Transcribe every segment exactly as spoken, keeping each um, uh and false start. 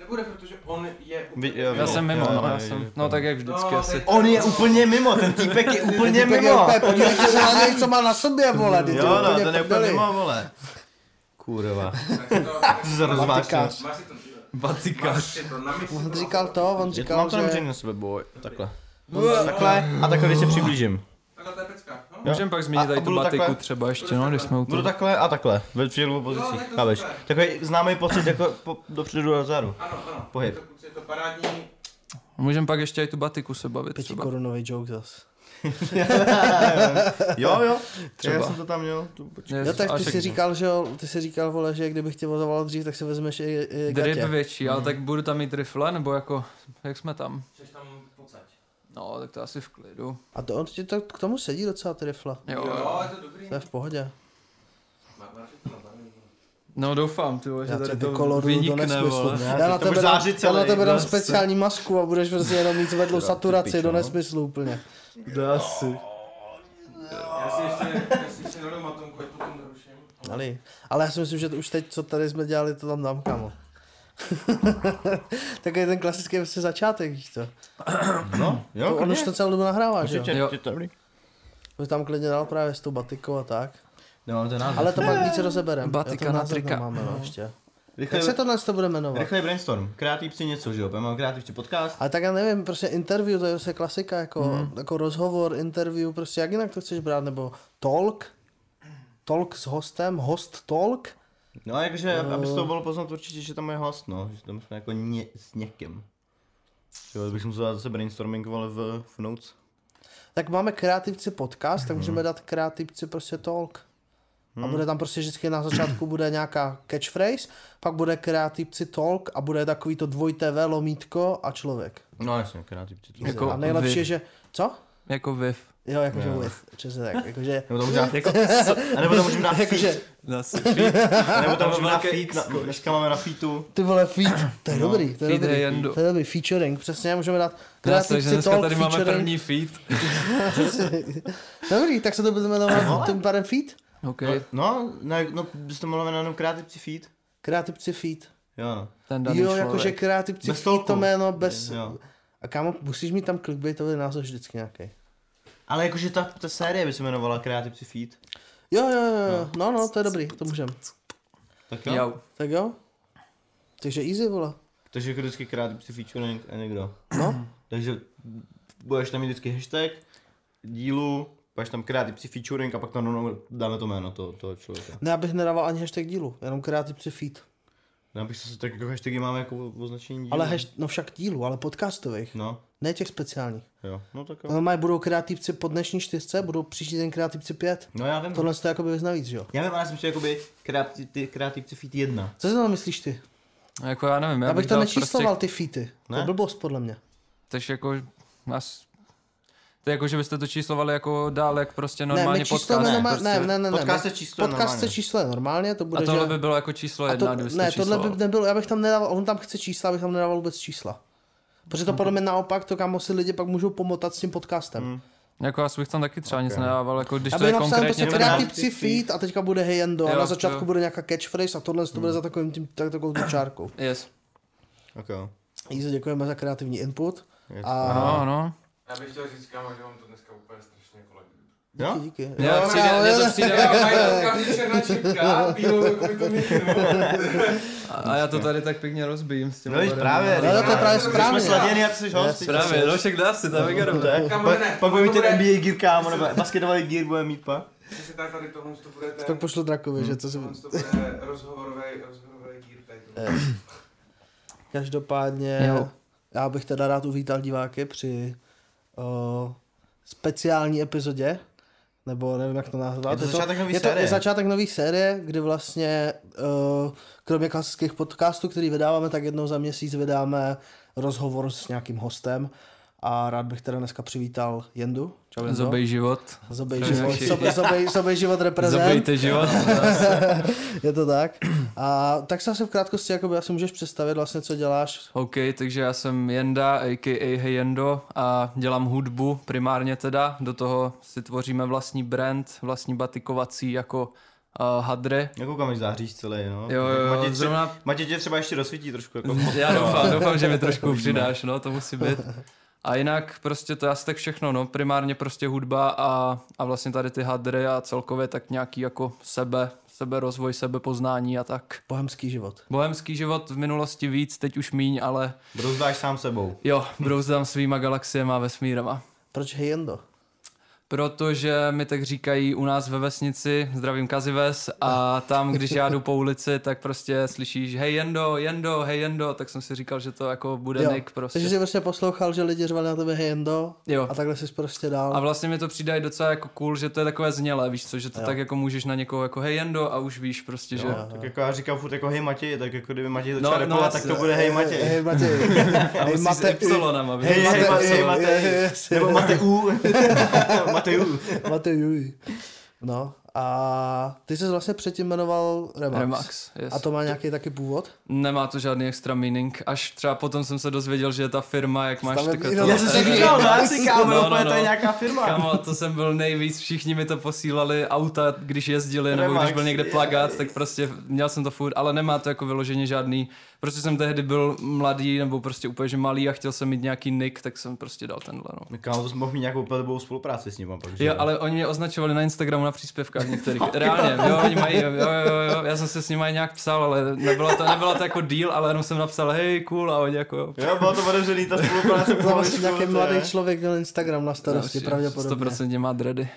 Nebude, protože on je Vy, jo, Já jo, jsem mimo, jo, no, jo, já jsem, jo, no jo. tak jak vždycky No, asi. teď- On je úplně mimo, ten týpek je úplně Tak je mimo. úplně, podívejte se na něj, co má na sobě, vole. teď je Jo, no, úplně ten je úplně prdeli. mimo, vole. Kurva. Tak si to- tak si to- Rozvážně. Vatikář. Máš si to, Vatikář. máš si to na mysli. On říkal to, on Je to, říkal, mám to že... namířený na sebe, boj. Takhle. Takhle a takhle, když se přiblížím. Takhle to je pecka, no? Můžeme pak změnit A- tady a tu budu batiku takhle? třeba ještě, no, když jsme u Budu toho. takhle a takhle, ve přijelu Jo, pozici, tak to chápeš? super. Takový známý pocit jako po, dopředu a dozadu. Ano, ano. Pohyb. Je to, je to parádní. Můžeme pak ještě i tu batiku se bavit Pěti třeba. korunový joke zas. Jo, jo, Třeba. já jsem to tam měl. Tu, počkej. Yes, Jo, tak a ty však- si říkal, že jo, ty si říkal, vole, že kdybych tě vozoval dřív, tak se vezmeš i, i Drip gatě. větší, ale tak budu tam mít rifle, nebo jako, jak jsme tam? Chceš tam pocať. No, tak to asi v klidu. A to, on ti to k tomu sedí docela ty rifle. Jo, Jo, je to dobrý. To je v pohodě. Má- máš to na barvě. no doufám, ty vole, že Já tady tě to vykoloruju do vynikne, nesmyslu. vole. Já na to tebe budeš dám, zářit já na celý, tebe dám prostě. speciální masku a budeš prostě jenom mít zvedlou saturaci pičo, do no. nesmyslu úplně. To asi. Já si ještě, já si ještě naliju matonku, ať potom neruším. Ale, ale já si myslím, že to už teď, co tady jsme dělali, to tam dám, kámo. Takový ten klasický vlastně začátek, víš co? No, jo, To on už to celou dobu nahrává, že jo? Jo. Je to dobrý. Už tam klidně dal právě s tou batikou a tak. Nemám ten název. Ale to pak více rozeberem. Batika Jo, to na název trika. Máme, no, ještě. Rychlej, Jak se tohle to bude jmenovat? rychlej brainstorm. Kreativci něco, že jo? Mám kreativci podcast. Ale tak já nevím, prostě interview, to je prostě klasika, jako, Hmm. jako rozhovor, interview, prostě jak jinak to chceš brát, nebo talk, talk s hostem, host talk, No, jakože, aby z toho bylo poznat určitě, že tam je host, no. Že tam jsme jako ně, s někým. Jo, bych musel dát zase brainstorming, ale v, v notes. tak máme kreativci podcast, tak můžeme dát kreativci prostě talk. A bude tam prostě vždycky na začátku bude nějaká catchphrase, pak bude kreativci talk a bude takový to dvojité V, lomítko a člověk. No jasně, kreativci. To Jako- A nejlepší vy. je, že... Co? Jako Viv. Jo, jakože Jo. with, přesně tak, jakože... Nebo to můžeme dát, jako, a nebo to můžeme dát Jakože, feat. Zase. A nebo to můžeme dát velký feat, na, dneska máme na featu. ty vole, feat, to je No. dobrý, to je Feat dobrý, je jendo. to je dobrý, featuring, přesně, můžeme dát Takže kreativci dneska talk, tady máme featuring. první feed. Dobrý, tak se to bude jmenovat tím pádem feat? OK, No, ne, no, bys to mohla jmenovat kreativci feat. Kreativci feat. Jo, no. ten daný Jo, člověk. jakože kreativci Bez feat, tolku. to jméno bez... Jo. A kámo, musíš mít tam clickbaitový název vždycky nějaký. Ale jakože ta, ta série by se jmenovala kreativci feat. Jo, jo, jo, jo, no, no, to je dobrý, to můžem. Tak jo. Jau. Tak jo? Takže easy, vole. Takže jako vždycky kreativci featuring a někdo. No, Takže budeš tam mít vždycky hashtag dílu, budeš tam kreativci featuring a pak tam rovnou dáme to jméno toho, toho člověka. ne, abych nedával ani hashtag dílu, jenom kreativci feat. Já bych se tak jako hashtagy máme jako označení dílu. Ale hasht, no však dílu, ale podcastových, No, ne těch speciálních. jo, no tak jo. No, mají budou kreativci po dnešní čtyřce, budou příští den kreativci pět. No já vím. Tohle to jakoby vyzná víc, že jo? Já vím, ale já jsem chtěl jakoby kreativ, ty kreativci feat jedna. Co si to myslíš ty? Jako já nevím, já, Já bych to dal nečísloval prostě, ty featy. To Ne? je blbost podle mě. Tež jako, nás, to je jako, že byste to číslovali jako dál, jak prostě Ne, normálně my číslujeme podcast. normálně, prostě ne, ne, ne, ne. podcast my- se čísluje Podcast normálně. se čísluje normálně, to bude, A tohle že... by bylo jako číslo A jedna, to, kdybyste ne, tohle čísloval. by nebylo, já bych tam nedával, on tam chce čísla, abych tam nedával vůbec čísla. Protože to podle mě naopak, to kámo si lidi pak můžou pomotat s tím podcastem. Mm. Jako já bych tam taky třeba nic Ok. nedával, jako když Já to je bych napsal konkrétně prostě ten kreativci feed a teďka bude hey Endo a Jo, na začátku jo. bude nějaká catchphrase a tohle to bude za takovým tím, tak, takovou tím čárkou. Yes. Ok, jo. Jízo, děkujeme za kreativní input. Je to- A Ano, ano. Já bych chtěl říct, kámo, že mám to dneska úplně strašně kolegy. Jo? díky, díky. Já Jo, přijde, ale- mně to přijde, Já mají každý černá čipka, pijou takový to mikro. a já to tady tak pěkně rozbijím s těma No víš, barem. právě. No, to je právě Jsme správně. sladěni, jak jsi host. Yes. Právě, no však dá si, tam je Tak, Kam pak, ne, pak bude mít ten bude- N B A gear, kámo, nebo basketbalový gear bude mít pak. Jestli tak tady tohle to bude ten... Tak pošlu Drakovi, že co si... Tohle to bude rozhovorový, rozhovorový gear tady. Každopádně, Jo. já bych teda rád uvítal diváky při uh, speciální epizodě, nebo nevím, jak to nazvat. Je to začátek nový je to, série. je začátek nový série, kdy vlastně uh, kromě klasických podcastů, který vydáváme, tak jednou za měsíc vydáme rozhovor s nějakým hostem. A rád bych teda dneska přivítal Jendu. Čau, Jendo. Zobej život. Zobej To je život, naši- zobej, zobej, zobej život reprezent. Zobejte život. Je to tak. A tak se asi v krátkosti jakoby, asi můžeš představit vlastně, co děláš. OK, takže já jsem Jenda, a ká a Hey Jendo a dělám hudbu primárně teda. Do toho si tvoříme vlastní brand, vlastní batikovací jako uh, hadry. Já koukám, že záříš celý, no. Jo, jo, Matěj, zrovna... Matěj tě třeba ještě rozsvítí trošku. Jako Já doufám, doufám, že mi trošku přidáš, no, to musí být. A jinak prostě to je asi tak všechno, no, primárně prostě hudba a, a vlastně tady ty hadry a celkově tak nějaký jako sebe, seberozvoj, sebepoznání a tak. Bohemský život. Bohemský život v minulosti víc, teď už míň, ale Brouzdáš sám sebou. jo, brouzdám svýma galaxiema a vesmírama. Proč Hejendo? Protože mi tak říkají u nás ve vesnici, zdravím Kazives, a tam, když já jdu po ulici, tak prostě slyšíš hej Jendo, Jendo, hej Jendo, tak jsem si říkal, že to jako bude Jo, nick prostě. takže jsi prostě poslouchal, že lidi řvali na tebe Hejendo Jo. a takhle jsi prostě dál. A vlastně mi to přijde i docela jako cool, že to je takové znělé, víš co, že to Jo. tak jako můžeš na někoho jako hej Jendo a už víš prostě, že... No, tak jako já říkám furt jako hej Matěj, tak jako kdyby Matěj No, začal no, repovat, tak to bude hej Matěj. Hej Matěj. A Hej musíš s Ypsilonem, aby... Hej, hej, Matej, hej, Matej. yes, Nebo yes. Matejů. Matejů. Matej. No a ty jsi vlastně předtím jmenoval Remax. Remax, yes. A to má nějaký taky původ? Nemá to žádný extra meaning, až třeba potom jsem se dozvěděl, že je ta firma, jak máš Stavební- takové no, to... Já jsem si říkal, já si kámo, No, no, úplně to je no. nějaká firma. Kámo, to jsem byl nejvíc, všichni mi to posílali, auta, když jezdili, nebo Remax, když byl někde plagát, yes. tak prostě měl jsem to furt, ale nemá to jako vyloženě žádný, prostě jsem tehdy byl mladý, nebo prostě úplně že malý a chtěl jsem mít nějaký nick, tak jsem prostě dal tenhle, no. Kámo, to jsem mohl mít nějakou pelebou spolupráci s ním. Pak, že? Jo, ale oni mě označovali na Instagramu na příspěvkách některých. Reálně, jo, oni mají, jo, jo, jo, já jsem se s nimi nějak psal, ale nebyla to, nebyla to jako deal, ale jenom jsem napsal, hej, cool, a oni jako... Jo, bylo to otevřený, ta spolupráce. To vlastně nějaký mladý člověk měl Instagram na starosti, sto pravděpodobně. procent má dready.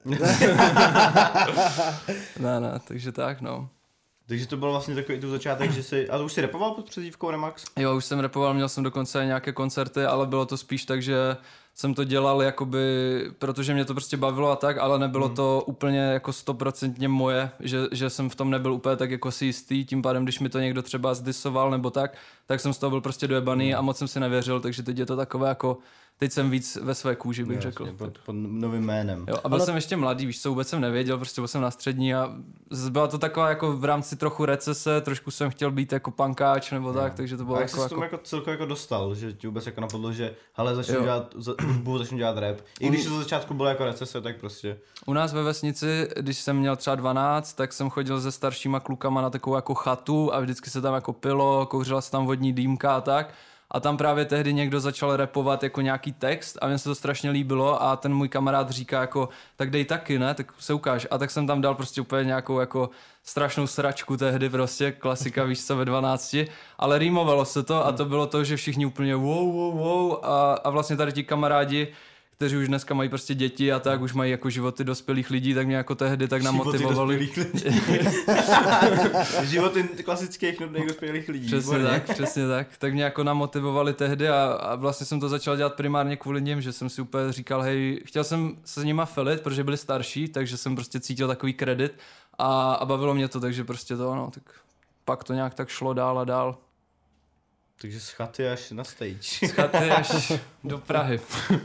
ne, ne, takže tak, no. Takže to byl vlastně takový tu začátek, že jsi, a už jsi repoval pod přezdívkou Remax? Jo, už jsem repoval, měl jsem dokonce nějaké koncerty, ale bylo to spíš tak, že jsem to dělal jakoby, protože mě to prostě bavilo a tak, ale nebylo hmm. to úplně jako stoprocentně moje, že, že jsem v tom nebyl úplně tak jako si jistý, tím pádem, když mi to někdo třeba zdisoval nebo tak, tak jsem z toho byl prostě dojebaný hmm. a moc jsem si nevěřil, takže teď je to takové jako, teď jsem víc ve své kůži, bych Jasně, řekl. pod, pod novým jménem. Jo, a byl Ale- jsem ještě mladý, víš co, vůbec jsem nevěděl, prostě byl jsem na střední a z- byla to taková jako v rámci trochu recese, trošku jsem chtěl být jako pankáč nebo tak, takže to bylo A jak jako, jsi s tomu jako... jako celkově jako dostal, že ti vůbec jako napadlo, že hele, začnu Jo. dělat za- hudbu, začnu dělat rap. I když to za začátku bylo jako recese, tak prostě. U nás ve vesnici, když jsem měl třeba dvanáct, tak jsem chodil se staršíma klukama na takovou jako chatu a vždycky se tam jako pilo, kouřila se tam vodní dýmka a tak. A tam právě tehdy někdo začal rapovat jako nějaký text a mně se to strašně líbilo a ten můj kamarád říká jako, tak dej taky, ne, tak se ukáž. A tak jsem tam dal prostě úplně nějakou jako strašnou sračku tehdy prostě, klasika, víš co, ve dvanácti, ale rýmovalo se to a to bylo to, že všichni úplně wow, wow, wow a, a vlastně tady ti kamarádi, kteří už dneska mají prostě děti a tak, už mají jako životy dospělých lidí, tak mě jako tehdy tak namotivovali. Životy dospělých lidí. Životy klasických nudných dospělých lidí. Přesně výborně. tak, přesně tak. Tak mě jako namotivovali tehdy a, a vlastně jsem to začal dělat primárně kvůli nim, že jsem si úplně říkal, hej, chtěl jsem se s nima felit, protože byli starší, takže jsem prostě cítil takový kredit a, a bavilo mě to, takže prostě to, no, tak pak to nějak tak šlo dál a dál. Takže z chaty až na stage. Z chaty až do Prahy.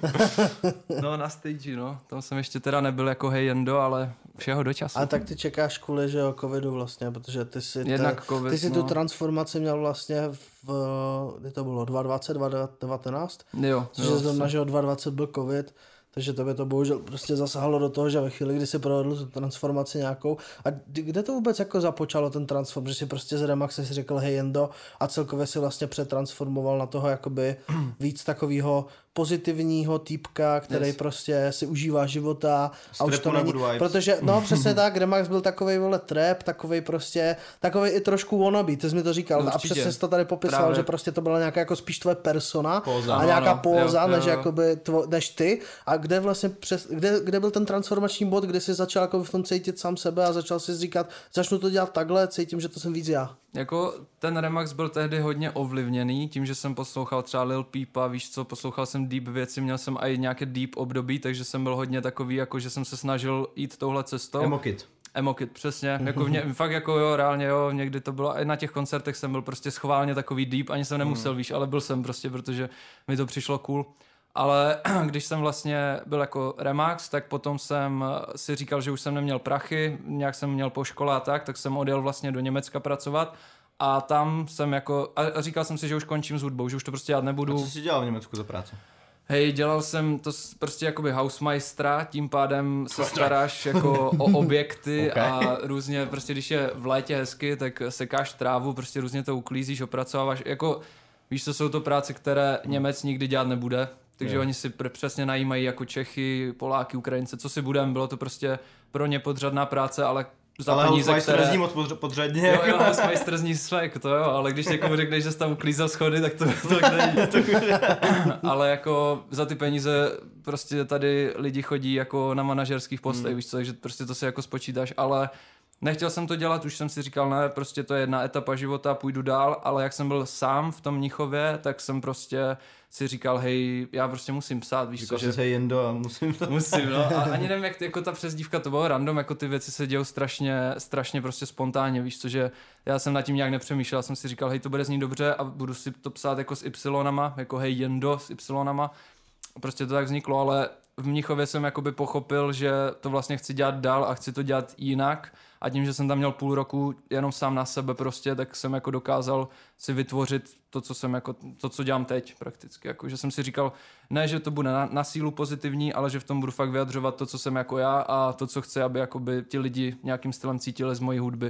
No na stage, no. Tam jsem ještě teda nebyl jako hej Jendo, ale všeho do času. A tak ty čekáš kvůli, že jo, covidu vlastně, protože ty si, Jednak te, covid, ty si no. tu transformaci měl vlastně v, kdy to bylo, dvacet dvacet, dvacet devatenáct? Jo, Což je znamená, že od dvacet dvacet byl covid, takže to by to bohužel prostě zasahalo do toho, že ve chvíli, kdy si provedl tu transformaci nějakou. A kde to vůbec jako započalo ten transform, že si prostě z Remaxe si řekl hej Jendo a celkově si vlastně přetransformoval na toho jakoby víc takového pozitivního týpka, který Yes. prostě si užívá života a už Strapu to na není, good vibes. protože no přesně tak, Remax byl takovej vole trap, takovej prostě, takovej i trošku wannabe, ty jsi mi to říkal Určitě. a přesně jsi to tady popisoval, Právě. že prostě to byla nějaká jako spíš tvoje persona Póza. a Ano, nějaká ano. póza, Jo, jo, než jo. jakoby tvo, než ty a kde vlastně přes, kde, kde byl ten transformační bod, kdy jsi začal jako v tom cítit sám sebe a začal si říkat, začnu to dělat takhle, cítím, že to jsem víc já. Jako ten Remax byl tehdy hodně ovlivněný tím, že jsem poslouchal třeba Lil Peepa, víš co, poslouchal jsem deep věci, měl jsem i nějaké deep období, takže jsem byl hodně takový, jako že jsem se snažil jít touhle cestou. Emokid. Emokid, přesně. Jako v ně, fakt jako jo, reálně jo, někdy to bylo, i na těch koncertech jsem byl prostě schválně takový deep, ani jsem nemusel, mm. víš, ale byl jsem prostě, protože mi to přišlo cool. Ale když jsem vlastně byl jako Remax, tak potom jsem si říkal, že už jsem neměl prachy, nějak jsem měl po škole a tak, tak jsem odjel vlastně do Německa pracovat a tam jsem jako, a říkal jsem si, že už končím s hudbou, že už to prostě dělat A nebudu. co jsi dělal v Německu za práci? Hej, dělal jsem to s- prostě jakoby housemeistera, tím pádem se staráš jako o objekty Okay. a různě prostě, když je v létě hezky, tak sekáš trávu, prostě různě to uklízíš, opracováváš, jako víš, co jsou to práce, které Němec nikdy dělat nebude, takže Jo. oni si pr- přesně najímají jako Čechy, Poláky, Ukrajince, co si budem, bylo to prostě pro ně podřadná práce, ale za Ale peníze, Housmeister které... nezní moc podř- podřadně. Jo, jako. jo, Housmeister zní svek, to jo, ale když někomu řekneš, že jsi tam uklízel schody, tak to, to tak není. Ale jako za ty peníze prostě tady lidi chodí jako na manažerských postech, hmm. víš co, takže prostě to si jako spočítáš, ale nechtěl jsem to dělat, už jsem si říkal, ne, prostě to je jedna etapa života, půjdu dál, ale jak jsem byl sám v tom Mnichově, tak jsem prostě si říkal, hej, já prostě musím psát, víš Říkal co, jsem že... se Jendo a musím to... Musím, no. A ani nevím, jak jako ta přezdívka, to bylo random, jako ty věci se dějou strašně, strašně prostě spontánně, víš co, že já jsem nad tím nějak nepřemýšlel, já jsem si říkal, hej, to bude znít dobře a budu si to psát jako s Y-nama, jako hej, Jendo s Y-nama. Prostě to tak vzniklo, ale v Mnichově jsem jakoby pochopil, že to vlastně chci dělat dál a chci to dělat jinak a tím, že jsem tam měl půl roku jenom sám na sebe prostě, tak jsem jako dokázal si vytvořit to, co jsem jako, to, co dělám teď prakticky, jako, že jsem si říkal, ne, že to bude na, na sílu pozitivní, ale že v tom budu fakt vyjadřovat to, co jsem jako já a to, co chci, aby jakoby ti lidi nějakým stylem cítili z mojí hudby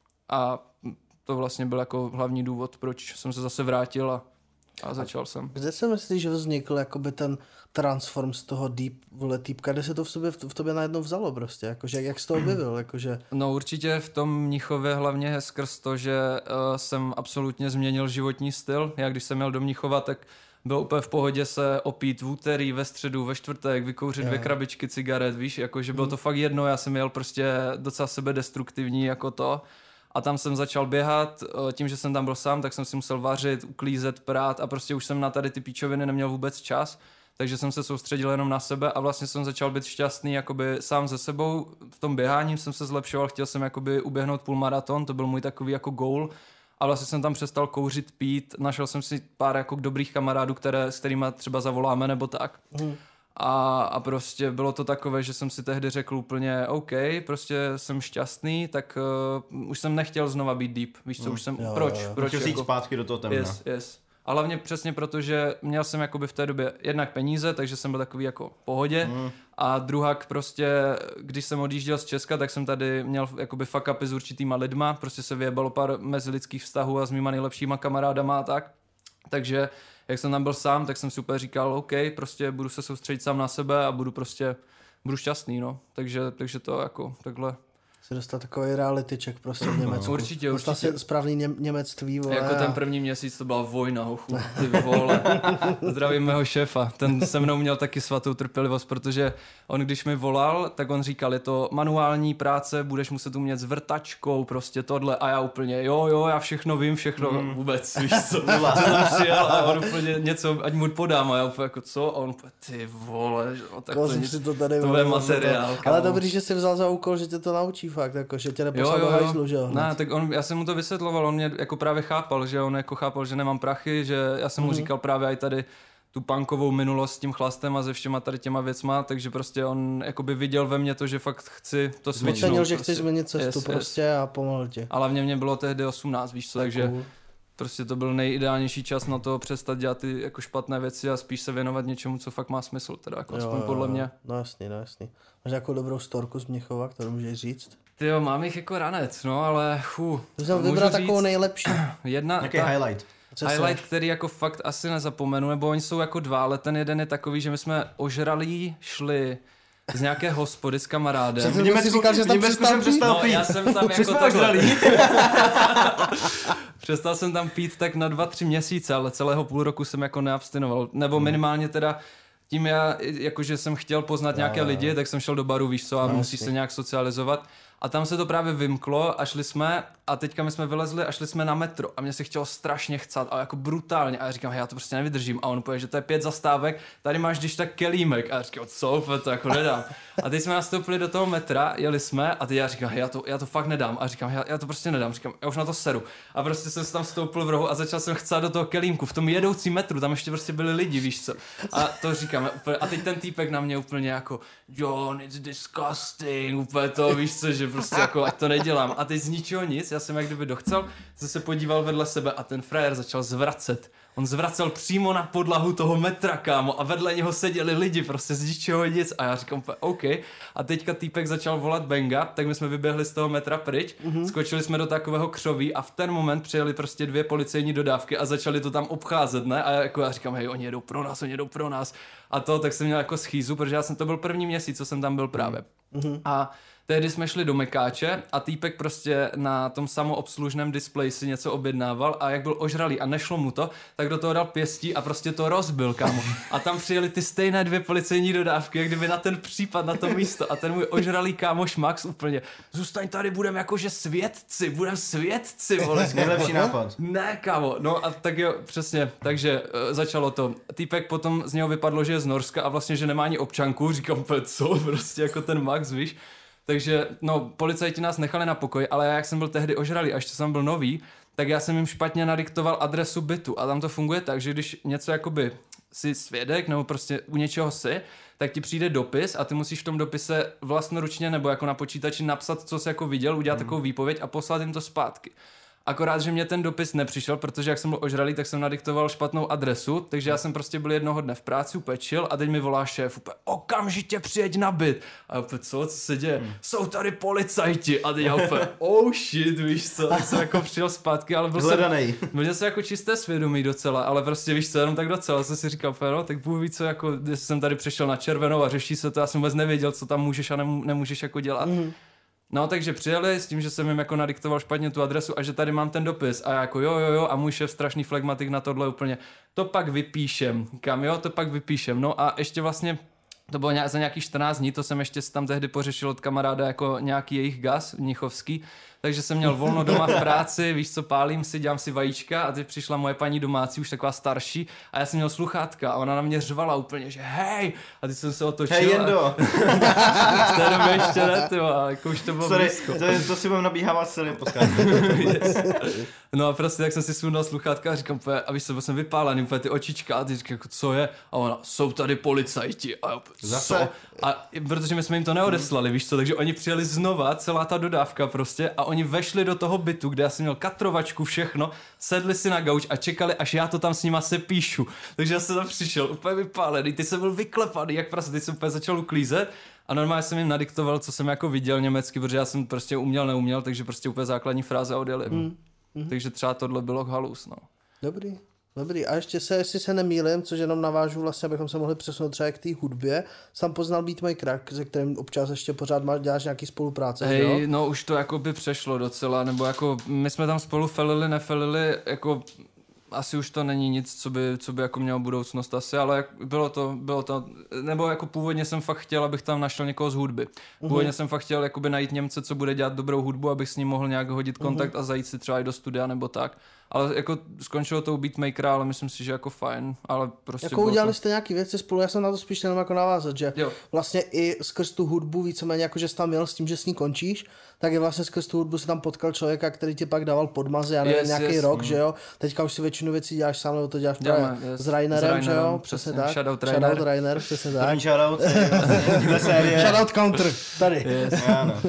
a to vlastně byl jako hlavní důvod, proč jsem se zase vrátil a A začal jsem. Kde si myslíš, že vznikl jakoby ten transform z toho deep, vole, týpka, kde se to v, sobě, v tobě najednou vzalo prostě, jakože jak jsi to objevil, jakože... No určitě v tom Mnichově hlavně skrz to, že uh, jsem absolutně změnil životní styl. Já když jsem jel do Mnichova, tak bylo úplně v pohodě se opít v úterý, ve středu, ve čtvrtek, vykouřit Jo. dvě krabičky cigaret, víš, jakože bylo to fakt jedno, já jsem jel prostě docela sebedestruktivní jako to. A tam jsem začal běhat, tím, že jsem tam byl sám, tak jsem si musel vařit, uklízet, prát a prostě už jsem na tady ty píčoviny neměl vůbec čas, takže jsem se soustředil jenom na sebe a vlastně jsem začal být šťastný jakoby sám ze sebou. V tom běhání jsem se zlepšoval, chtěl jsem jakoby uběhnout půlmaraton, to byl můj takový jako goal. A vlastně jsem tam přestal kouřit, pít, našel jsem si pár jako dobrých kamarádů, které, s kterými třeba zavoláme nebo tak. Mm. A, a prostě bylo to takové, že jsem si tehdy řekl úplně OK, prostě jsem šťastný, tak uh, už jsem nechtěl znova být deep, víš co, mm. už jsem, Jo, proč, jo, jo. proč Chtěl si jít jako, zpátky do toho temna. yes, yes. A hlavně přesně proto, že měl jsem jakoby v té době jednak peníze, takže jsem byl takový jako v pohodě mm. a druhak prostě, když jsem odjížděl z Česka, tak jsem tady měl jakoby fuck upy s určitýma lidma, prostě se vyjebalo pár mezilidských vztahů a s mýma nejlepšíma kamarádama a tak, takže jak jsem tam byl sám, tak jsem si úplně říkal, OK, prostě budu se soustředit sám na sebe a budu prostě, budu šťastný, no, takže, takže to jako takhle. Si dostal takový reality check prostě v Německu. Určitě, dostal určitě. si správný ně- němectví, vole. Jako ten první měsíc to byla vojna, hochu, ty vole. Zdravím mého šéfa, ten se mnou měl taky svatou trpělivost, protože on když mi volal, tak on říkal, je to manuální práce, budeš muset umět s vrtačkou, prostě tohle a já úplně, jo, jo, já všechno vím, všechno mm. vůbec, víš co, jsem tam přijel a on úplně něco, ať mu podám a já úplně jako co, a on úplně, ty vole, no, tak to, nic, to, tady to bude materiál, to. Ale dobrý, že jsi vzal za úkol, že tě to naučí fakt, jako, že tě jo, neposlal jo, do jo. hajzlu, že jo? Ne, tak on, já jsem mu to vysvětloval, on mě jako právě chápal, že on jako chápal, že nemám prachy, že já jsem mu Mhm. říkal právě i tady tu punkovou minulost s tím chlastem a se všema tady těma věcma, takže prostě on jakoby viděl ve mně to, že fakt chci to switchnout. Ocenil, že prostě. chceš změnit cestu Yes, prostě yes. a pomohl ti. A hlavně mě bylo tehdy osmnáct, víš co, takže Cool. prostě to byl nejideálnější čas na to přestat dělat ty jako špatné věci a spíš se věnovat něčemu, co fakt má smysl, teda jako aspoň podle mě. No jasný, no jasný. Máš nějakou dobrou storku z Mnichova, kterou můžeš říct? Tyjo, mám jich jako ranec, no ale fu. Jsem vybral takovou nejlepší. Jedna, Nějaký ta, highlight. Přesně. highlight, který jako fakt asi nezapomenu, nebo oni jsou jako dva, ale ten jeden je takový, že my jsme ožralí šli z nějaké hospody s kamarádem. Přece V jsi Německu, říkal, že v tam Německu přestal jsem přestal No, pít. já jsem tam jako jsme takhle. ožralí. Přestal jsem tam pít tak na dva, tři měsíce, ale celého půl roku jsem jako neabstinoval. Nebo minimálně teda tím já, jakože jsem chtěl poznat nějaké lidi, tak jsem šel do baru, víš co, a musíš se nějak socializovat. A tam se to právě vymklo a šli jsme a teďka my jsme vylezli a šli jsme na metro a mě se chtělo strašně chcat a jako brutálně a já říkám, hej, já to prostě nevydržím a on poví, že to je pět zastávek, tady máš když tak kelímek a já říkám, co, to jako nedám. A teď jsme nastoupili do toho metra, jeli jsme a teď já říkám, hej, já to, já to fakt nedám a říkám, já, já to prostě nedám, říkám, já už na to seru. A prostě jsem se tam stoupil v rohu a začal jsem chcát do toho kelímku, v tom jedoucí metru, tam ještě prostě byli lidi, víš co. A to říkám, a teď ten týpek na mě úplně jako, John, it's disgusting, úplně to, víš co, že že prostě jako ať to nedělám. A teď z ničeho nic, já jsem jak kdyby dochcel, jsem se podíval vedle sebe a ten frajer začal zvracet. On zvracel přímo na podlahu toho metra, kámo, a vedle něho seděli lidi, prostě z ničeho nic. A já říkám, OK. A teďka týpek začal volat Benga, tak my jsme vyběhli z toho metra pryč, mm-hmm. skočili jsme do takového křoví a v ten moment přijeli prostě dvě policejní dodávky a začali to tam obcházet, ne? A já, jako já říkám, hej, oni jedou pro nás, oni jedou pro nás. A to, tak jsem měl jako schýzu, protože já jsem, to byl první měsíc, co jsem tam byl právě. Mm-hmm. A tehdy jsme šli do Mekáče a týpek prostě na tom samoobslužném displeji si něco objednával a jak byl ožralý a nešlo mu to, tak do toho dal pěstí a prostě to rozbil, kámo. A tam přijeli ty stejné dvě policejní dodávky, jak kdyby na ten případ, na to místo. A ten můj ožralý kámoš Max úplně, zůstaň tady, budeme jakože svědci, budeme svědci, vole. Nejlepší nápad. Ne, kámo, no a tak jo, přesně, takže uh, začalo to. Týpek potom z něho vypadlo, že je z Norska a vlastně, že nemá ani občanku, říkám, co, prostě jako ten Max, víš. Takže, no, policajti nás nechali na pokoj, ale já, jak jsem byl tehdy ožralý, až jsem byl nový, tak já jsem jim špatně nadiktoval adresu bytu a tam to funguje tak, že když něco jakoby si svědek nebo prostě u něčeho si, tak ti přijde dopis a ty musíš v tom dopise vlastnoručně nebo jako na počítači napsat, co jsi jako viděl, udělat hmm. takovou výpověď a poslat jim to zpátky. Akorát, že mě ten dopis nepřišel, protože jak jsem byl ožralý, tak jsem nadiktoval špatnou adresu, takže já jsem prostě byl jednoho dne v práci, úplně chill a teď mi volá šéf, úplně okamžitě přijeď na byt. A úplně co, co se děje? Hmm. Jsou tady policajti a teď já úplně oh shit, víš co, tak jsem jako přijel zpátky, ale byl Hledanej. jsem, měl jsem jako čisté svědomí docela, ale prostě víš co, jenom tak docela, jsem si říkal, no, tak Bůh ví co, jako, když jsem tady přišel na červenou a řeší se to, já jsem vůbec nevěděl, co tam můžeš a nemůžeš jako dělat. Hmm. No, takže přijeli s tím, že jsem jim jako nadiktoval špatně tu adresu a že tady mám ten dopis a já jako jo, jo, jo a můj šéf strašný flegmatik na tohle úplně, to pak vypíšem, kam jo, to pak vypíšem, no a ještě vlastně to bylo nějak, za nějakých čtrnáct dní, to jsem ještě tam tehdy pořešil od kamaráda jako nějaký jejich gas mnichovský, takže jsem měl volno doma v práci, víš co, pálím si, dělám si vajíčka a teď přišla moje paní domácí, už taková starší a já jsem měl sluchátka a ona na mě řvala úplně, že hej, a teď jsem se otočil. Hej, Jendo. A v té době ještě ne, tyvo, a jako už to bylo Sorry, blízko. to, to si budem nabíhávat celý podcast. Yes. No a prostě tak jsem si sundal sluchátka a říkám, a víš co, byl jsem vypálený, úplně ty očička a ty říkám, jako, co je? A ona, jsou tady policajti. A já, co? Zase? A protože my jsme jim to neodeslali, víš co, takže oni přijeli znova, celá ta dodávka prostě a oni vešli do toho bytu, kde já jsem měl katrovačku, všechno, sedli si na gauč a čekali, až já to tam s nima sepíšu. Takže já jsem tam přišel úplně vypálený, ty jsem byl vyklepaný, jak prostě, teď jsem úplně začal uklízet. A normálně jsem jim nadiktoval, co jsem jako viděl německy, protože já jsem prostě uměl, neuměl, takže prostě úplně základní fráze odjeli. Mm. Mm. Takže třeba tohle bylo halus, no. Dobrý, dobrý. A ještě se, jestli se nemýlím, což jenom navážu vlastně, abychom se mohli přesunout třeba k té hudbě, jsem poznal Beatmaker, se kterým občas ještě pořád má, děláš nějaký spolupráce, Hej, jo? no už to jako by přešlo docela, nebo jako my jsme tam spolu felili, nefelili, jako asi už to není nic, co by, co by jako mělo budoucnost asi, ale bylo to, bylo to, nebo jako původně jsem fakt chtěl, abych tam našel někoho z hudby. Původně uh-huh. jsem fakt chtěl jakoby najít Němce, co bude dělat dobrou hudbu, abych s ním mohl nějak hodit kontakt uh-huh. a zajít si třeba i do studia nebo tak. Ale jako skončilo to u Beatmakera, ale myslím si, že jako fajn, ale prostě jako udělali to... jste nějaký věci spolu, já jsem na to spíš jenom jako navázat, že jo. Vlastně i skrz tu hudbu víceméně jako, že jsi tam měl s tím, že s ní končíš, tak je vlastně skrz tu hudbu si tam potkal člověka, který ti pak dával podmazy, já nevím, yes, nějaký yes, rok, mm. že jo, teďka už si většinu věcí děláš sám, nebo to děláš právě yes. s Rainerem, že jo, přesně, tak, shoutout Rainer. Shoutout Rainer, přesně tak. První shoutout, díle série. Shoutout counter, tady. Yes.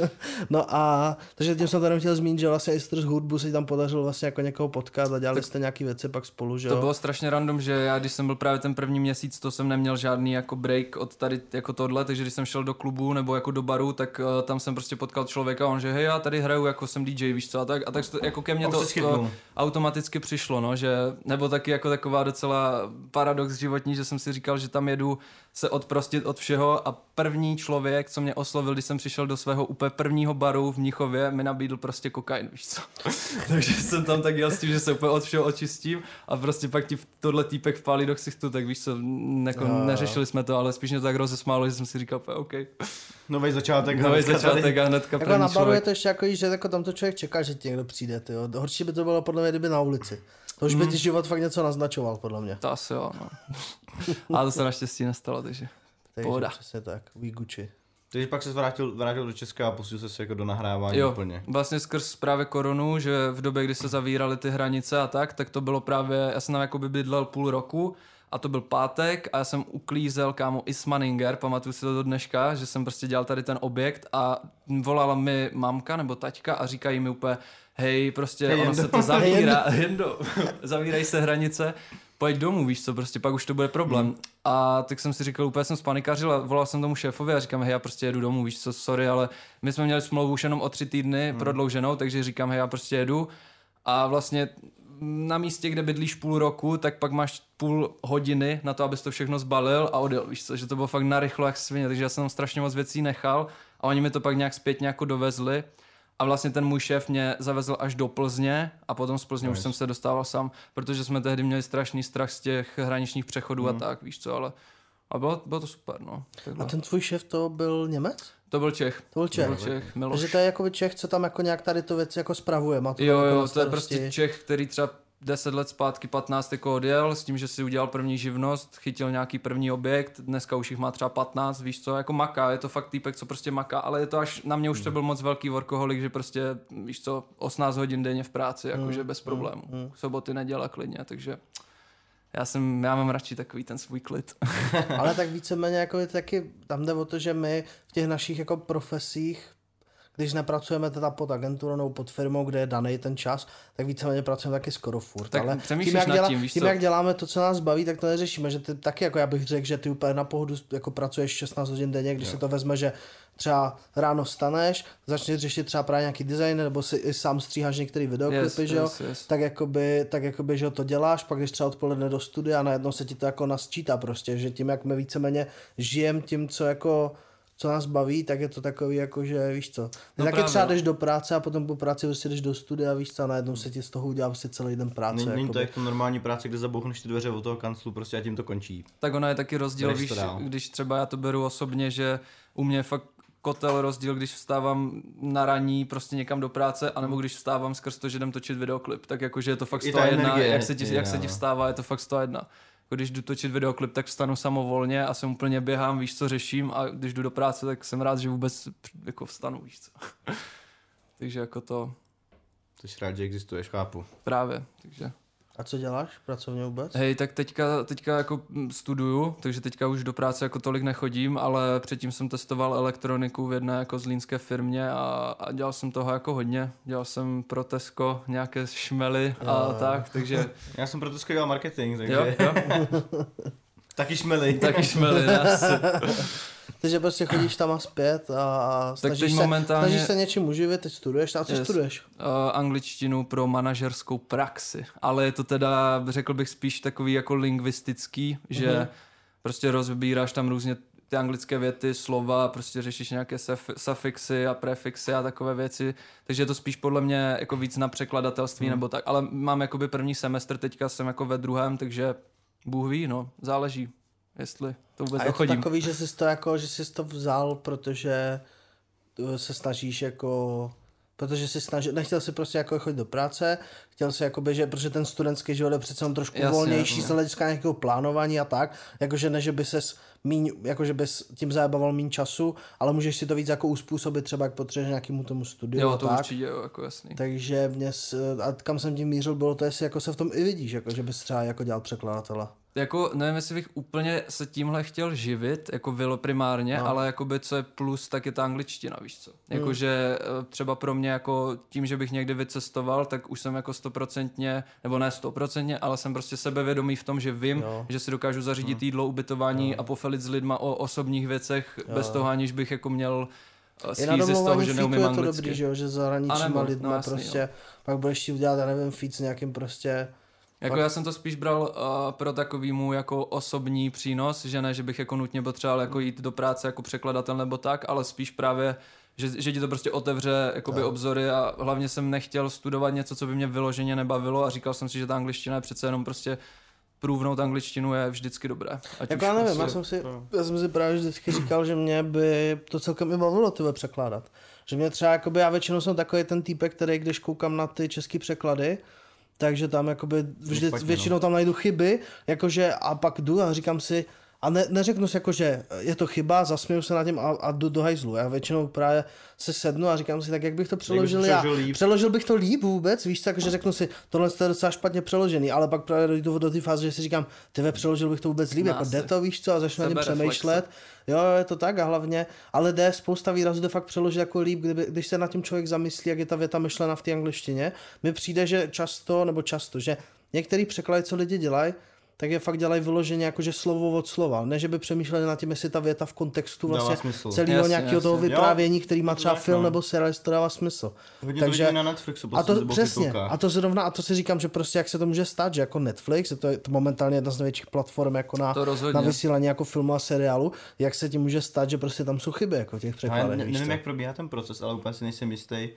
No a, takže tím jsem tady chtěl zmínit, že vlastně i skrz hudbu se tam podařilo vlastně jako někoho potkat a dělali tak... jste nějaký věci pak spolu, že jo? To bylo strašně random, že já, když jsem byl právě ten první měsíc, to jsem neměl žádný jako break od tady jako tohle, takže když jsem šel do klubu nebo jako do baru, tak uh, tam jsem prostě potkal člověka, on že hej, já tady hraju, jako jsem D J, víš co, a tak, a tak to, jako ke mně to, to automaticky přišlo, no, že, nebo taky jako taková docela paradox životní, že jsem si říkal, že tam jedu se odprostit od všeho a první člověk, co mě oslovil, když jsem přišel do svého úplně prvního baru v Mnichově, mi nabídl prostě kokain, víš co. Takže jsem tam tak jel s tím, že se úplně od všeho očistím a prostě pak ti tohle týpek vpálí do ksichtu, tak víš co, jako no. Neřešili jsme to, ale spíš mě to tak rozesmálo, že jsem si říkal, OK. Nový začátek. Nový začátek a hnedka první jako na baru člověk. je to ještě jako, že jako tam to člověk čeká, že ti někdo přijde, tyjo. Horší by to bylo podle mě, kdyby na ulici. To už by mm. ti život fakt něco naznačoval, podle mě. To asi jo, no. Ale to se naštěstí nestalo, takže, takže pohoda. Přesně tak, we Gucci. Takže pak se vrátil, vrátil do Česka a pustil se jako do nahrávání jo, úplně. Vlastně skrz právě koronu, že v době, kdy se zavíraly ty hranice a tak, tak to bylo právě, já jsem tam jako by bydlel půl roku A to byl pátek a já jsem uklízel kámo Ismaninger, pamatuju si to do dneška, že jsem prostě dělal tady ten objekt a volala mi mamka nebo taťka a říkají mi úplně, hej, prostě Hey, ono Jendo. se to zavírá, Jendo, zavírají se hranice, pojď domů, víš co, prostě pak už to bude problém. Hmm. A tak jsem si říkal, úplně jsem spanikařil a volal jsem tomu šéfovi a říkám, hej, já prostě jedu domů, víš co, sorry, ale my jsme měli smlouvu už jenom o tři týdny hmm. prodlouženou, takže říkám, hej, já prostě jedu a vlastně na místě, kde bydlíš půl roku, tak pak máš půl hodiny na to, abys to všechno zbalil a odjel, víš co, že to bylo fakt narychlo jak svině, takže já jsem tam strašně moc věcí nechal a oni mi to pak nějak zpětně jako dovezli a vlastně ten můj šéf mě zavezl až do Plzně a potom z Plzně nice. Už jsem se dostával sám, protože jsme tehdy měli strašný strach z těch hraničních přechodů mm. a tak, víš co, ale a bylo, bylo to super, no. Takhle. A ten tvůj šéf to byl Němec? To byl Čech. To byl Čech. To byl Čech, Miloš. Takže to je jako Čech, co tam jako nějak tady to věci jako spravuje. Má to jo, jako jo, to je prostě Čech, který třeba deset let zpátky, patnáct jako odjel s tím, že si udělal první živnost, chytil nějaký první objekt, dneska už jich má třeba patnáct, víš co, jako maká, je to fakt týpek, co prostě maká, ale je to až, na mě už to byl moc velký workoholik, že prostě, víš co, osmnáct hodin denně v práci, jakože bez problémů, soboty, neděle klidně, takže já jsem, já mám radši takový ten svůj klid. Ale tak víceméně jako je taky, tam jde o to, že my v těch našich jako profesích, když nepracujeme teda pod agenturou nebo pod firmou, kde je daný ten čas, tak víceméně pracujeme taky skoro furt. Tak ale tím, jak, nad dělá, tím, víš tím co? jak děláme to, co nás baví, tak to neřešíme, že ty taky, jako já bych řekl, že ty úplně na pohodu jako pracuješ šestnáct hodin denně, když jo. se to vezme, že třeba ráno vstaneš, začneš řešit třeba právě nějaký design, nebo si i sám stříháš některý videoklipy, yes, že jo, yes, yes. tak jakoby, tak jakoby, že jo, to děláš, pak když třeba odpoledne do studia a najednou se ti to jako nasčítá prostě, že tím, jak my víceméně žijeme tím, co jako co nás baví, tak je to takový jako, že víš co. Ty no taky právě, třeba jdeš do práce a potom po práci prostě jdeš do studia, víš co, a najednou se ti z toho udělá prostě celý den práce. Není, není to jakoby. jako normální práce, kde zabouchneš ty dveře od toho kanclu prostě a tím to končí. Tak ono je taky rozdíl, víš, když třeba já to beru osobně, že u mě fakt kotel rozdíl, když vstávám na raní prostě někam do práce, anebo když vstávám skrz to, že jdem točit videoklip, tak jakože je to fakt sto jedna, jak se ti, jak se ti vstává, je to fakt sto jedna. Když jdu točit videoklip, tak vstanu samovolně a jsem úplně běhám, víš co, řeším a když jdu do práce, tak jsem rád, že vůbec jako vstanu, víš co. Takže jako to... Jsi rád, že existuješ, chápu. Právě, takže... A co děláš pracovně vůbec? Hej, tak teďka, teďka jako studuju, takže teďka už do práce jako tolik nechodím, ale předtím jsem testoval elektroniku v jedné jako zlínské firmě a, a dělal jsem toho jako hodně. Dělal jsem pro Tesco nějaké šmely a jo. tak, takže... Já jsem pro Tesco dělal marketing, takže... Jo, jo. Taky šmely. Taky šmely, asi. Takže prostě chodíš tam a zpět a snažíš, se, momentálně... snažíš se něčím uživit, teď studuješ, a co yes. studuješ? Uh, angličtinu pro manažerskou praxi, ale je to teda, řekl bych spíš takový jako lingvistický, že mm-hmm. prostě rozbíráš tam různě ty anglické věty, slova, prostě řešíš nějaké saf- safixy a prefixy a takové věci, takže je to spíš podle mě jako víc na překladatelství mm. nebo tak, ale mám jakoby první semestr, teďka jsem jako ve druhém, takže Bůh ví, no, záleží. Jestli to vůbec dochodím. A je to takový, že jsi to jako, že jsi to vzal, protože se snažíš jako, protože jsi snažil, nechtěl si prostě jako chodit do práce, chtěl si jakoby, že, protože ten studentský život je přece trošku jasně, volnější z hlediska nějakého plánování a tak, jakože ne, že by ses míň, jakože bys tím zajebával míň času, ale můžeš si to víc jako uspůsobit třeba, jak potřebuješ nějakému tomu studiu. Jo, a to tak. určitě, jo, jako jasný. Takže mě, a kam jsem tím mířil, bylo to, jestli jako se v tom i vidíš, jako, že bys třeba jako dělal překladatele. Jako, nevím, jestli bych úplně se tímhle chtěl živit, jako bylo primárně, no. ale jakoby co je plus, tak je ta angličtina, víš co. Jakože hmm. třeba pro mě jako tím, že bych někdy vycestoval, tak už jsem jako stoprocentně, nebo ne stoprocentně, ale jsem prostě sebevědomý v tom, že vím, jo. že si dokážu zařídit hmm. jídlo, ubytování jo. a pofelit s lidma o osobních věcech, jo. bez toho, aniž bych jako měl schýzy z toho, že neumím anglicky. Je to dobrý, že jo, že zahraničníma lidma no, jasný, prostě, jo. pak budeš ti udělat, já nevím, feed s nějakým prostě... Jako pak... já jsem to spíš bral uh, pro takový můj jako osobní přínos, že ne, že bych jako nutně potřeboval jako jít do práce jako překladatel nebo tak, ale spíš právě, že, že ti to prostě otevře jakoby no. obzory a hlavně jsem nechtěl studovat něco, co by mě vyloženě nebavilo a říkal jsem si, že ta angličtina je přece jenom prostě průvnout angličtinu je vždycky dobré. Ať jako já nevím, prostě... já, jsem si, já jsem si právě vždycky říkal, že mě by to celkem i bavilo tebe překládat. Že mě třeba, jakoby, já většinou jsem takový ten týpek, který když koukám na ty český překlady, takže tam jakoby vždy, špatně, většinou no. tam najdu chyby, jakože a pak jdu a říkám si, A ne, neřeknu si jako, že je to chyba, zasměju se nad tím a, a jdu do hajzlu. Já většinou právě se sednu a říkám si, tak jak bych to přeložil já. Líp. Přeložil bych to líp vůbec, víš, takže řeknu si, tohle je docela špatně přeložený, ale pak právě jdu do té fáze, že si říkám, ty ve přeložil bych to vůbec líp, jako jde to, víš co, a začnu nad tím přemýšlet. Jo, je to tak a hlavně, ale jde spousta výrazů jde fakt přeložit jako líp, kdyby, když se nad tím člověk zamyslí, jak je ta věta myšlena v té angličtině. Mi přijde, že často, nebo často, že některý překlady, co lidi dělají, tak je fakt dělají vyloženě jakože slovo od slova. Ne, že by přemýšleli nad tím, jestli ta věta v kontextu vlastně celého nějakého toho vyprávění, který má třeba film nebo seriál, to dává smysl. Hodně takže na Netflixu a to přesně, a to zrovna, a to si říkám, že prostě jak se to může stát, že jako Netflix, je to, je to momentálně jedna z největších platform jako na, na vysílání jako filmu a seriálu, jak se tím může stát, že prostě tam jsou chyby jako těch překladech. Ne, nevím, jak probíhá ten proces, ale úplně si nejsem jistý,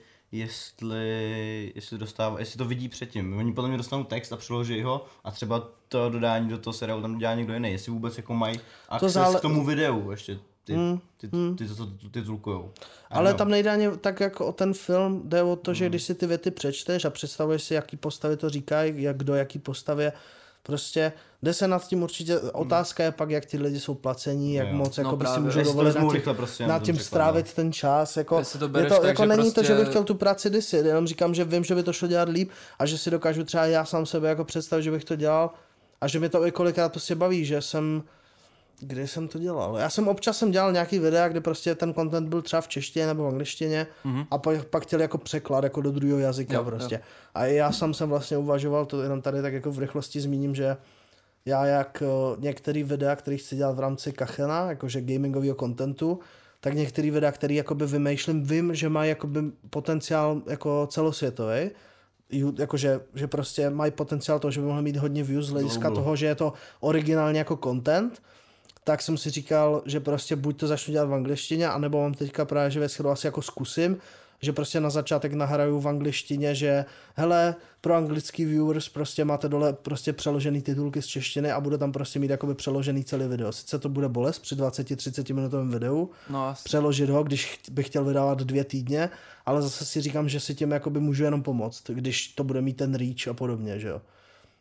jestli, jestli, dostává, jestli to vidí předtím. Oni podle mě dostanou text a přeloží ho a třeba to dodání do toho seriálu tam dělá někdo jiný. Jestli vůbec jako mají access to zále... k tomu videu ještě ty, mm, ty, ty, ty, ty to titulkujou. Ale tam nejde ani tak jako o ten film, jde o to, že mm. když si ty věty přečteš a představuješ si, jaký postavy to říkají, jak kdo jaký postavě, prostě jde se nad tím určitě, otázka je pak, jak ty lidi jsou placení, jak jo. moc jako no by si můžou dovolit nad tím, prostě nad tím strávit no. ten čas, jako, to je to, tak, jako není prostě... to, že bych chtěl tu práci disit, jenom říkám, že vím, že by to šlo dělat líp a že si dokážu třeba já sám sebe jako představit, že bych to dělal a že mi to i kolikrát prostě baví, že jsem, kdy jsem to dělal, já jsem občas jsem dělal nějaký videa, kde prostě ten content byl třeba v češtině nebo v angličtině mm-hmm. a pak, pak chtěl jako překlad jako do druhého jazyka jo, prostě jo. A já sám jsem vlastně uvažoval, to jenom tady tak jako v rychlosti zmíním, že já jak některý videa, který chci dělat v rámci Kachena, jakože gamingového contentu, tak některý videa, který jakoby vymýšlím, vím, že mají jakoby potenciál jako celosvětový, jakože že prostě mají potenciál toho, že by mohli mít hodně views z hlediska no, toho, že je to originálně jako content, tak jsem si říkal, že prostě buď to začnu dělat v angličtině, anebo mám teďka právě, že ve schodu asi jako zkusím, že prostě na začátek nahraju v angličtině, že hele, pro anglický viewers prostě máte dole prostě přeložený titulky z češtiny a bude tam prostě mít jakoby přeložený celý video. Sice to bude bolest při dvacet třicet minutovém videu, no, přeložit ho, když bych chtěl vydávat dvě týdně, ale zase si říkám, že si tím jakoby můžu jenom pomoct, když to bude mít ten reach a podobně, že jo.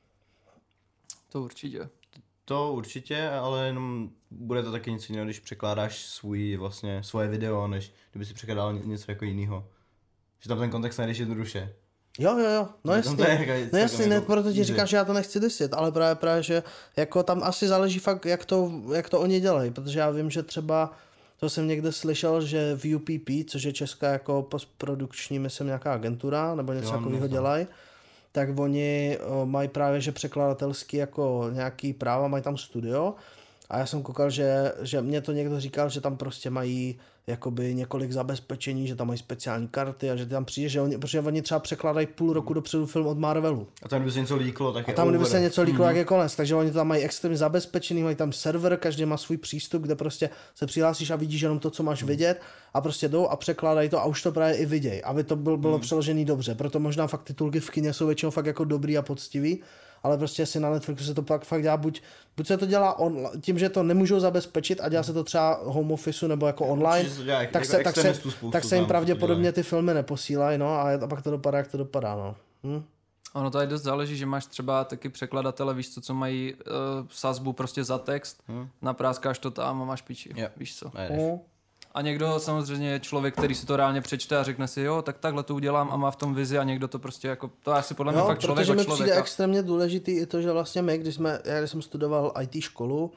To určitě. To určitě, ale jenom bude to taky něco jiného, když překládáš svůj, vlastně, svoje video, než kdyby si překládal něco jako jiného. Že tam ten kontext najdeš jednoduše. Jo, jo, jo, no jasně, jako, no jasně, ne, proto ti říkám, že já to nechci disit, ale právě, právě, že jako tam asi záleží fakt, jak to, jak to oni dělají, protože já vím, že třeba, to jsem někde slyšel, že V U P P, což je česká jako postprodukční, myslím, nějaká agentura, nebo něco takového dělají, tak oni o, mají právě, že překladatelský jako nějaký práva, mají tam studio a já jsem koukal, že, že mě to někdo říkal, že tam prostě mají jakoby několik zabezpečení, že tam mají speciální karty a že tam přijde, že oni, protože oni třeba překládají půl roku dopředu film od Marvelu. A tam kdyby se něco líklo, tak je A tam kdyby over. se něco líklo, mm-hmm. jak je konec, takže oni tam mají extrémně zabezpečený, mají tam server, každý má svůj přístup, kde prostě se přihlásíš a vidíš jenom to, co máš mm. vidět a prostě jdou a překládají to a už to právě i viděj, aby to byl, bylo mm. přeložený dobře, proto možná fakt titulky v kině jsou většinou fakt jako dobrý a poctivý, ale prostě si na Netflixu se to pak fakt dělá, buď, buď se to dělá on, tím, že to nemůžou zabezpečit a dělá se to třeba home office nebo jako online, tak, jako se, tak, se, tak se jim pravděpodobně ty filmy neposílají, no a, a pak to dopadá, jak to dopadá, no. Hm? Ono tady dost záleží, že máš třeba taky překladatele, víš co, co mají uh, sazbu prostě za text, hm? napráskáš to tam a máš piči, yeah. víš co. Hm? A někdo samozřejmě je člověk, který si to reálně přečte a řekne si, jo, tak takhle to udělám a má v tom vizi a někdo to prostě jako, to asi podle mě no, fakt člověk od člověka. protože mi přijde extrémně důležitý i to, že vlastně my, když jsme, já když jsem studoval í té školu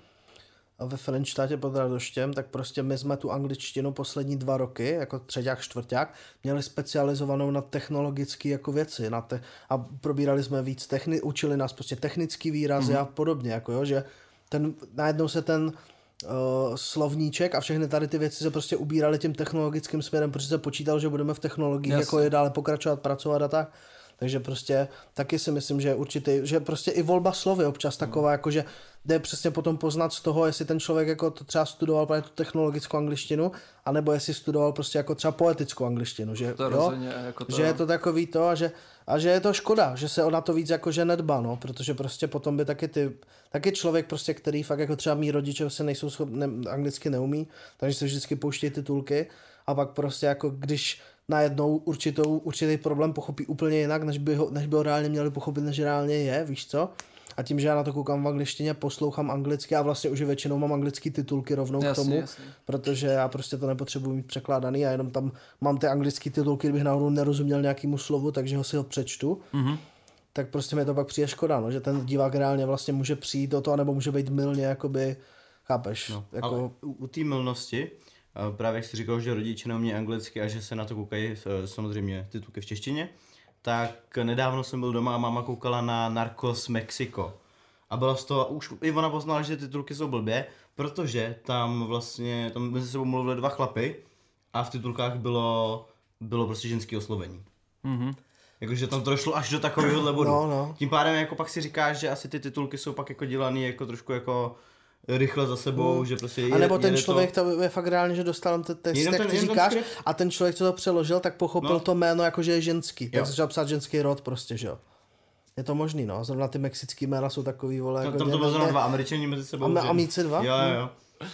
ve Frenštátě pod Radoštěm, tak prostě my jsme tu angličtinu poslední dva roky, jako třeťák, čtvrťák, měli specializovanou na technologické jako věci na te- a probírali jsme víc, techni- učili nás prostě technický výrazy mm-hmm. a podobně, jako jo, že ten, najednou se ten Uh, slovníček a všechny tady ty věci se prostě ubíraly tím technologickým směrem, protože se počítal, že budeme v technologiích jako je dále pokračovat, pracovat a tak. Takže prostě taky si myslím, že určitý, že prostě i volba slov je občas taková, jako že jde přesně potom poznat z toho, jestli ten člověk jako to třeba studoval právě tu technologickou angličtinu, anebo jestli studoval prostě jako třeba poetickou angličtinu, že, to jo? Jako to... že je to takový to a že, a že je to škoda, že se ona to víc jako že nedbá, no, protože prostě potom by taky ty, taky člověk prostě, který fakt jako třeba mý rodiče se nejsou schopni, ne, anglicky neumí, takže se vždycky pouštějí titulky a pak prostě jako když najednou určitou, určitý problém pochopí úplně jinak, než by ho, než by ho reálně měli pochopit, než reálně je, víš co? A tím, že já na to koukám v angličtině, poslouchám anglicky a vlastně už většinou mám anglické titulky rovnou Jasně, k tomu, jasně. protože já prostě to nepotřebuji mít překládaný a jenom tam mám ty anglické titulky, kdybych náhodou nerozuměl nějakému slovu, takže ho si ho přečtu. Mhm. Tak prostě mi to pak přijde škoda, no, že ten divák reálně vlastně může přijít do toho, nebo může být mylně, jakoby, chápeš? No, jako... ale u, u té mylnosti, uh, právě jak jsi říkal, že rodiče neumí anglicky a že se na to koukají uh, samozřejmě titulky v češtině, tak nedávno jsem byl doma a máma koukala na Narcos Mexico. A byla z toho, už i ona poznala, že ty titulky jsou blbě, protože tam vlastně, tam mezi sebou mluvili dva chlapy a v titulkách bylo, bylo prostě ženské oslovení. Mhm. Jakože tam to došlo až do takového bodu. No, no. Tím pádem jako pak si říkáš, že asi ty titulky jsou pak jako dělaný jako trošku jako rychle za sebou, Hmm. že prostě je, A nebo ten jede člověk to... to je fakt reálně, že dostal ten text, Jenom jak ten- ty jenom ten říkáš, skript. a ten člověk, co to přeložil, tak pochopil No. to jméno jako, že je ženský. Tak Jo. začal psát ženský rod prostě, že jo. Je to možný, no. Zrovna ty mexický jména jsou takový, vole, Tam, jako tam to bylo zrovna dva Američani mezi sebou. A my- že- Amici dva? Jo, jo, jo.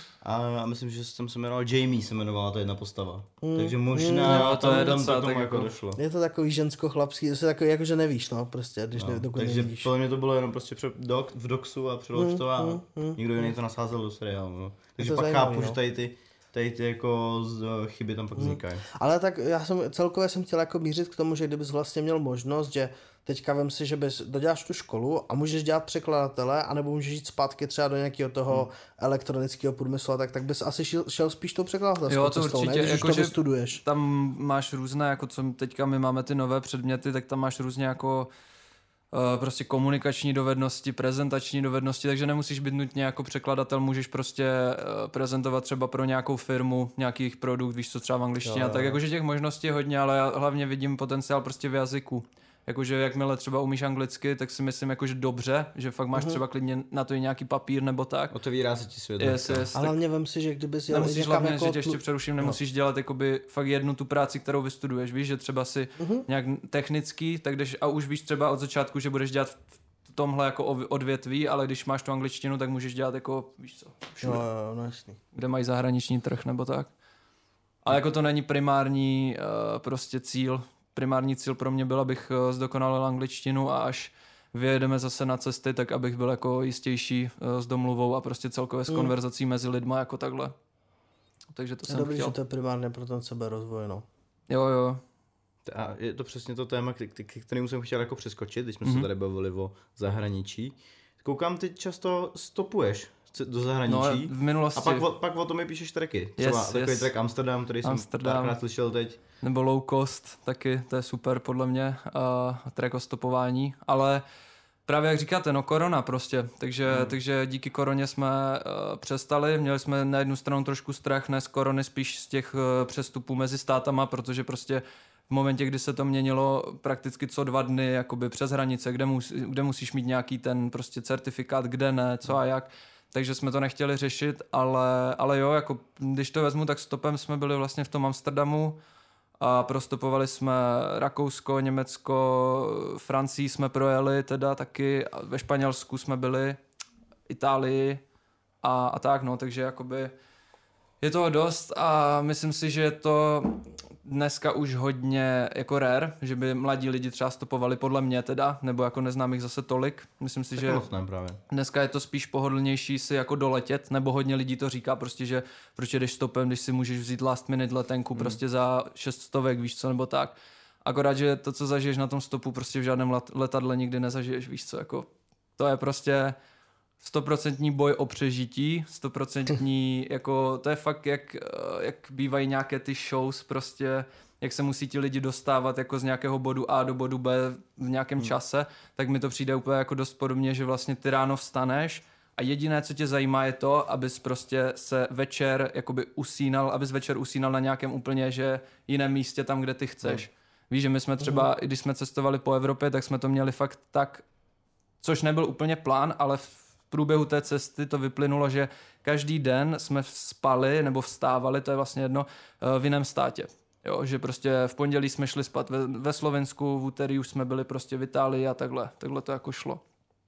A myslím, že jsem se jmenoval Jamie, se jmenovala ta jedna postava. Hmm. Takže možná Jo, to tam, je tam docela to tomu tak jako jako- došlo. Je to takový žensko-chlapský, to je takový, jako že nevíš, no, prostě, když No, ne, dokud takže nevíš. podle mě to bylo jenom prostě pře- dok, v doxu a přelož to a mm, mm. někdo jiný to nasázel do seriálu. No. Takže to pak zajímavý, chápu, no. že tady ty, tady ty jako z, chyby tam pak vznikají. Ale tak já jsem celkově jsem chtěl jako mířit k tomu, že kdybys vlastně měl možnost, že teďka vem si, že bys doděláš tu školu a můžeš dělat překladatele, anebo můžeš jít zpátky třeba do nějakého toho hmm. elektronického průmyslu, tak, tak bys asi šel, šel spíš tou překladatelskou Jo, to cestou, určitě, ne? Když jako už to že- vystuduješ. Tam máš různé, jako co teďka my máme ty nové předměty, tak tam máš různě jako uh, prostě komunikační dovednosti, prezentační dovednosti, takže nemusíš být nutně jako překladatel, můžeš prostě uh, prezentovat třeba pro nějakou firmu, nějaký jejich produkt, víš co, třeba v angličtině, Jo, a tak jo. jakože těch možností je hodně, ale já hlavně vidím potenciál prostě v jazyku. Jakože jakmile třeba umíš anglicky, tak si myslím jakože dobře, že fakt máš Mhm. třeba klidně na to i nějaký papír nebo tak. Otevírá se ti svět. Yes, dneska. yes, A tak hlavně vem si, že kdybys jel nemusíš někam hlavně, jako že tě ještě tlu- přeruším, nemusíš dělat jakoby fakt jednu tu práci, kterou vystuduješ, víš, že třeba si Mhm. nějak technický, tak jdeš a už víš třeba od začátku, že budeš dělat v tomhle jako ov- odvětví, ale když máš tu angličtinu, tak můžeš dělat jako, víš co, všude, Jo, jo, no jasný. kde mají zahraniční trh nebo tak. Ale jako to není primární uh, prostě cíl. Primární cíl pro mě byl, abych uh, zdokonalil angličtinu a až vyjedeme zase na cesty, tak abych byl jako jistější uh, s domluvou a prostě celkově s Mm. konverzací mezi lidma jako takhle. Takže to Je jsem dobrý, chtěl. že to je primárně pro ten seberozvoj, no. Jo, jo. A je to přesně to téma, k, k, k kterému jsem chtěl jako přeskočit, když jsme Mhm. se tady bavili o zahraničí. Koukám, ty často stopuješ c- do zahraničí. No, v minulosti. A pak o, pak o tom mi píšeš tracky. Třeba Yes, takový yes. track Amsterdam, který Amsterdam. jsem párkrát slyšel teď. Nebo low cost taky, to je super podle mě, a track o stopování, ale právě jak říkáte, no korona prostě, takže, hmm. takže díky koroně jsme uh, přestali, měli jsme na jednu stranu trošku strach, ne z korony, spíš z těch uh, přestupů mezi státama, protože prostě v momentě, kdy se to měnilo prakticky co dva dny jakoby přes hranice, kde, mus, kde musíš mít nějaký ten prostě certifikát, kde ne, co a jak, takže jsme to nechtěli řešit, ale, ale jo, jako když to vezmu, tak stopem jsme byli vlastně v tom Amsterdamu a prostopovali jsme Rakousko, Německo, Francii jsme projeli teda taky, a ve Španělsku jsme byli, Itálii a, a tak no, takže jakoby je toho dost a myslím si, že je to dneska už hodně jako rare, že by mladí lidi třeba stopovali podle mě teda, nebo jako neznám jich zase tolik. Myslím si, Tak že moc ne právě. dneska je to spíš pohodlnější si jako doletět, nebo hodně lidí to říká prostě, že proč jdeš stopem, když si můžeš vzít last minute letenku hmm. prostě za šest stovek, víš co, nebo tak. Akorát, že to, co zažiješ na tom stopu, prostě v žádném let- letadle nikdy nezažiješ, víš co, jako to je prostě stoprocentní boj o přežití, stoprocentní, jako to je fakt jak, jak bývají nějaké ty shows prostě, jak se musí ti lidi dostávat jako z nějakého bodu A do bodu B v nějakém hmm. čase, tak mi to přijde úplně jako dost podobně, že vlastně ty ráno vstaneš a jediné, co tě zajímá, je to, abys prostě se večer jakoby usínal, abys večer usínal na nějakém úplně, že jiném místě tam, kde ty chceš. Hmm. Víš, že my jsme třeba, i když jsme cestovali po Evropě, tak jsme to měli fakt tak, což nebyl úplně plán, ale v průběhu té cesty to vyplynulo, že každý den jsme spali nebo vstávali, to je vlastně jedno, v jiném státě. Jo, že prostě v pondělí jsme šli spát ve, ve Slovensku, v úterý už jsme byli prostě v Itálii a takhle, takhle to jako šlo.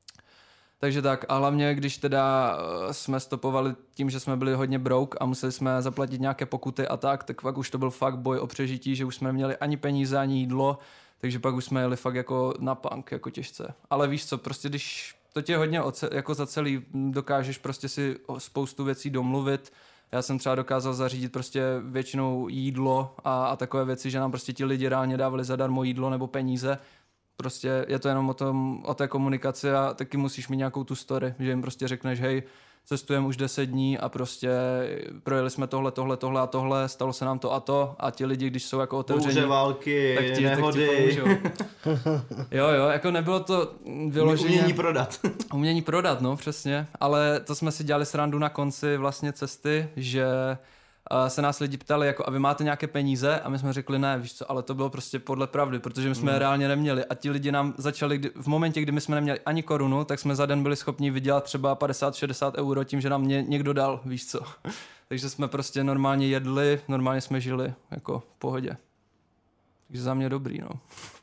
Takže tak a hlavně, když teda jsme stopovali tím, že jsme byli hodně broke a museli jsme zaplatit nějaké pokuty a tak, tak pak už to byl fakt boj o přežití, že už jsme neměli ani peníze, ani jídlo, takže pak už jsme jeli fakt jako na punk, jako těžce. Ale víš co, prostě když to tě hodně oce, jako za celý dokážeš prostě si spoustu věcí domluvit. Já jsem třeba dokázal zařídit prostě většinou jídlo a, a takové věci, že nám prostě ti lidi reálně dávali zadarmo jídlo nebo peníze. Prostě je to jenom o, tom, o té komunikaci a taky musíš mít nějakou tu story, že jim prostě řekneš, hej, cestujeme už deset dní a prostě projeli jsme tohle, tohle, tohle a tohle, stalo se nám to a to a ti lidi, když jsou jako otevření, Bouře, války, tak ti, nehody. Tak ti jo, jo, jako nebylo to vyloženě... Umění prodat. Umění prodat, no, přesně, ale to jsme si dělali srandu na konci vlastně cesty, že uh, se nás lidi ptali, jako, a vy máte nějaké peníze? A my jsme řekli, ne, víš co, ale to bylo prostě podle pravdy, protože my jsme mm. je reálně neměli a ti lidi nám začali, kdy, v momentě, kdy my jsme neměli ani korunu, tak jsme za den byli schopni vydělat třeba padesát šedesát euro tím, že nám ně, někdo dal, víš co. Takže jsme prostě normálně jedli, normálně jsme žili, jako v pohodě. Takže za mě dobrý, no.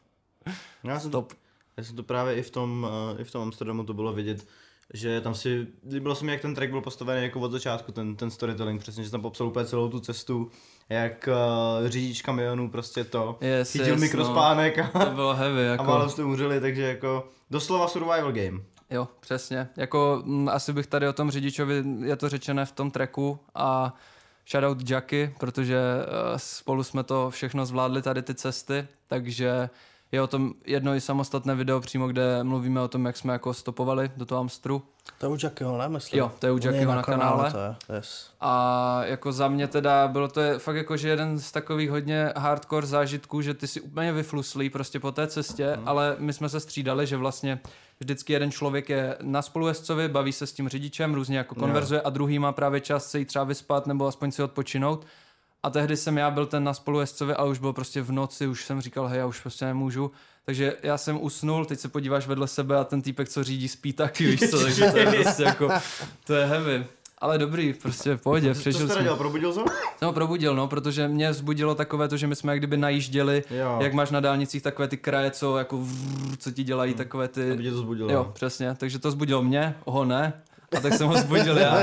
Já jsem, to, já jsem to právě i v tom, uh, i v tom Amsterdamu to bylo vidět, že tam si, líbilo se mi, jak ten track byl postavený jako od začátku, ten, ten storytelling, přesně, že tam popsal úplně celou tu cestu, jak uh, řidič kamionů prostě to, yes, chytil yes, mikrospánek no, a, to bylo heavy, jako. a málem jste umřeli, takže jako doslova survival game. Jo, přesně, jako m, asi bych tady o tom řidičovi, je to řečené v tom tracku a shoutout Jackie, protože uh, spolu jsme to všechno zvládli, tady ty cesty, takže je o tom jedno i samostatné video přímo, kde mluvíme o tom, jak jsme jako stopovali do toho Amstru. To je u Jackieho, ne, myslím? Jo, to je u Jackieho na, na kanále. To je, yes. A jako za mě teda bylo to je fakt jako, že jeden z takových hodně hardcore zážitků, že ty si úplně vyfluslý prostě po té cestě, hmm. ale my jsme se střídali, že vlastně vždycky jeden člověk je na spolujezdcovi, baví se s tím řidičem, různě jako konverzuje a druhý má právě čas se jít třeba vyspat nebo aspoň si odpočinout. A tehdy jsem já byl ten na spolujezdcovi a už byl prostě v noci, už jsem říkal, hej, já už prostě nemůžu. Takže já jsem usnul, teď se podíváš vedle sebe a ten týpek, co řídí, spí taky, víš co, takže to je prostě jako, to je heavy. Ale dobrý, prostě v pohodě. Co jsi teda dělal, probudil jsi? Jsem ho probudil, no, protože mě vzbudilo takové to, že my jsme jak kdyby najížděli, jo. Jak máš na dálnicích takové ty kraje, co jako vrr, co ti dělají hmm. takové ty... Aby tě to vzbudilo. Jo, přesně, takže to vzbudilo mě, ho ne, a tak jsem ho vzbudil já.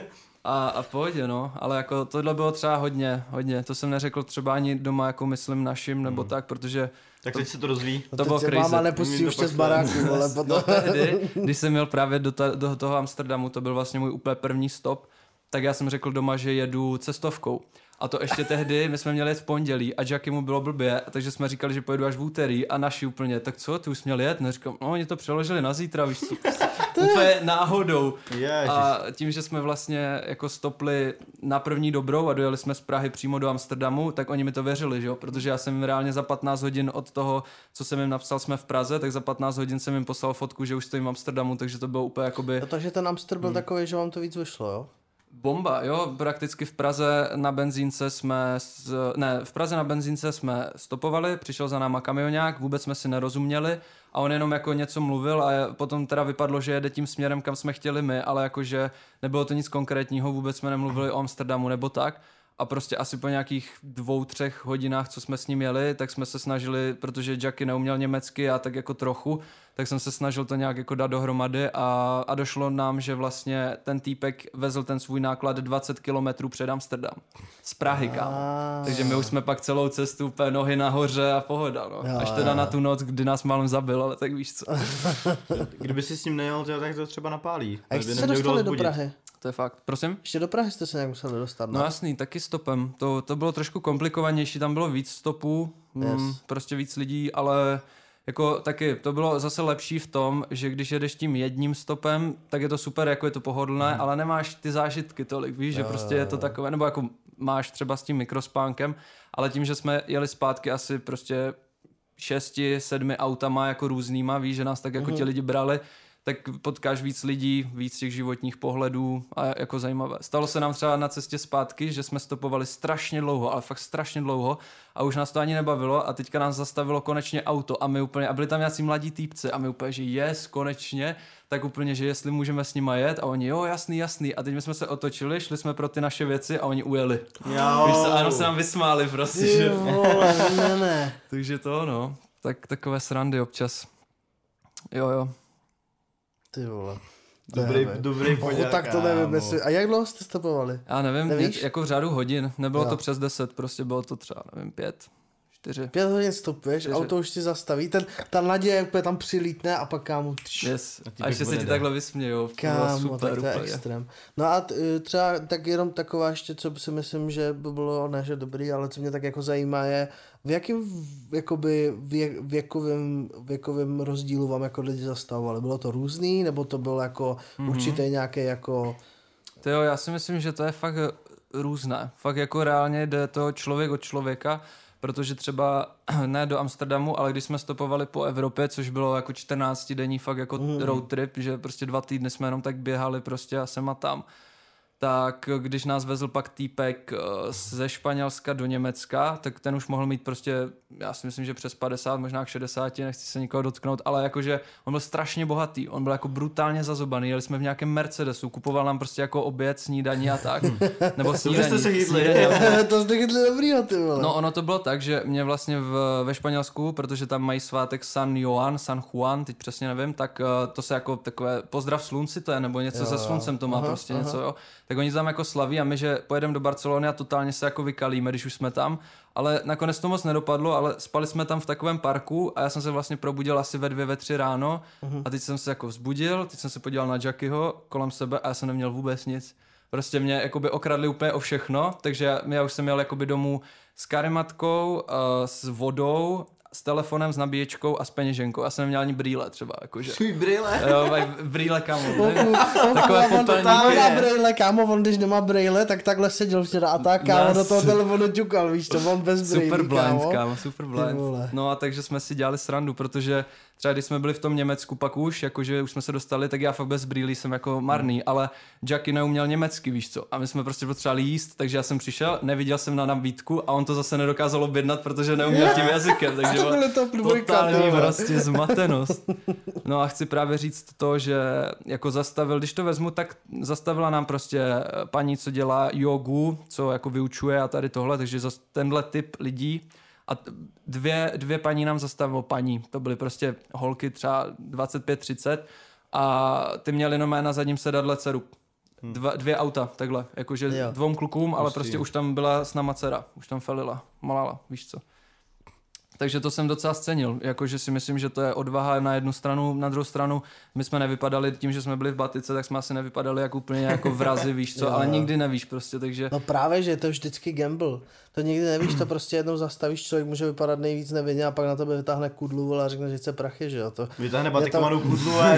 A, a v pohodě, no, ale jako tohle bylo třeba hodně, hodně, to jsem neřekl třeba ani doma, jako myslím našim, nebo hmm. tak, protože... Tak teď se to rozví. No to bylo crazy. Máma nepustí už tě z baráku, vole, potom. No tehdy, když jsem měl právě do, ta, do toho Amsterdamu, to byl vlastně můj úplně první stop, tak já jsem řekl doma, že jedu cestovkou. A to ještě tehdy, my jsme měli jet v pondělí a Jackie mu bylo blbě, takže jsme říkali, že pojedu až v úterý a naši úplně, tak co, ty už jsi měl jet? No říkám, no oni to přeložili na zítra, víš co, úplně náhodou. Ježiš. A tím, že jsme vlastně jako stopli na první dobrou a dojeli jsme z Prahy přímo do Amsterdamu, tak oni mi to věřili, že jo, protože já jsem reálně za patnáct hodin od toho, co jsem jim napsal, jsme v Praze, tak za patnáct hodin jsem jim poslal fotku, že už stojím v Amsterdamu, takže to bylo úplně jakoby... No, takže ten Amster byl hmm. takový, že vám to víc vyšlo, jo? Bomba, jo, prakticky v Praze na benzínce jsme, ne, v Praze na benzínce jsme stopovali, přišel za náma kamionák, vůbec jsme si nerozuměli a on jenom jako něco mluvil a potom teda vypadlo, že jede tím směrem, kam jsme chtěli my, ale jakože nebylo to nic konkrétního, vůbec jsme nemluvili o Amsterdamu nebo tak. A prostě asi po nějakých dvou, třech hodinách, co jsme s ním jeli, tak jsme se snažili, protože Jackie neuměl německy a tak jako trochu, tak jsem se snažil to nějak jako dát dohromady a, a došlo nám, že vlastně ten týpek vezl ten svůj náklad dvacet kilometrů před Amsterdam. Z Prahy, kam. Takže my už jsme pak celou cestu úplně nohy nahoře a pohoda, no. Až teda na tu noc, kdy nás málem zabil, ale tak víš co. Kdyby si s ním nejel, tak to třeba napálí. A jak jste se dostali do Prahy? To je fakt. Prosím? Ještě do Prahy jste se nějak museli dostat, ne? No jasný, taky stopem. To, to bylo trošku komplikovanější, tam bylo víc stopů, yes. mm, prostě víc lidí, ale jako taky to bylo zase lepší v tom, že když jedeš tím jedním stopem, tak je to super, jako je to pohodlné, mm. ale nemáš ty zážitky tolik, víš, že prostě je to takové, nebo jako máš třeba s tím mikrospánkem, ale tím, že jsme jeli zpátky asi prostě šesti, sedmi autama jako různýma, víš, že nás tak jako mm. ti lidi brali, tak potkáš víc lidí, víc těch životních pohledů a jako zajímavé. Stalo se nám třeba na cestě zpátky, že jsme stopovali strašně dlouho, ale fakt strašně dlouho a už nás to ani nebavilo a teďka nás zastavilo konečně auto a my úplně, a byli tam nějací mladí týpci a my úplně, že yes, konečně, tak úplně, že jestli můžeme s nima jet a oni, jo, jasný, jasný a teď my jsme se otočili, šli jsme pro ty naše věci a oni ujeli. Jo. Víš se, a jenom se nám vysmáli prostě, že... Vole, ne, ne. Takže to, no, tak takové srandy občas. Jo, jo. Ty vole. Dobrý, dobrý podělka. Tak to nevím, jestli... A jak dlouho jste stopovali? Já nevím, Nevíš? jako v řádu hodin. Nebylo jo. to přes deset, prostě bylo to třeba, nevím, pět, čtyři. Pět hodin stopuješ, Čtyři. auto už ti zastaví, ten, ta naděje úplně tam přilítne a pak kámo, tš, Yes. A A, ty ještě pak se ti bude. takhle vysmějou. kámo, super, tak to je úplně. extrém. No a t, třeba tak jenom taková ještě, co si myslím, že by bylo, ne že dobrý, ale co mě tak jako zajímá je, v jakém jakoby vě, věkovém, věkovém rozdílu vám jako lidi zastavovali? Bylo to různý, nebo to bylo jako mm-hmm. určitě nějaké jako... To jo, já si myslím, že to je fakt různé. Fakt jako reálně jde to člověk od člověka, protože třeba ne do Amsterdamu, ale když jsme stopovali po Evropě, což bylo jako čtrnáctidenní fakt jako mm. road trip, že prostě dva týdny jsme jenom tak běhali prostě a sem a tam, tak když nás vezl pak týpek ze Španělska do Německa, tak ten už mohl mít prostě, já si myslím, že přes padesát, možná k šedesáti, nechci se nikoho dotknout, ale jakože on byl strašně bohatý, on byl jako brutálně zazobaný, jeli jsme v nějakém Mercedesu, kupoval nám prostě jako oběd, snídaní a tak, nebo snídaní. jste se chytli. snídaní, to jste chytli dobrýho, ty vole. No ono to bylo tak, že mě vlastně v, ve Španělsku, protože tam mají svátek San Juan, San Juan, teď přesně nevím, tak uh, to se jako takové pozdrav slunci to je, nebo něco Jo, se jo. sluncem to má Aha, prostě aha. něco, jo. Tak oni to tam jako slaví a my, že pojedeme do Barcelony a totálně se jako vykalíme, když už jsme tam, ale nakonec to moc nedopadlo, ale spali jsme tam v takovém parku a já jsem se vlastně probudil asi ve dvě, ve tři ráno a teď jsem se jako vzbudil, teď jsem se podíval na Jackyho kolem sebe a já jsem neměl vůbec nic. Prostě mě jakoby okradli úplně o všechno, takže já, já už jsem jel jakoby domů s karimatkou, uh, s vodou, s telefonem, s nabíječkou a s peněženkou. Já jsem neměl ani brýle třeba, jakože. Svůj brýle. Jo, mají brýle, kámo. Oku, Takové oku, on popelníky. nemá brejle, kámo, on když nemá brejle, tak takhle seděl včera a tak, kámo, Nás- do toho telefonu ťukal, víš to, on bez brejlí, Super blind, kámo. kámo, super blind. vole. No a takže jsme si dělali srandu, protože třeba když jsme byli v tom Německu pak už, jakože už jsme se dostali, tak já fakt bez brýlí jsem jako marný, hmm. ale Jackie neuměl německy, víš co. A my jsme prostě potřebovali jíst, takže já jsem přišel, neviděl jsem na nabídku a on to zase nedokázal objednat, protože neuměl tím jazykem, takže To bylo to dvojka, totální ty vole. prostě zmatenost. No a chci právě říct to, že jako zastavil, když to vezmu, tak zastavila nám prostě paní, co dělá jogu, co jako vyučuje a tady tohle, takže za tenhle typ lidí a dvě, dvě paní nám zastavilo, paní, to byly prostě holky třeba dvacet pět třicet a ty měly jenom na zadním sedadle dceru. Dva, dvě auta, takhle, jakože Jo. dvou klukům, ale Hustý. prostě už tam byla s náma dcera, už tam felila, malala, víš co. Takže to jsem docela scenil, jakože si myslím, že to je odvaha na jednu stranu, na druhou stranu my jsme nevypadali, tím, že jsme byli v batice, tak jsme asi nevypadali jako úplně jako vrazi, víš co, Jo, ale jo. nikdy nevíš prostě, takže No právě, že to je vždycky gamble. To nikdy nevíš, to prostě jednou zastavíš, člověk může vypadat nejvíc nevinně a pak na tebe vytáhne kudlu vole, a řekne, že chce prachy, že jo. To, Vytáhne Je to- batikovanou pudlu a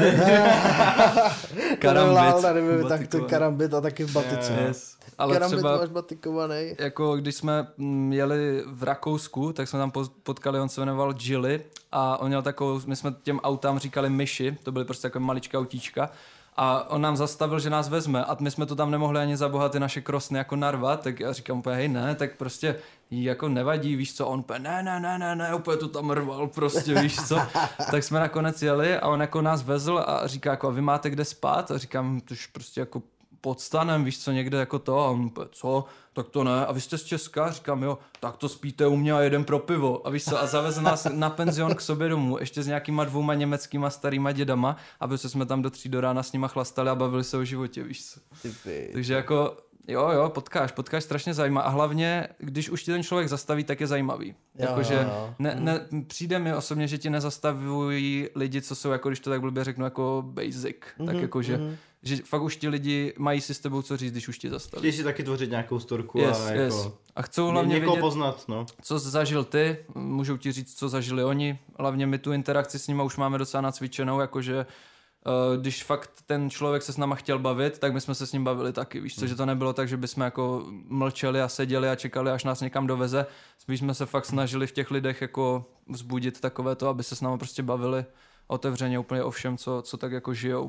Karambit. Karambit. Tak to Batikovaný. karambit a taky v batice. Jo, jo. yes. Ale Karambit třeba máš batikovaný. jako když jsme mm, jeli v Rakousku, tak jsme tam poz- potkali, on se jmenoval Gilly a on měl takovou, my jsme těm autám říkali myši, to byly prostě takové maličké autíčka a on nám zastavil, že nás vezme a my jsme to tam nemohli ani za boha ty naše krosny jako narvat, tak já říkám úplně hej ne, tak prostě jí jako nevadí, víš co, on úplně ne, ne, ne, ne, ne, úplně to tam rval prostě, víš co, tak jsme nakonec jeli a on jako nás vezl a říká jako a vy máte kde spát a říkám, tož prostě jako pod stanem, víš co, někde jako to a on úplně, co, tak to ne, a vy jste z Česka, říkám jo, tak to spíte u mě a jedem pro pivo a víš co, a zavezl nás na penzion k sobě domů, ještě s nějakýma dvouma německýma starýma dědama, aby se jsme tam do tří do rána s nima chlastali a bavili se o životě, víš co. Takže jako, jo, jo, potkáš, potkáš strašně zajímá a hlavně, když už ti ten člověk zastaví, tak je zajímavý. Jakože jo, jo. ne, ne, přijde mi osobně, že ti nezastavují lidi, co jsou, jako když to tak blbě řeknu, jako basic, tak jakože, že fakt už ti lidi mají si s tebou co říct, když už ti zastaví. Chtějí si taky tvořit nějakou storku Yes, a yes. jako... A chcou Ně, hlavně někoho vědět, poznat, no. co zažil ty, můžou ti říct, co zažili oni. Hlavně my tu interakci s nimi už máme docela nacvičenou, jakože uh, když fakt ten člověk se s náma chtěl bavit, tak my jsme se s ním bavili taky, víš co, že to nebylo tak, že bychom jako mlčeli a seděli a čekali, až nás někam doveze. Spíš jsme se fakt snažili v těch lidech jako vzbudit takové to, aby se s náma prostě bavili otevřeně úplně o všem, co, co tak jako žijou.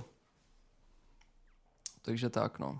Takže tak, no.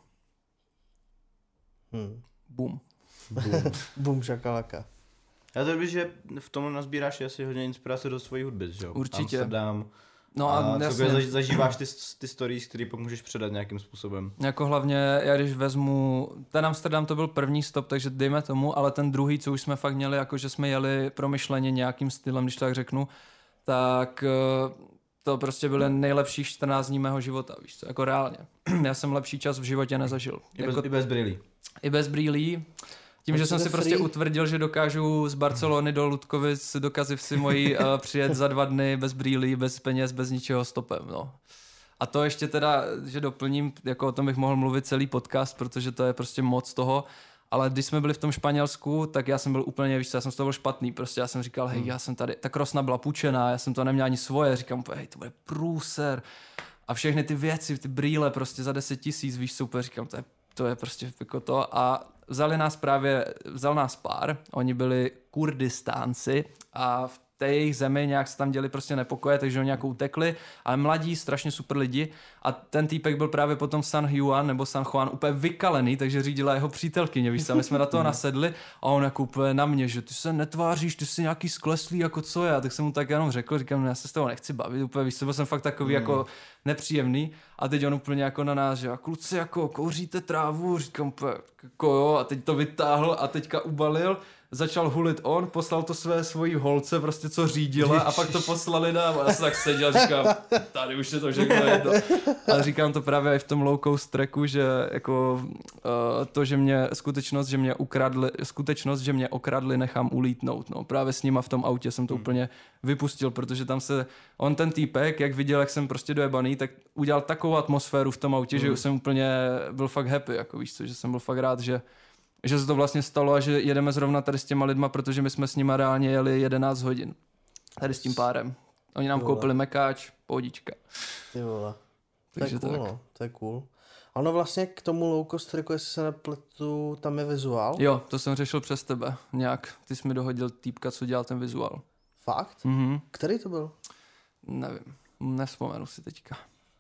Hmm. Bum. Bum šakalaka. Já to bych, že v tom nazbíráš asi hodně inspirace do svojí hudby, že jo? Určitě. Amsterdam. No a, a a jasně. zaž, zažíváš ty, ty stories, které pak můžeš předat nějakým způsobem. Jako hlavně, já když vezmu, ten Amsterdam to byl první stop, takže dejme tomu, ale ten druhý, co už jsme fakt měli, jako že jsme jeli promyšleně nějakým stylem, když tak řeknu, tak eh, to prostě byly nejlepších čtrnáct dní mého života, víš co, jako reálně. Já jsem lepší čas v životě nezažil. I Jako, bez, i bez brýlí. I bez brýlí. Tím, že jsem si free. prostě utvrdil, že dokážu z Barcelony do Ludkovic dokazit si moji uh, přijet za dva dny bez brýlí, bez peněz, bez ničeho stopem, no. A to ještě teda, že doplním, jako o tom bych mohl mluvit celý podcast, protože to je prostě moc toho, ale když jsme byli v tom Španělsku, tak já jsem byl úplně, víš co, já jsem z toho byl špatný, prostě já jsem říkal, hej, já jsem tady, ta krosna byla půjčená, já jsem to neměl ani svoje, říkám, hej, to bude průser. A všechny ty věci, ty brýle prostě za deset tisíc, víš, super, říkám, to je, to je prostě jako to. A vzali nás právě, vzal nás pár, oni byli Kurdistánci a v té jejich zemi nějak se tam děli prostě nepokoje, takže oni nějak utekli, ale mladí, strašně super lidi a ten týpek byl právě potom San Juan nebo San Juan úplně vykalený, takže řídila jeho přítelkyně, víš, a my jsme na toho nasedli a on jako úplně na mě, že ty se netváříš, ty jsi nějaký skleslý, jako co je, a tak jsem mu tak jenom řekl, říkám, no, já se s toho nechci bavit, úplně víš, byl jsem fakt takový mm. jako nepříjemný a teď on úplně jako na nás, že a kluci jako kouříte trávu, říkám úplně jako jo, a teď to vytáhl a teďka ubalil, začal hulit on, poslal to své svojí holce, prostě co řídila a pak to poslali nám a já jsem tak seděl, říkám, tady už je to všechno jedno. A říkám to právě i v tom low coast tracku, že jako uh, to, že mě, skutečnost, že mě ukradli, skutečnost, že mě okradli, nechám ulítnout, no. Právě s nima v tom autě jsem to hmm. úplně vypustil, protože tam se, on ten týpek, jak viděl, jak jsem prostě dojebaný, tak udělal takovou atmosféru v tom autě, hmm. že jsem úplně byl fakt happy, jako víš co, že jsem byl fakt rád, že že se to vlastně stalo a že jedeme zrovna tady s těma lidma, protože my jsme s nima reálně jeli jedenáct hodin. Tady s tím párem. Oni nám koupili mekáč, pohodička. Ty vole. To Takže je cool, tak. no. To je cool. Ano, vlastně k tomu low cost tracku, jestli se nepletu, tam je vizuál. Jo, to jsem řešil přes tebe. Nějak. Ty jsi mi dohodil týpka, co dělal ten vizuál. Fakt? Mhm. Který to byl? Nevím. Nevzpomenu si teďka.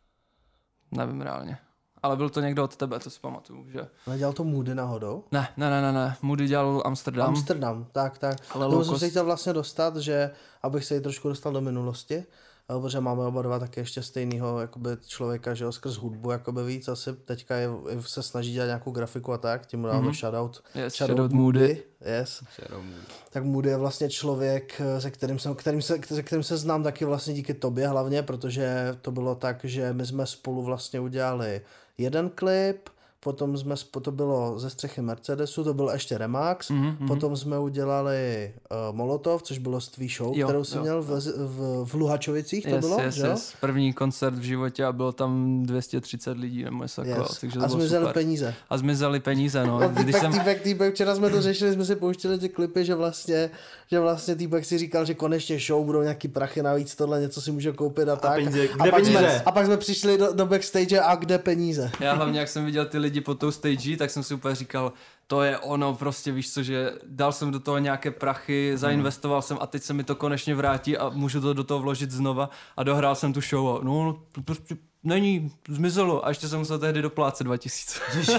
Nevím reálně. Ale byl to někdo od tebe, to si pamatuju, že? Nedělal to Moody náhodou? Ne, ne, ne, ne, ne. Moody dělal Amsterdam. Amsterdam, tak, tak. Ale No, low jsem cost- se chtěl vlastně dostat, že abych se jí trošku dostal do minulosti, protože máme oba dva taky ještě stejného jakoby člověka, že jo, skrz hudbu jakoby víc, asi teďka je, se snaží dělat nějakou grafiku a tak, tím mu dáme mm-hmm. shoutout. Yes, shoutout Moody. Yes. Shadow Moody. Tak Moody je vlastně člověk, se kterým, jsem, kterým, se, se kterým se znám taky vlastně díky tobě hlavně, protože to bylo tak, že my jsme spolu vlastně udělali jeden klip, potom jsme, to bylo ze střechy Mercedesu, to byl ještě Remax, mm-hmm. potom jsme udělali uh, Molotov, což bylo z tvý show, jo, kterou jsi jo. měl v, v, v Luhačovicích, to yes, bylo, yes, že yes. První koncert v životě a bylo tam dvě stě třicet lidí, nebo něco yes. jako, takže to a bylo zmizeli super. peníze. A zmizeli peníze, no. no Když týpek, jsem... týpek, týpek, včera jsme to řešili, jsme si pouštěli ty klipy, že vlastně, že vlastně týpek si říkal, že konečně show, budou nějaký prachy navíc, tohle něco si může koupit a, a tak. Peníze, a, kde pak peníze? Jsme, a pak jsme přišli do, do backstage a kde peníze. Já hlavně, jak jsem viděl ty lidi po tou stage, tak jsem si úplně říkal, to je ono, prostě víš co, že dal jsem do toho nějaké prachy, zainvestoval jsem a teď se mi to konečně vrátí a můžu to do toho vložit znova a dohrál jsem tu show a no, no prostě není, zmizelo a ještě jsem musel tehdy doplácet dva tisíce.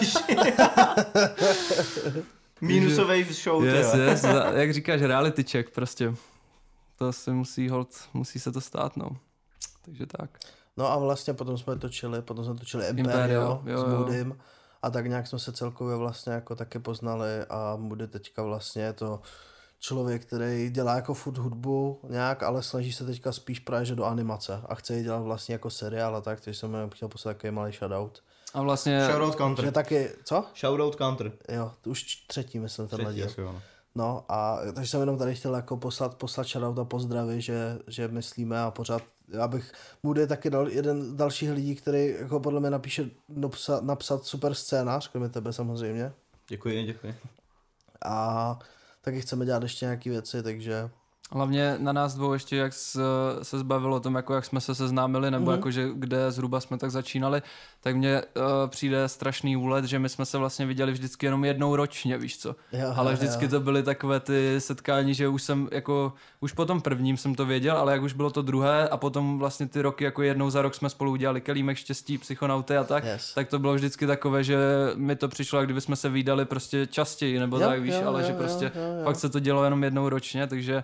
Minusový show, yes, yes, jak říkáš, reality check prostě. To se musí hold, musí se to stát, no. Takže tak. No a vlastně potom jsme točili, potom jsme točili Imperio, Imperio jo, s jo. Moodym a tak nějak jsme se celkově vlastně jako taky poznali a Moody teďka vlastně je to člověk, který dělá jako food hudbu nějak, ale snaží se teďka spíš právě že do animace a chce ji dělat vlastně jako seriál a tak, takže jsem jenom chtěl poslat takový malý shoutout. A vlastně... Shoutout Counter. Že taky, co? Shoutout Counter. Jo, už třetí myslím tenhle díl. Třetí, jo. No a takže jsem jenom tady chtěl jako poslat, poslat shoutout a pozdravy, že, že myslíme a pořád, abych, bude taky dal, jeden z dalších lidí, který jako podle mě napíše, napsat, napsat super scénář, kromě tebe samozřejmě. Děkuji, děkuji. A taky chceme dělat ještě nějaké věci, takže... Hlavně na nás dvou ještě, jak se, se zbavilo o tom, jako jak jsme se seznámili, nebo mm-hmm. jako, že kde zhruba jsme tak začínali, tak mně uh, přijde strašný úlet, že my jsme se vlastně viděli vždycky jenom jednou ročně, víš co. Jo, ale vždycky jo. to byly takové ty setkání, že už jsem jako, už po tom prvním jsem to věděl, ale jak už bylo to druhé a potom vlastně ty roky, jako jednou za rok jsme spolu udělali Kelímek štěstí, Psychonauty a tak, yes. tak to bylo vždycky takové, že mi to přišlo, jak kdyby jsme se vídali prostě častěji, nebo jo, tak, víš, jo, ale jo, že jo, prostě jo, jo. fakt se to dělo jenom jednou ročně, takže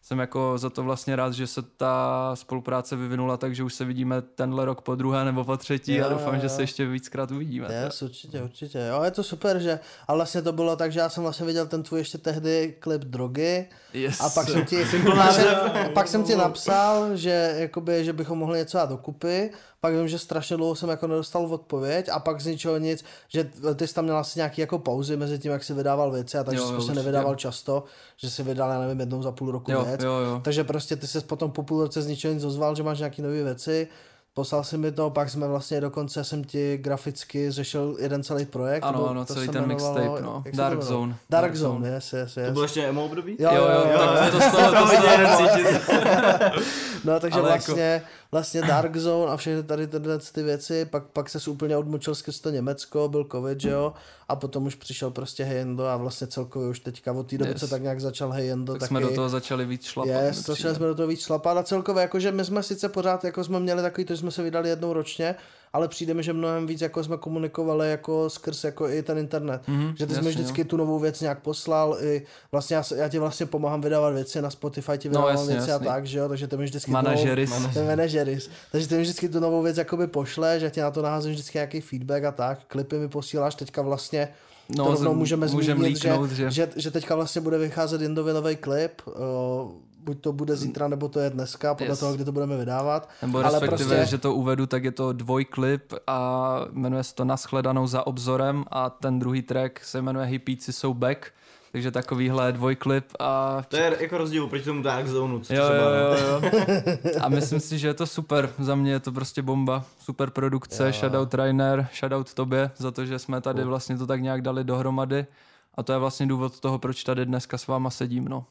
jsem jako za to vlastně rád, že se ta spolupráce vyvinula tak, že už se vidíme tenhle rok po druhé nebo po třetí Jo, a doufám, jo, že jo. se ještě víckrát uvidíme. Yes, určitě, určitě. Jo, je to super, že a vlastně to bylo tak, že já jsem vlastně viděl ten tvůj ještě tehdy klip Drogy Yes. a pak jsem ti, pak jsem, pak jsem ti napsal, že, jakoby, že bychom mohli něco dát dokupy, pak vím, že strašně dlouho jsem jako nedostal odpověď a pak z ničeho nic, že ty jsi tam měl asi nějaký jako pauzy mezi tím, jak jsi vydával věci a takže Jo, jsi jo, prostě určitě. nevydával často, že jsi vydal, já nevím, jednou za půl roku Jo, věc. jo, jo. Takže prostě ty se potom po půl roce z ničeho nic ozval, že máš nějaký nové věci, poslal si mi to, pak jsme vlastně dokonce jsem ti graficky řešil jeden celý projekt. Ano, to, ano, to celý se ten jmenovalo- mixtape, no. jak se Dark to jmenovalo? Zone. Dark, Dark Zone, Zone. yes, yes, yes. To bylo ještě emo období? Jo, Jo, jo, jo, tak to z toho to vidět jen cítit. No, takže Ale jako- vlastně, vlastně Dark Zone a všechny tady tyhle ty věci, pak, pak se úplně odmučil skrz to Německo, byl covid, že jo, a potom už přišel prostě Hejendo a vlastně celkově už teďka od té doby, Yes. co tak nějak začal Hejendo, Tak taky. jsme do toho začali víc šlapat. Yes, mi začali přijde. jsme do toho víc šlapat a celkově jakože my jsme sice pořád, jako jsme měli takový to, že jsme se vydali jednou ročně, ale přijde mi, že mnohem víc jako jsme komunikovali jako skrz jako i ten internet. Mhm, Že ty jsi mi jasně, vždycky tu novou věc nějak poslal i vlastně já, se- já ti vlastně pomáhám vydávat věci na Spotify, ti No, vydávám jasně, věci jasně. a tak, že jo, takže ty mi vždycky Manažeris. tu novou, ten manažeris. Takže ty mi vždycky tu novou věc jakoby pošle, že ti na to naházím vždycky nějaký feedback a tak, klipy mi posíláš, teďka vlastně No, to rovnou z- můžeme můžem zmínit, že, líknout, že... že- Že, že teďka vlastně bude vycházet Jindově nový klip, o, buď to bude zítra, nebo to je dneska, podle Yes. toho, kdy to budeme vydávat. Nebo ale respektive, prostě, že to uvedu, tak je to dvojklip a jmenuje se to Naschledanou za obzorem a ten druhý track se jmenuje Hippíci jsou back, takže takovýhle dvojklip a... To je jako rozdíl proti tomu Dark Zoneu, co Jo, třeba, jo, no. jo, jo. A myslím si, že je to super. Za mě je to prostě bomba. Super produkce, Jo. shoutout Rainer, shoutout tobě za to, že jsme tady vlastně to tak nějak dali dohromady. A to je vlastně důvod toho, proč tady dneska s váma sedím, no.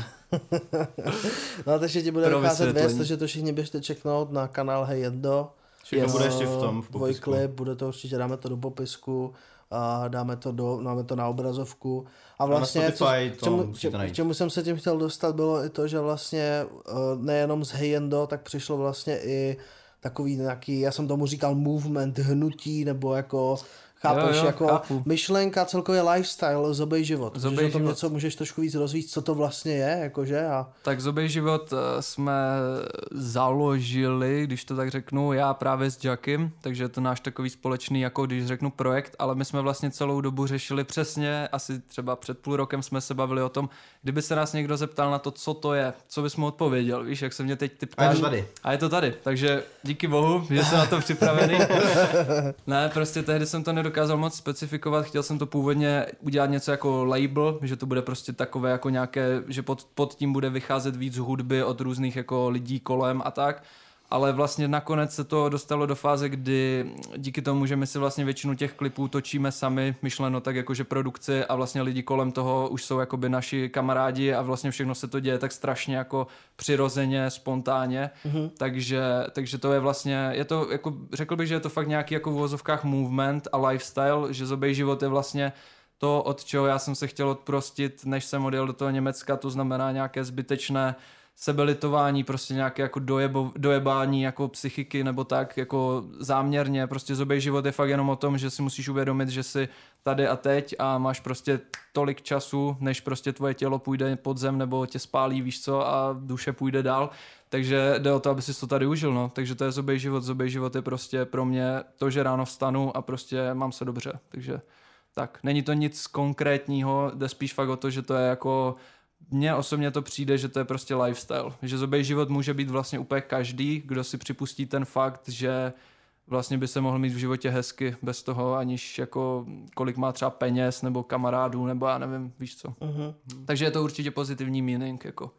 no takže ti bude Pro vycházet věc, vysvětlení. takže to všichni běžte čeknout na kanál Hey Jendo. Všechno Yes. bude ještě v tom, v popisku. Dvojklip, bude to určitě, dáme to do popisku a dáme to, do, dáme to na obrazovku. A vlastně, na co, Spotify k to čemu, musíte k najít. čemu jsem se tím chtěl dostat, bylo i to, že vlastně eh, nejenom z Hey Jendo, tak přišlo vlastně i takový nějaký, já jsem tomu říkal movement, hnutí, nebo jako chápeš, Jo, jo, jako chápu. myšlenka, celkově lifestyle, zobej život. Zobej Zobej o tom život. něco můžeš trošku víc rozvíct, co to vlastně je, jakože a Tak Zobej život eh, jsme založili, když to tak řeknu, já právě s Jackem, takže je to náš takový společný, jako když řeknu projekt, ale my jsme vlastně celou dobu řešili přesně, asi třeba před půl rokem jsme se bavili o tom, kdyby se nás někdo zeptal na to, co to je, co bys mu odpověděl, víš, jak se mě teď ty A je ptáš. to tady. A je to tady, takže díky bohu, že jsem na to připravený. Ne, prostě tehdy jsem to nedokázal moc specifikovat, chtěl jsem to původně udělat něco jako label, že to bude prostě takové jako nějaké, že pod, pod tím bude vycházet víc hudby od různých jako lidí kolem a tak. Ale vlastně nakonec se to dostalo do fáze, kdy díky tomu, že my si vlastně většinu těch klipů točíme sami, myšleno tak jakože produkci a vlastně lidi kolem toho už jsou jakoby naši kamarádi a vlastně všechno se to děje tak strašně jako přirozeně, spontánně, mm-hmm. takže, takže to je vlastně, je to jako, řekl bych, že je to fakt nějaký jako v uvozovkách movement a lifestyle, že Zobej život je vlastně to, od čeho já jsem se chtěl odprostit, než jsem odjel do toho Německa, to znamená nějaké zbytečné sebelitování, prostě nějaké jako dojebo, dojebání jako psychiky nebo tak jako záměrně, prostě Zobej život je fakt jenom o tom, že si musíš uvědomit, že jsi tady a teď a máš prostě tolik času, než prostě tvoje tělo půjde pod zem nebo tě spálí, víš co, a duše půjde dál, takže jde o to, aby si to tady užil, no, takže to je Zobej život, Zobej život je prostě pro mě to, že ráno vstanu a prostě mám se dobře, takže tak, není to nic konkrétního, jde spíš fakt o to, že to je jako mně osobně to přijde, že to je prostě lifestyle. Že Zobej život může být vlastně úplně každý, kdo si připustí ten fakt, že vlastně by se mohl mít v životě hezky bez toho, aniž jako kolik má třeba peněz nebo kamarádů, nebo já nevím, víš co. uh-huh. Takže je to určitě pozitivní meaning, jako.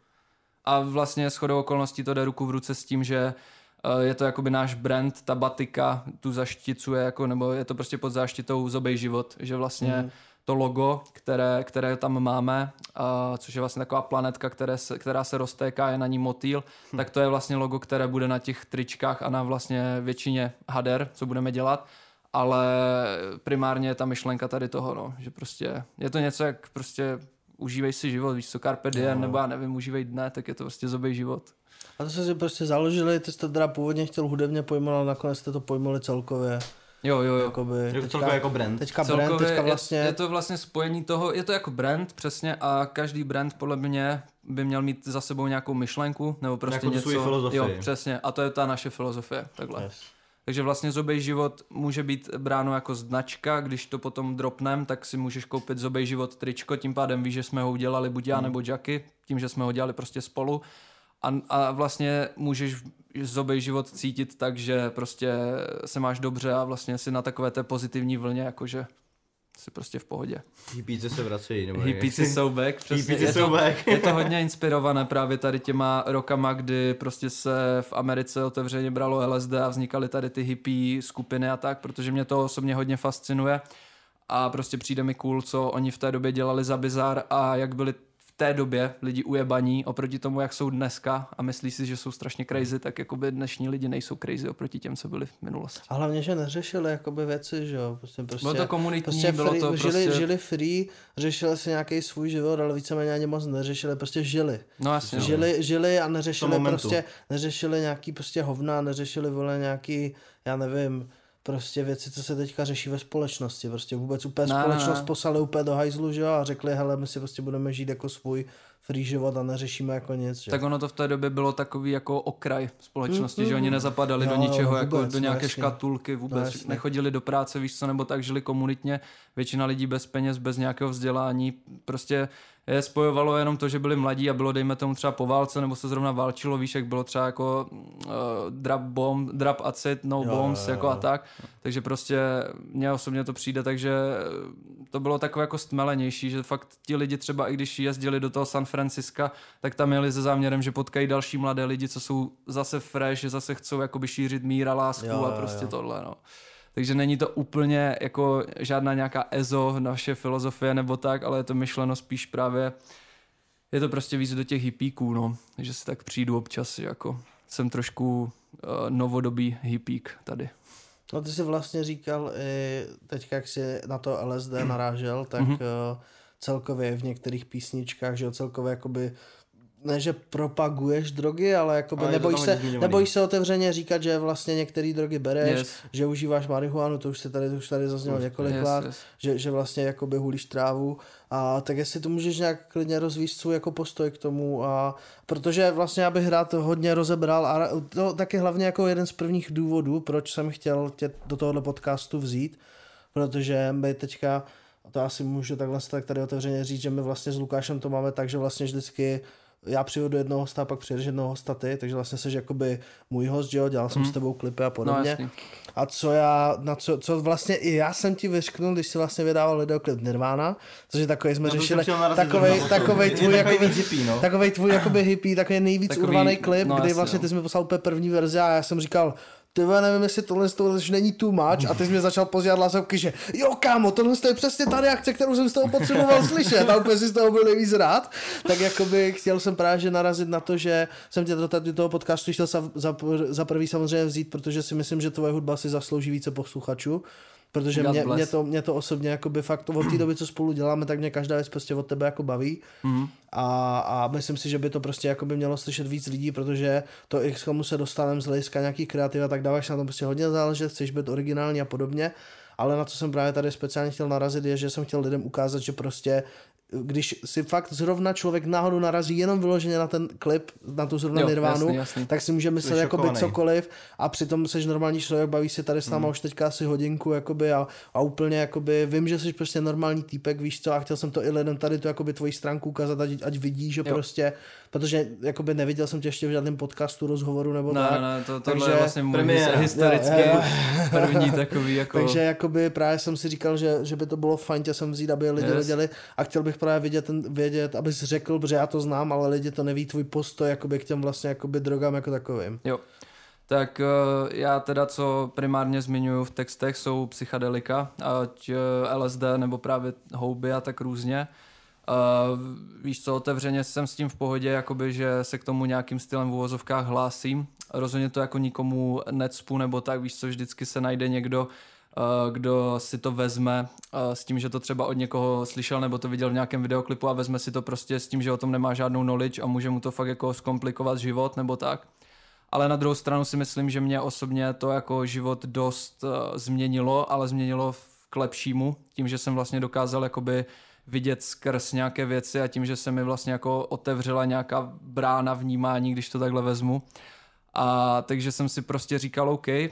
A vlastně shodou okolností to jde ruku v ruce s tím, že uh, je to jakoby náš brand, ta batika tu zašticuje, jako, nebo je to prostě pod záštitou Zobej život, že vlastně uh-huh. to logo, které, které tam máme, uh, což je vlastně taková planetka, které se, která se roztéká, je na ní motýl, hm. tak to je vlastně logo, které bude na těch tričkách a na vlastně většině hader, co budeme dělat, ale primárně je ta myšlenka tady toho, no, že prostě je to něco jak prostě užívej si život, víš co, carpe diem, no. nebo já nevím, užívej dne, tak je to prostě Zobej život. A to jste si prostě založili, ty jste teda původně chtěl hudebně pojmout, ale nakonec jste to pojmuli celkově. Jo, jo, jo. Jakoby, Je to celkově jako brand. Teďka Celkově brand, teďka vlastně... je, je to vlastně spojení toho, je to jako brand přesně a každý brand podle mě by měl mít za sebou nějakou myšlenku, nebo prostě jako něco. svou filozofii. Jo, přesně. A to je ta naše filozofie, takhle. Yes. Takže vlastně zobej život může být bráno jako značka, když to potom dropnem, tak si můžeš koupit zobej život tričko, tím pádem víš, že jsme ho udělali buď já hmm. nebo Jackie, tím, že jsme ho dělali prostě spolu. A, a vlastně můžeš zobej život cítit tak, že prostě se máš dobře a vlastně si na takové té pozitivní vlně, jakože si prostě v pohodě. Hippíci se vracejí. Nebo Hippíci jsou back, přesně. Hippíci je, jsou to, back. je to hodně inspirované právě tady těma rokama, kdy prostě se v Americe otevřeně bralo L S D a vznikaly tady ty hippie skupiny a tak, protože mě to osobně hodně fascinuje a prostě přijde mi cool, co oni v té době dělali za bizár a jak byli v té době lidi ujebaní oproti tomu, jak jsou dneska a myslí si, že jsou strašně crazy, tak jakoby dnešní lidi nejsou crazy oproti těm, co byli v minulosti. A hlavně, že neřešili jakoby věci, že jo. Prostě, prostě, bylo to komunitní, prostě bylo free, to žili, prostě... žili free, řešili si nějaký svůj život, ale víceméně ani moc neřešili, prostě žili. No jasně. Žili, žili a neřešili prostě, neřešili nějaký prostě hovna, neřešili vole nějaký, já nevím, prostě věci, co se teďka řeší ve společnosti. Prostě vůbec úplně ne, společnost ne. poslali úplně do hajzlu, že jo, a řekli, hele, my si prostě budeme žít jako svůj free život a neřešíme jako nic. Že? Tak ono to v té době bylo takový jako okraj společnosti, mm, že oni nezapadali jo, do ničeho, vůbec, jako do nějaké no, škatulky, vůbec no, nechodili do práce, víš co, nebo tak žili komunitně, většina lidí bez peněz, bez nějakého vzdělání, prostě je spojovalo jenom to, že byli mladí a bylo dejme tomu třeba po válce, nebo se zrovna válčilo, víš, jak bylo třeba jako uh, drop bomb, drop acid, no jo, bombs, jo, jo. jako a tak, takže prostě mně osobně to přijde, takže to bylo takové jako stmelenější, že fakt ti lidi třeba i když jezdili do toho San Franciska, tak tam jeli se záměrem, že potkají další mladé lidi, co jsou zase fresh, že zase chcou jakoby šířit mír a lásku jo, a prostě jo. tohle, no. Takže není to úplně jako žádná nějaká ezo, naše filozofie nebo tak, ale je to myšleno spíš právě, je to prostě víc do těch hippíků, no. Takže si tak přijdu občas, že jako jsem trošku uh, novodobý hippík tady. No ty jsi vlastně říkal i teďka, jak jsi na to L S D narážel, tak mm-hmm. uh, celkově v některých písničkách, že jo, celkově jakoby ne, že propaguješ drogy, ale jakoby ale nebojíš se, nebojíš se otevřeně říkat, že vlastně některé drogy bereš, yes. že užíváš marihuanu, to už se tady, už tady zaznělo několikrát, yes, yes. Že, že vlastně jakoby hulíš trávu a tak jestli to můžeš nějak klidně rozvíjet svůj jako postoj k tomu a protože vlastně já bych rád hodně rozebral a to taky hlavně jako jeden z prvních důvodů, proč jsem chtěl tě do tohohle podcastu vzít, protože my teďka, to asi můžu takhle tak tady otevřeně říct, že my vlastně s Lukášem to máme tak, že vlastně vždycky já přivedu jednoho hosta, pak přijedeš jednoho hosta ty, takže vlastně jsi jakoby můj host, že jo, dělal jsem hmm. s tebou klipy a podobně. No, a co já, na co, co vlastně i já jsem ti vyřknul, když jsi vlastně vydával videoklip Nirvana, což je takový jsme no, řešili, takovej, takovej tvůj, jakoby, hippie, no. takovej tvůj jakoby hippie, takový nejvíc takový, urvaný klip, no, kdy vlastně ty jsi mi poslal úplně první verzi a já jsem říkal, tyhle, nevím, jestli tohle už není too much a ty jsi mi začal pozírat lásovky, že jo kámo, tohle je přesně ta reakce, kterou jsem z toho potřeboval slyšet a úplně si z toho byl nejvíc rád, tak jakoby chtěl jsem právě že narazit na to, že jsem tě do, do toho podcastu chtěl za, za, za prvý samozřejmě vzít, protože si myslím, že tvoje hudba si zaslouží více posluchačů. Protože mě, mě, to, mě to osobně jakoby fakt od té doby, co spolu děláme, tak mě každá věc prostě od tebe jako baví mm. a, a myslím si, že by to prostě jakoby mělo slyšet víc lidí, protože to i k komu se dostaneme z hlediska nějaký kreativ a tak dáváš na tom prostě hodně záležet, chceš být originální a podobně, ale na co jsem právě tady speciálně chtěl narazit je, že jsem chtěl lidem ukázat, že prostě když si fakt zrovna člověk náhodou narazí jenom vyloženě na ten klip, na tu zrovna jo, Nirvánu, jasný, jasný. tak si může myslet jakoby cokoliv a přitom seš normální člověk, baví se tady s náma hmm. už teďka asi hodinku jakoby a, a úplně jakoby vím, že jsi prostě normální týpek, víš co, a chtěl jsem to i lidem tady tu jakoby tvoji stránku ukázat, ať, ať vidí, že jo. prostě, protože jakoby neviděl jsem tě ještě v žádném podcastu, rozhovoru nebo no, tak. No, no, to, tohle takže, je vlastně můj historický jo, jo. první takový jako... Takže jakoby právě jsem si říkal, že, že by to bylo fajn tě sem vzít, aby lidi yes. viděli a chtěl bych právě vidět, ten, vědět, abys řekl, protože já to znám, ale lidi to neví tvůj postoj jakoby k těm vlastně jakoby drogám jako takovým. Jo. Tak já teda, co primárně zmiňuji v textech, jsou psychedelika, ať L S D nebo právě houby a tak různě. Uh, víš co, otevřeně jsem s tím v pohodě, jakoby, že se k tomu nějakým stylem v uvozovkách hlásím. Rozhodně to jako nikomu necpu nebo tak, víš co, vždycky se najde někdo, uh, kdo si to vezme uh, s tím, že to třeba od někoho slyšel nebo to viděl v nějakém videoklipu a vezme si to prostě s tím, že o tom nemá žádnou knowledge a může mu to fakt jako zkomplikovat život nebo tak. Ale na druhou stranu si myslím, že mě osobně to jako život dost uh, změnilo, ale změnilo k lepšímu, tím, že jsem vlastně dokázal jakoby vidět skrz nějaké věci a tím, že se mi vlastně jako otevřela nějaká brána vnímání, když to takhle vezmu. A takže jsem si prostě říkal OK. Uh,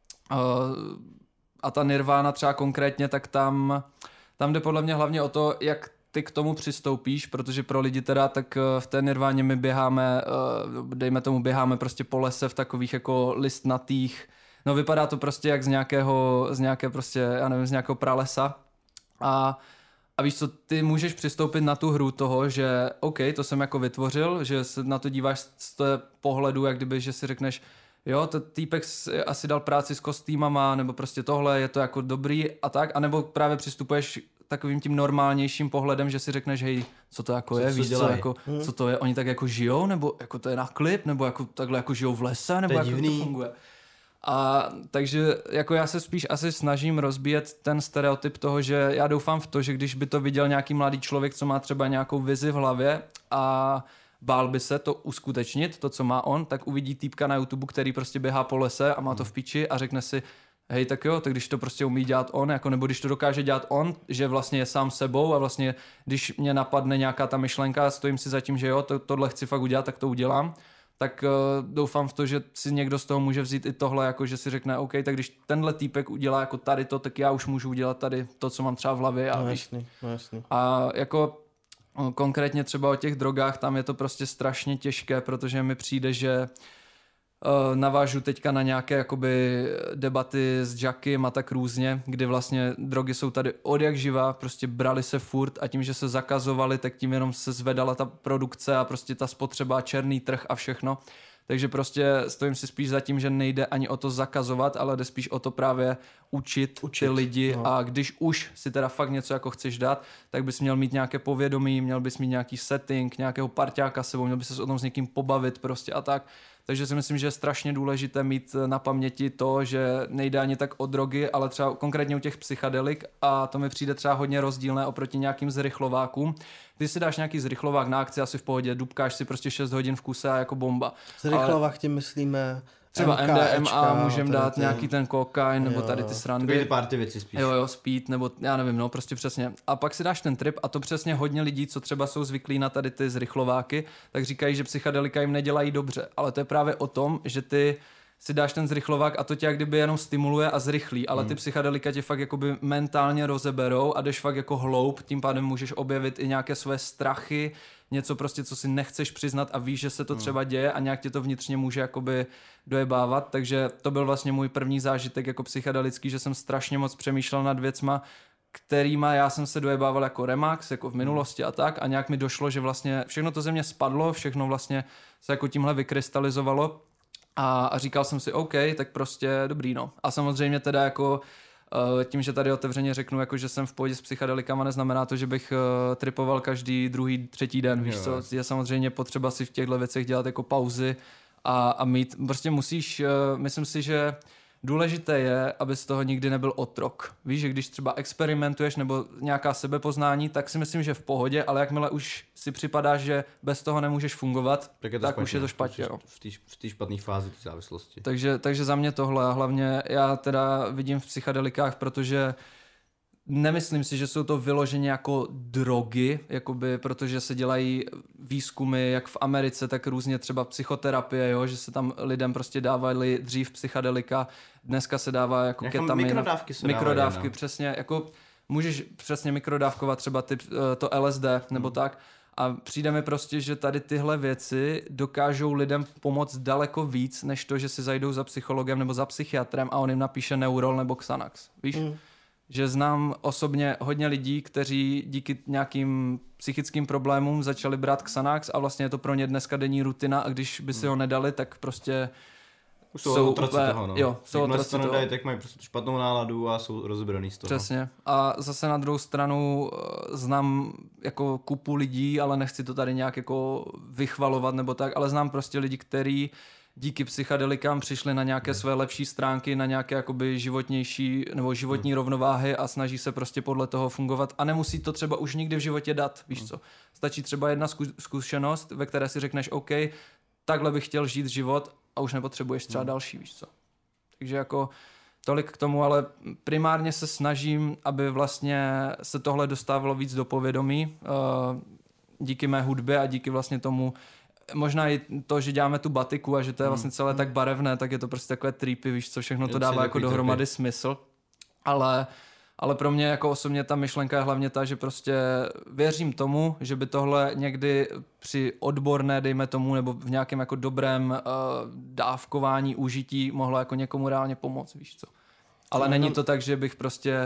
a ta nirvána třeba konkrétně, tak tam, tam jde podle mě hlavně o to, jak ty k tomu přistoupíš, protože pro lidi teda tak v té nirváně my běháme, dejme tomu běháme prostě po lese v takových jako listnatých, no vypadá to prostě jak z nějakého, z nějaké prostě, já nevím, z nějakého pralesa a A víš co, ty můžeš přistoupit na tu hru toho, že OK, to jsem jako vytvořil, že se na to díváš z toho pohledu, jak kdyby, že si řekneš, jo, to týpek asi dal práci s kostýmama, nebo prostě tohle, je to jako dobrý a tak, anebo právě přistupuješ takovým tím normálnějším pohledem, že si řekneš, hej, co to jako co, je, co víš dělaj? co, jako, hmm. co to je, oni tak jako žijou, nebo jako to je na klip, nebo jako takhle jako žijou v lese, nebo to jako divný. to funguje. A takže jako já se spíš asi snažím rozbíjet ten stereotyp toho, že já doufám v to, že když by to viděl nějaký mladý člověk, co má třeba nějakou vizi v hlavě a bál by se to uskutečnit, to, co má on, tak uvidí týpka na YouTube, který prostě běhá po lese a má to v piči a řekne si, hej, tak jo, tak když to prostě umí dělat on, jako, nebo když to dokáže dělat on, že vlastně je sám sebou a vlastně, když mě napadne nějaká ta myšlenka, stojím si za tím, že jo, to, tohle chci fakt udělat, tak to udělám, tak uh, doufám v to, že si někdo z toho může vzít i tohle, jako že si řekne, OK, tak když tenhle týpek udělá jako tady to, tak já už můžu udělat tady to, co mám třeba v hlavě. A, No víš, jasný, no jasný. a jako konkrétně třeba o těch drogách, tam je to prostě strašně těžké, protože mi přijde, že uh, navážu teďka na nějaké jakoby debaty s Jackiem a tak různě, kdy vlastně drogy jsou tady od jak živa, prostě brali se furt a tím, že se zakazovaly, tak tím jenom se zvedala ta produkce a prostě ta spotřeba, černý trh a všechno. Takže prostě stojím si spíš za tím, že nejde ani o to zakazovat, ale jde spíš o to právě učit, učit. ty lidi no. A když už si teda fakt něco jako chceš dát, tak bys měl mít nějaké povědomí, měl bys mít nějaký setting, nějakého parťáka sebou, měl bys se o tom s někým pobavit prostě a tak. Takže si myslím, že je strašně důležité mít na paměti to, že nejde ani tak o drogy, ale třeba konkrétně u těch psychedelik a to mi přijde třeba hodně rozdílné oproti nějakým zrychlovákům. Ty si dáš nějaký zrychlovák na akci, asi v pohodě, dubkáš si prostě šest hodin v kuse a jako bomba. Zrychlovák tím myslíme třeba M K, M D M A, Ečka, můžeme dát ty... nějaký ten kokain, nebo tady ty srandy. Takový ty party věci spíš. Jo, jo, speed, nebo já nevím, no, prostě přesně. A pak si dáš ten trip a to přesně hodně lidí, co třeba jsou zvyklí na tady ty zrychlováky, tak říkají, že psychedelika jim nedělají dobře. Ale to je právě o tom, že ty si dáš ten zrychlovák a to tě jak kdyby jenom stimuluje a zrychlí, ale ty psychedelika tě fakt jakoby mentálně rozeberou a jdeš fakt jako hloub, tím pádem můžeš objevit i nějaké své strachy, něco prostě, co si nechceš přiznat a víš, že se to třeba děje a nějak tě to vnitřně může jakoby dojebávat, takže to byl vlastně můj první zážitek jako psychedelický, že jsem strašně moc přemýšlel nad věcma, kterýma já jsem se dojebával jako Remax, jako v minulosti a tak a nějak mi došlo, že vlastně všechno to ze mě spadlo, všechno vlastně se jako tímhle vykrystalizovalo a, a říkal jsem si OK, tak prostě dobrý no. A samozřejmě teda jako tím, že tady otevřeně řeknu, jako, že jsem v pohodě s psychedelikama, neznamená to, že bych uh, tripoval každý druhý, třetí den, víš co, je samozřejmě potřeba si v těchto věcech dělat jako pauzy a, a mít, prostě musíš, uh, myslím si, že důležité je, aby z toho nikdy nebyl otrok. Víš, že když třeba experimentuješ nebo nějaká sebepoznání, tak si myslím, že v pohodě, ale jakmile už si připadáš, že bez toho nemůžeš fungovat, tak, tak už je to špatně. No. V té špatné fázi té závislosti. Takže, takže za mě tohle a hlavně já teda vidím v psychedelikách, protože nemyslím si, že jsou to vyloženě jako drogy, jakoby, protože se dělají výzkumy jak v Americe, tak různě třeba psychoterapie, jo, že se tam lidem prostě dávali dřív psychedelika, dneska se dává jako Nějaká ketamin. Mikrodávky se Mikrodávky, dávají, no. Přesně, jako můžeš přesně mikrodávkovat třeba typ, to L S D nebo hmm. tak. A přijde mi prostě, že tady tyhle věci dokážou lidem pomoct daleko víc, než to, že si zajdou za psychologem nebo za psychiatrem a on jim napíše Neurol nebo Xanax, víš? Hmm. Že znám osobně hodně lidí, kteří díky nějakým psychickým problémům začali brát Xanax a vlastně je to pro ně dneska denní rutina a když by si ho nedali, tak prostě už jsou, jsou otroci úplně, toho, no. Jo, jsou otroci toho. Nedají, tak mají prostě špatnou náladu a jsou rozebraný z toho. Přesně. A zase na druhou stranu znám jako kupu lidí, ale nechci to tady nějak jako vychvalovat nebo tak, ale znám prostě lidi, kteří díky psychedelikám přišli na nějaké své lepší stránky, na nějaké jakoby životnější nebo životní hmm. rovnováhy a snaží se prostě podle toho fungovat a nemusí to třeba už nikdy v životě dát, víš co. Stačí třeba jedna zkušenost, ve které si řekneš OK, takhle bych chtěl žít život a už nepotřebuješ třeba hmm. další, víš co. Takže jako tolik k tomu, ale primárně se snažím, aby vlastně se tohle dostávalo víc do povědomí uh, díky mé hudbě a díky vlastně tomu, možná i to, že děláme tu batiku a že to je vlastně celé tak barevné, tak je to prostě takové trippy, víš co, všechno to dává jako dohromady smysl. Ale, ale pro mě jako osobně ta myšlenka je hlavně ta, že prostě věřím tomu, že by tohle někdy při odborné, dejme tomu, nebo v nějakém jako dobrém uh, dávkování, užití mohlo jako někomu reálně pomoct, víš co. Ale není to tak, že bych prostě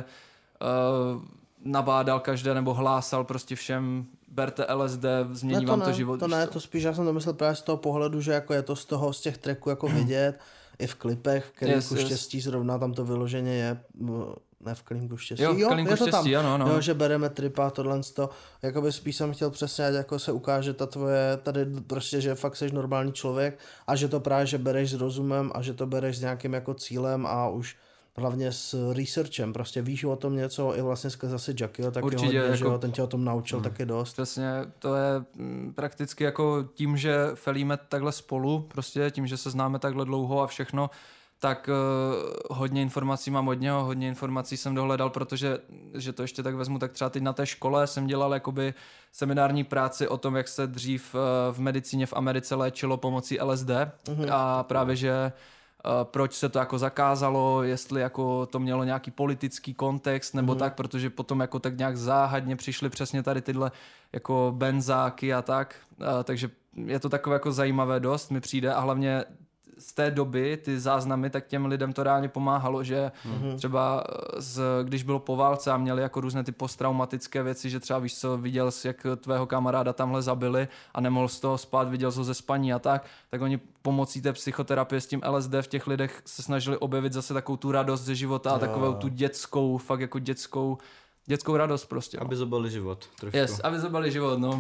uh, nabádal každé nebo hlásal prostě všem berte L S D, změní ne, to vám ne, to život. To ne, to spíš já jsem to myslel právě z toho pohledu, že jako je to z toho, z těch tracků jako vidět, i v klipech, v Kelímku yes, štěstí yes. zrovna tam to vyloženě je, ne v Kelímku štěstí, jo, jo, Kelímku je to štěstí, tam, ano, no. jo, že bereme tripa, tohle to, jakoby spíš jsem chtěl přesně, jako se ukáže ta tvoje, tady prostě, že fakt seš normální člověk a že to právě, že bereš s rozumem a že to bereš s nějakým jako cílem a už hlavně s researchem, prostě víš o tom něco, i vlastně skrze zase Jackyho, tak určitě, hodně, jako, že jo, ten tě o tom naučil hmm. taky dost. Přesně, to je m, prakticky jako tím, že felíme takhle spolu, prostě tím, že se známe takhle dlouho a všechno, tak uh, hodně informací mám od něho, hodně informací jsem dohledal, protože, že to ještě tak vezmu, tak třeba teď na té škole jsem dělal jakoby seminární práci o tom, jak se dřív uh, v medicíně v Americe léčilo pomocí L S D mm-hmm. a právě, že Uh, proč se to jako zakázalo, jestli jako to mělo nějaký politický kontext nebo mm. tak, protože potom jako tak nějak záhadně přišly přesně tady tyhle jako benzáky a tak, uh, takže je to takové jako zajímavé dost, mi přijde a hlavně z té doby ty záznamy, tak těm lidem to reálně pomáhalo, že mm-hmm. třeba z, když bylo po válce a měli jako různé ty posttraumatické věci, že třeba víš co, viděl jsi, jak tvého kamaráda tamhle zabili a nemohl z toho spát, viděl jsi ho ze spaní a tak, tak oni pomocí té psychoterapie s tím L S D v těch lidech se snažili objevit zase takovou tu radost ze života a takovou tu dětskou, fakt jako dětskou, dětskou radost prostě. No. Aby zobali život trošku. Yes, aby zobali život, no.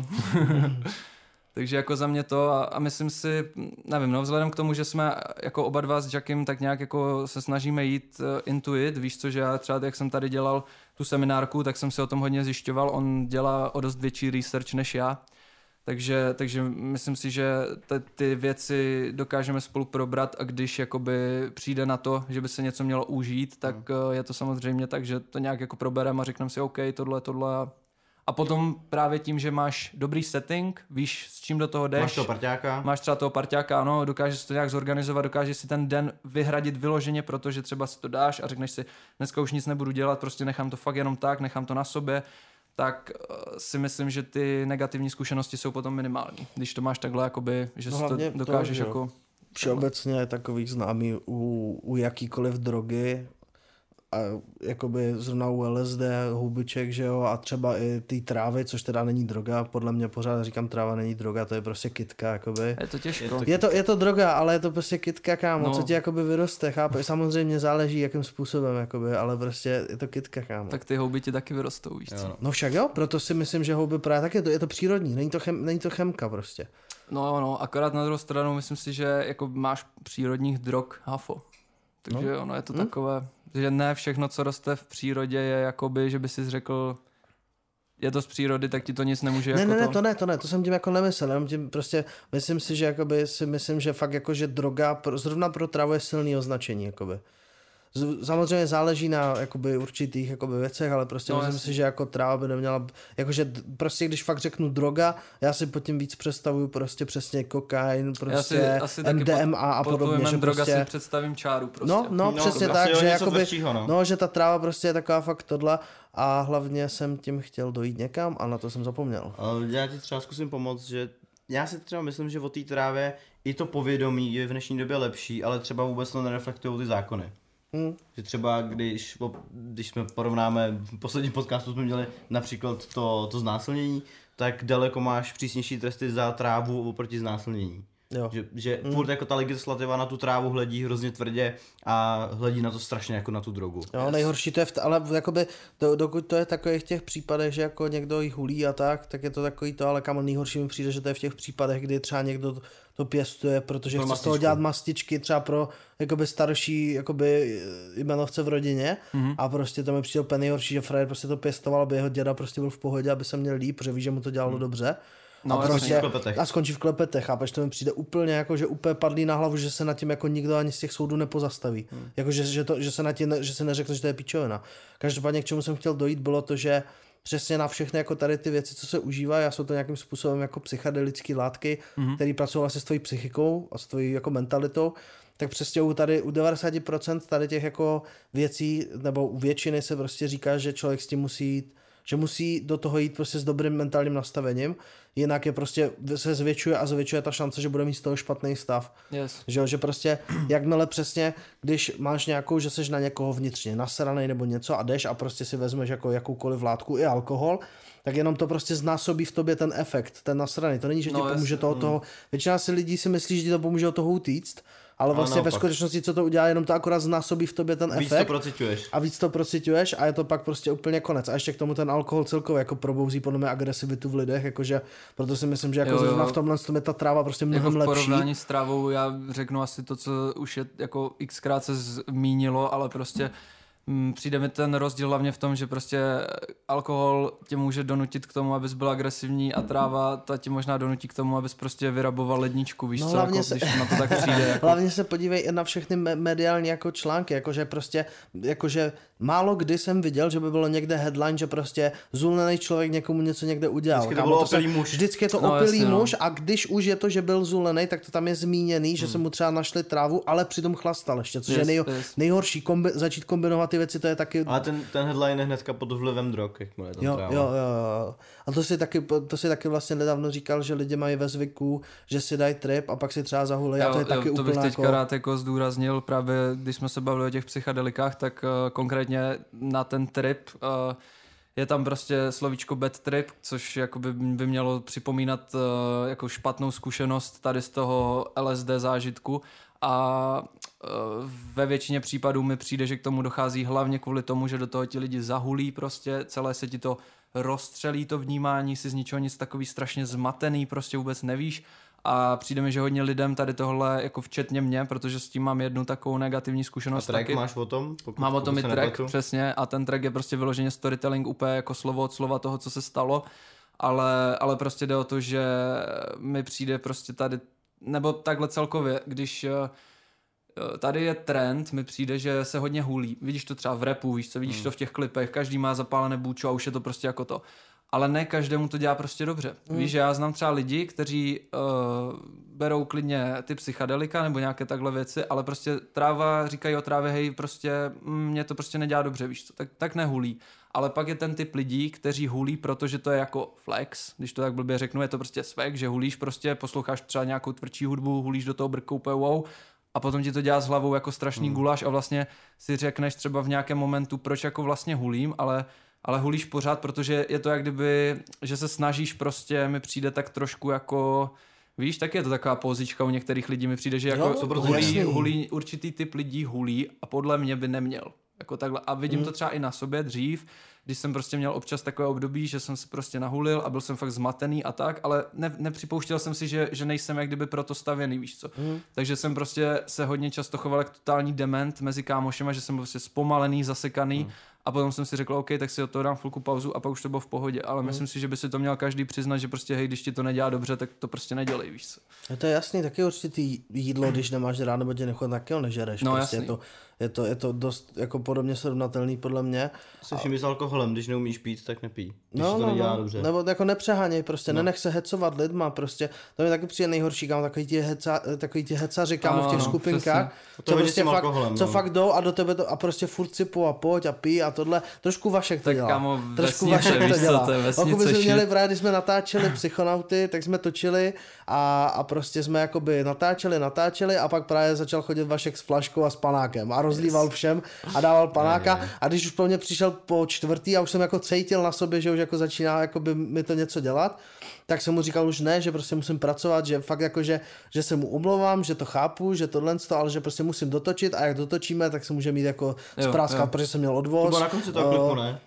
Takže jako za mě to a, a myslím si, nevím, no vzhledem k tomu, že jsme jako oba dva s Jackem tak nějak jako se snažíme jít uh, into it, víš co, že já třeba jak jsem tady dělal tu seminárku, tak jsem si o tom hodně zjišťoval, on dělá o dost větší research než já, takže, takže myslím si, že t- ty věci dokážeme spolu probrat a když jakoby přijde na to, že by se něco mělo užít, tak uh, je to samozřejmě tak, že to nějak jako probereme a řekneme si OK, tohle, tohle a A potom právě tím, že máš dobrý setting, víš, s čím do toho jdeš. Máš toho parťáka. Máš třeba toho parťáka, ano, dokážeš si to nějak zorganizovat, dokážeš si ten den vyhradit vyloženě, protože třeba si to dáš a řekneš si, dneska už nic nebudu dělat, prostě nechám to fakt jenom tak, nechám to na sobě, tak uh, si myslím, že ty negativní zkušenosti jsou potom minimální. Když to máš takhle, jakoby, že no si to dokážeš to, jako... Všeobecně je takových známý u, u jakýkoliv drogy, a jakoby zrovna u L S D, hubiček, že jo, a třeba i ty trávy, což teda není droga, podle mě pořád říkám, tráva není droga, to je prostě kytka, jakoby. Je to těžko. Je to, je to, je to droga, ale je to prostě kytka, kámo, no. Co ti jakoby vyroste, chápeš, samozřejmě záleží, jakým způsobem, jakoby, ale prostě je to kytka, kámo. Tak ty houby ti taky vyrostou, víš co? No. no však jo, proto si myslím, že houby právě tak je to, je to přírodní, není to, chem, není to chemka prostě. No, no, akorát na druhou stranu myslím si, že jako máš přírodních drog hafo. Takže no. ono je to hmm? takové, že ne všechno, co roste v přírodě, je jakoby, že by si řekl, je to z přírody, tak ti to nic nemůže ne, jako ne, to... Ne, to ne, to ne, to jsem tím jako nemyslel, jenom tím prostě myslím si, že jakoby si myslím, že fakt jako, že droga, pro, zrovna pro trávu je silný označení, jakoby. Samozřejmě záleží na jakoby určitých jakoby věcech, ale prostě no, myslím jasný. si, že jako tráva by neměla, jakože prostě když fakt řeknu droga, já si pod tím víc představuju prostě přesně kokain, prostě asi, asi M D M A a podobně, že droga prostě... si představím čáru prostě. No, no, no přesně tak, že jakoby, tvrdšího, no. no, že ta tráva prostě je taková fakt tohle a hlavně jsem tím chtěl dojít někam a na to jsem zapomněl. Já ti třeba zkusím pomoct, že já si třeba myslím, že o té trávě i to povědomí je v dnešní době lepší, ale třeba vůbec to nereflektují ty zákony. Hmm. Že třeba když, když jsme porovnáme, v posledním podcastu jsme měli například to, to znásilnění, tak daleko máš přísnější tresty za trávu oproti znásilnění. Jo. Že, že hmm. furt jako ta legislativa na tu trávu hledí hrozně tvrdě a hledí na to strašně jako na tu drogu. Jo, yes. Nejhorší to je, v t- ale jakoby, do, dokud to je takových těch případech, že jako někdo jich hulí a tak, tak je to takový to, ale kam nejhorší mi přijde, že to je v těch případech, kdy třeba někdo to, to pěstuje, protože chce z toho dělat mastičky třeba pro jakoby starší jakoby jmenovce v rodině mm-hmm. a prostě to mi přijde úplně nejhorší, že frajer prostě to pěstoval, aby jeho děda prostě byl v pohodě, aby se měl líp, protože ví, že mu to dělalo mm. dobře. No, a, a prostě, v klepetech. a skončí v klepetech, chápeš, to mi přijde úplně jako, že úplně padlý na hlavu, že se nad tím jako nikdo ani z těch soudů nepozastaví. Hmm. Jako, že, že, to, že, se nad tím, že se neřekne, že to je pičovina. Každopádně k čemu jsem chtěl dojít, bylo to, že přesně na všechny jako tady ty věci, co se užívají, a jsou to nějakým způsobem jako psychedelické látky, mm-hmm. které pracují vlastně s tvojí psychikou a s tvojí jako mentalitou, tak přesně u tady u devadesát procent tady těch jako věcí, nebo u většiny se prostě říká, že člověk s tím musí jít, že musí do toho jít prostě s dobrým mentálním nastavením, jinak je prostě se zvětšuje a zvětšuje ta šance, že bude mít z toho špatný stav. Yes. Že, že prostě jakmile přesně, když máš nějakou, že seš na někoho vnitřně nasranej nebo něco a jdeš a prostě si vezmeš jako jakoukoliv látku i alkohol, tak jenom to prostě znásobí v tobě ten efekt, ten nasraný. To není, že ti no, pomůže toho, toho, většina si lidí si myslí, že ti to pomůže od toho utíct, ale vlastně ve skutečnosti, co to udělá, jenom to akorát znásobí v tobě ten víc efekt. Víc to procituješ. A víc to procituješ a je to pak prostě úplně konec. A ještě k tomu ten alkohol celkově jako probouzí podle mě agresivitu v lidech, jakože proto si myslím, že jako jo, jo. zrovna v tomhle je ta tráva prostě mnohem jako v lepší. porovnání s trávou já řeknu asi to, co už je jako xkrát se zmínilo, ale prostě přijde mi ten rozdíl hlavně v tom, že prostě alkohol tě může donutit k tomu, abys byl agresivní a tráva ta tě možná donutí k tomu, abys prostě vyraboval ledničku, víš no, co, jako, se... když na to tak přijde. Jako... Hlavně se podívej i na všechny mediální jako články, jakože prostě, jakože málo kdy jsem viděl, že by bylo někde headline, že prostě zulnený člověk někomu něco někde udělal. Vždycky to bylo opilý muž. Vždycky je to no, opilý jasně, muž no. A když už je to, že byl zulený, tak to tam je zmíněný, hmm. že se mu třeba našli trávu, ale přitom chlastal ještě, což yes, je nej, yes. nejhorší, kombi, začít kombinovat ty věci, to je taky... Ale ten, ten headline je hnedka pod vlivem drog, jak mu je tam jo, tráva. Jo, jo, jo. A to si, taky, to si taky vlastně nedávno říkal, že lidi mají ve zvyku, že si dají trip a pak si třeba zahulej a to je jo, taky to úplně bych teďka jako... rád jako zdůraznil, právě když jsme se bavili o těch psychedelikách, tak uh, konkrétně na ten trip uh, je tam prostě slovíčko bad trip, což jakoby by mělo připomínat uh, jako špatnou zkušenost tady z toho L S D zážitku a uh, ve většině případů mi přijde, že k tomu dochází hlavně kvůli tomu, že do toho ti lidi zahulí prostě, celé se ti to rozstřelí to vnímání, si z ničeho nic takový strašně zmatený, prostě vůbec nevíš a přijde mi, že hodně lidem tady tohle, jako včetně mě, protože s tím mám jednu takovou negativní zkušenost. A track taky. máš o tom? Pokud, mám o tom i track, nepletu. Přesně, a ten track je prostě vyloženě storytelling úplně jako slovo od slova toho, co se stalo, ale, ale prostě jde o to, že mi přijde prostě tady, nebo takhle celkově, když tady je trend, mi přijde, že se hodně hulí. Vidíš to třeba v rapu, víš co, vidíš hmm. to v těch klipech, každý má zapálené bůčo a už je to prostě jako to. Ale ne každému to dělá prostě dobře. Hmm. Víš, že já znám třeba lidi, kteří uh, berou klidně ty psychedelika nebo nějaké takhle věci, ale prostě tráva, říkají o trávě, hej, prostě mě to prostě nedělá dobře, víš co, tak, tak nehulí. Ale pak je ten typ lidí, kteří hulí, protože to je jako flex, když to tak blbě řeknu, je to prostě swag, že hulíš prostě, posloucháš třeba nějakou tvrdší hudbu, hulíš do toho brkou úplně wow, a potom ti to dělá s hlavou jako strašný hmm. guláš a vlastně si řekneš třeba v nějakém momentu, proč jako vlastně hulím, ale ale hulíš pořád, protože je to jak kdyby, že se snažíš prostě, mi přijde tak trošku jako, víš, tak je to taková pozička u některých lidí, mi přijde, že jako jo, hulí, hulí, určitý typ lidí hulí a podle mě by neměl. Jako takhle. A vidím mm. to třeba i na sobě dřív, když jsem prostě měl občas takové období, že jsem se prostě nahulil a byl jsem fakt zmatený a tak, ale ne, nepřipouštěl jsem si, že, že nejsem jak kdyby proto stavěný, víš co. Mm. Takže jsem prostě se hodně často choval jak totální dement mezi kámošema, že jsem byl prostě zpomalený, zasekaný mm. a potom jsem si řekl, OK, tak si od toho dám chvilku pauzu a pak už to bylo v pohodě, ale mm. myslím si, že by si to měl každý přiznat, že prostě hej, když ti to nedělá dobře, tak to prostě nedělej, víš co. No to je jasný, taky určitý jídlo, když nemáš rád nebo tě nechutná, taky ho nežereš. No, prostě je to, je, to, je to dost jako podobně srovnatelný podle mě. Se vším s alkoholem, když neumíš pít, tak nepij. Když no, to no, nedělá no. dobře. Nebo jako nepřeháněj, prostě no. nenech se hecovat lidma, prostě. To mi taky přijde nejhorší, kámo, takový ti, heca, takový ti hecaři, kámo, v těch no, skupinkách, co, prostě fakt, alkoholem, co no. fakt jdou a do tebe to, a prostě furt sypou a pojď a pij a tohle. Trošku Vašek to tak dělá. Kámo, Trošku vesnice, Vašek to dělá. Pokud by jsme měli právě, když jsme natáčeli Psychonauty, tak jsme točili a, a prostě jsme jakoby natáčeli, natáčeli a pak právě začal chodit Vašek s flaškou a s panákem a rozlíval yes. všem a dával panáka ne, ne. A když už po mně přišel po čtvrtý a už jsem jako cítil na sobě, že už jako začíná jakoby mi to něco dělat, tak jsem mu říkal už ne, že prostě musím pracovat, že fakt jako, že, že se mu omlouvám, že to chápu, že tohle, ale že prostě musím dotočit a jak dotočíme, tak se může mít jako zpráskat, protože jsem měl odvoz. To bylo na konci toho klipu, ne?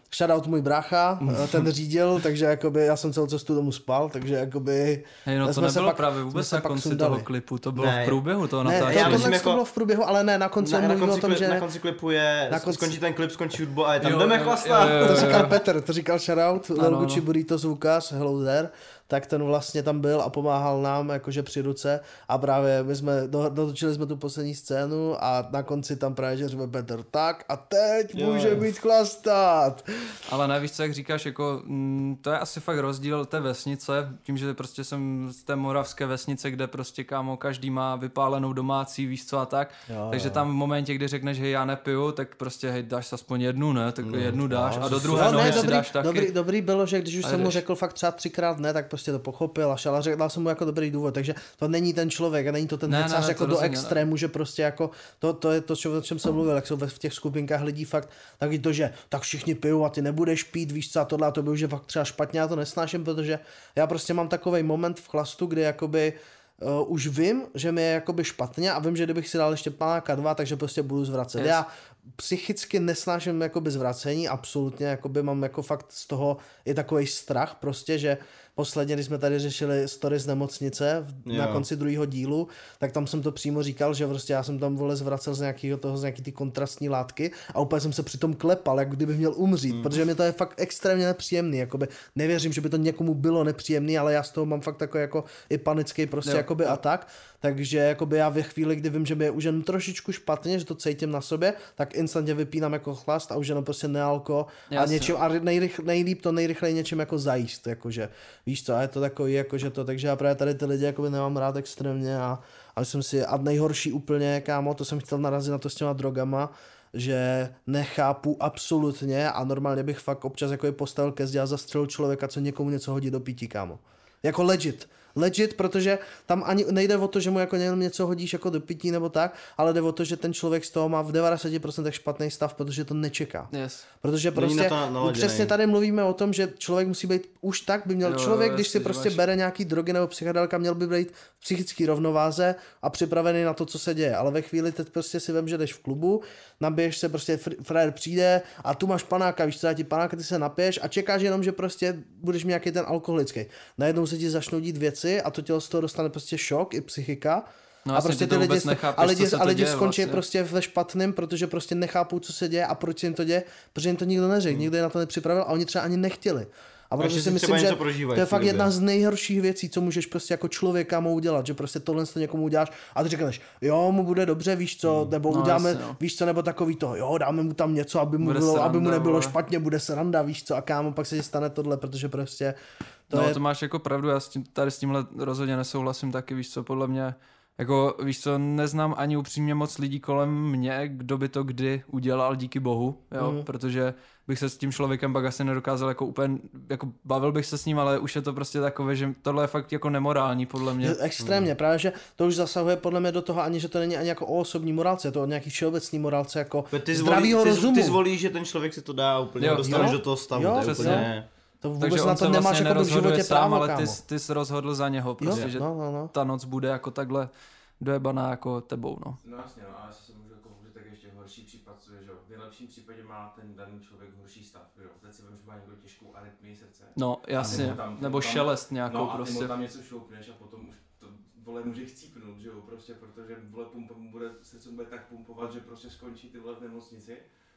Shoutout můj brácha, ten řídil, takže jakoby já jsem celou cestu domů spal, takže jakoby... Hej, no to jsme nebylo se pak, právě vůbec na konci toho klipu, to bylo ne, v průběhu toho ne, natáčení. já myslím, tohle jako- to bylo v průběhu, ale ne, na konci Na, on na, mluvil o konci tom, klip, že... na konci klipu je, na konci- skončí ten klip, skončí hudba a je tam Jo, jdeme jo, chlastat. jo, jo, To jo. říkal Petr, to říkal shoutout, Ano, Lelguči ano. Burrito zvukař, hello there, tak ten vlastně tam byl a pomáhal nám jakože při ruce a právě my jsme, do- dotočili jsme tu poslední scénu a na konci tam právě že řve Petr, tak a teď Jo. může být chlastat. Ale nevíš, co jak říkáš, jako, mm, to je asi fakt rozdíl té vesnice, tím, že prostě jsem z té moravské vesnice, kde prostě kámo každý má vypálenou domácí, víš co a tak, Jo, takže jo. tam v momentě, kdy řekneš, hej, já nepiju, tak prostě hej, dáš aspoň jednu, ne, tak jednu dáš a do druhé No, nohy ne, si dobrý, dáš taky. dobrý, dobrý bylo, že když už A jsem mu jdeš. řekl fakt třeba třikrát ne, tak prostě to pochopil a šel a řekl, dal jsem mu jako dobrý důvod, takže to není ten člověk a není to ten Ne, ne, hecař ne, jako to do rozhodně ne. extrému, že prostě jako to, to je to, čo- o čem jsem mluvil, jak jsou ve- v těch skupinkách lidí fakt taky to, že tak všichni pijou a ty nebudeš pít, víš co a tohle a to by už je fakt třeba špatně, já to nesnáším, protože já prostě mám takovej moment v chlastu, kdy jakoby Uh, už vím, že mi je jakoby špatně a vím, že kdybych si dal ještě panáka dva, takže prostě budu zvracet. Yes. Já psychicky nesnáším jakoby zvracení, absolutně, jakoby mám jako fakt z toho i takový strach prostě, že posledně, když jsme tady řešili story z nemocnice v, na Jo. konci druhého dílu, tak tam jsem to přímo říkal, že prostě já jsem tam vole zvracel z nějakého toho, z nějaký ty kontrastní látky a úplně jsem se přitom klepal, jak kdybych měl umřít, mm. protože mi to je fakt extrémně nepříjemný, jakoby nevěřím, že by to někomu bylo nepříjemný, ale já z toho mám fakt takový jako i panický prostě Jo. jakoby a tak, takže jakoby já ve chvíli, kdy vím, že mi je už jen trošičku špatně, že to cítím na sobě, tak instantně vypínám jako chlast a už jenom prostě nealko a Jasně. něčím a nejrych, nejlíp to nejrychleji něčím jako zajíst, jakože víš co, a je to takový jakože to, takže já právě tady ty lidi jakoby nemám rád extrémně a, a myslím si, a nejhorší úplně, kámo, to jsem chtěl narazit na to s těma drogama, že nechápu absolutně a normálně bych fakt občas jako je postavil ke zdi a zastřelil člověka, co někomu něco hodí do pití, kámo. Jako legit. Legit, protože tam ani nejde o to, že mu jako jenom něco hodíš jako do pití nebo tak, ale jde o to, že ten člověk z toho má v devadesát procent špatný stav, protože to nečeká. Yes. Protože Není na prostě to naladěnej. přesně tady mluvíme o tom, že člověk musí být už tak, by měl Jo, člověk, jo, když si jestli prostě máš- bere nějaký drogy nebo psychedelka, měl by být v psychické rovnováze a připravený na to, co se děje. Ale ve chvíli teď prostě si vem, že jdeš v klubu, nabiješ se, prostě fr- frajer přijde a tu máš panáka, víš co, dá ti panáka, ty se napiješ a čekáš jenom, že prostě budeš mít nějaký ten alkoholický. Najednou se ti začnou dít věci a to tělo z toho dostane prostě šok i psychika. No a vlastně prostě ty ty to lidi, vůbec sto- nechápeš, a lidi, co se a to lidi děje skončí vlastně. prostě ve špatném, protože prostě nechápou, co se děje a proč se jim to děje, protože jim to nikdo neřekl, Hmm. nikdo je na to nepřipravil a oni třeba ani nechtěli. A protože ještě si si myslím, třeba že něco prožívají to je v té fakt době. jedna z nejhorších věcí, co můžeš prostě jako člověka mu udělat, že prostě tohle to někomu uděláš a ty řekneš, jo, mu bude dobře, víš co, nebo No, uděláme, jasně, no. víš co, nebo takový to, jo, dáme mu tam něco, aby mu, Bude bylo, sranda, aby mu nebylo vole. špatně, bude sranda, víš co, a kámo, pak se ti stane tohle, protože prostě to no je... to máš jako pravdu, já s tím, tady s tímhle rozhodně nesouhlasím taky, víš co, podle mě, jako víš co, neznám ani upřímně moc lidí kolem mě, kdo by to kdy udělal, díky bohu, jo, Mhm. protože bych se s tím člověkem pak asi nedokázal jako úplně, jako bavil bych se s ním, ale už je to prostě takové, že tohle je fakt jako nemorální, podle mě. Je extrémně, právě, že to už zasahuje podle mě do toho ani, že to není ani jako o osobní morálce, je to o nějaký všeobecný morálce, jako Ty, zdravýho zvolí, rozumu. ty, ty zvolíš, že ten člověk si to dá úplně, Jo, dostaneš jo. do toho stavu, Jo, to je přesně. úplně... To vůbec Takže na on to se nemáš vlastně jako v nerozhoduje životě sám, právo, ale kámo. ty, jsi- ty jsi rozhodl za něho, prostě, Jo, že no, no, no. ta noc bude jako takhle dojebaná jako tebou, no. No jasně, no, ale jestli se můžu jako hovořit, tak ještě horší případ, co je, že jo, v nejlepším případě má ten daný člověk horší stav, že jo, teď si vím, že má někdo těžkou arytmii srdce. No, jasně, nebo tam- nebo tam- šelest nějakou No a ty prostě. mu tam něco šoupneš a potom už to vole může chcípnout, že jo, prostě protože vole pumpa mu bude, srdce mu bude tak pumpovat, že prostě skončí ty vole v nemocnici.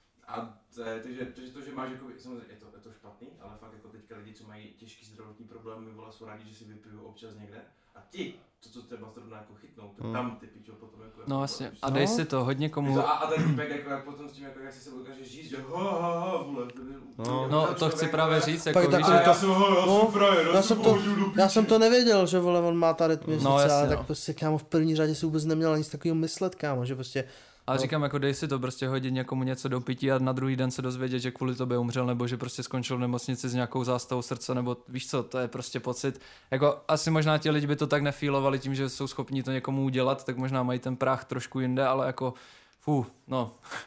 A to, je- takže, takže to, že máš jako, samozřejmě je to, je to špatný, ale fakt jako teďka lidi, co mají těžký zdravotní problémy, vole, jsou rádi, že si vypiju občas někde. A ti, to, co třeba zrovna jako chytnou, tak Hmm. tam ty pičo potom jako... No jako- jasně, víš a co? dej No. si to, hodně komu... A, a ten týpek jako, jak potom s tím, jako, jak si se dokáže žít, že ha, ha, ha, vole. No. No, to chci právě říct, jako Pak víš, takový že... to- Já jsem, ho, já No, jsem frajer, já jsem to, já jsem to nevěděl, že vole, on má ta rytmy No, no, jasně, ale no. tak prostě kámo v první řadě si vůbec neměl nic takového myslet, kámo, že prostě Ale No. říkám, jako dej si to prostě hodit někomu něco do pití a na druhý den se dozvědět, že kvůli tobě umřel, nebo že prostě skončil v nemocnici s nějakou zástavou srdce, nebo víš co, to je prostě pocit. Jako asi možná ti lidi by to tak nefílovali tím, že jsou schopni to někomu udělat, tak možná mají ten práh trošku jinde, ale jako fú, no,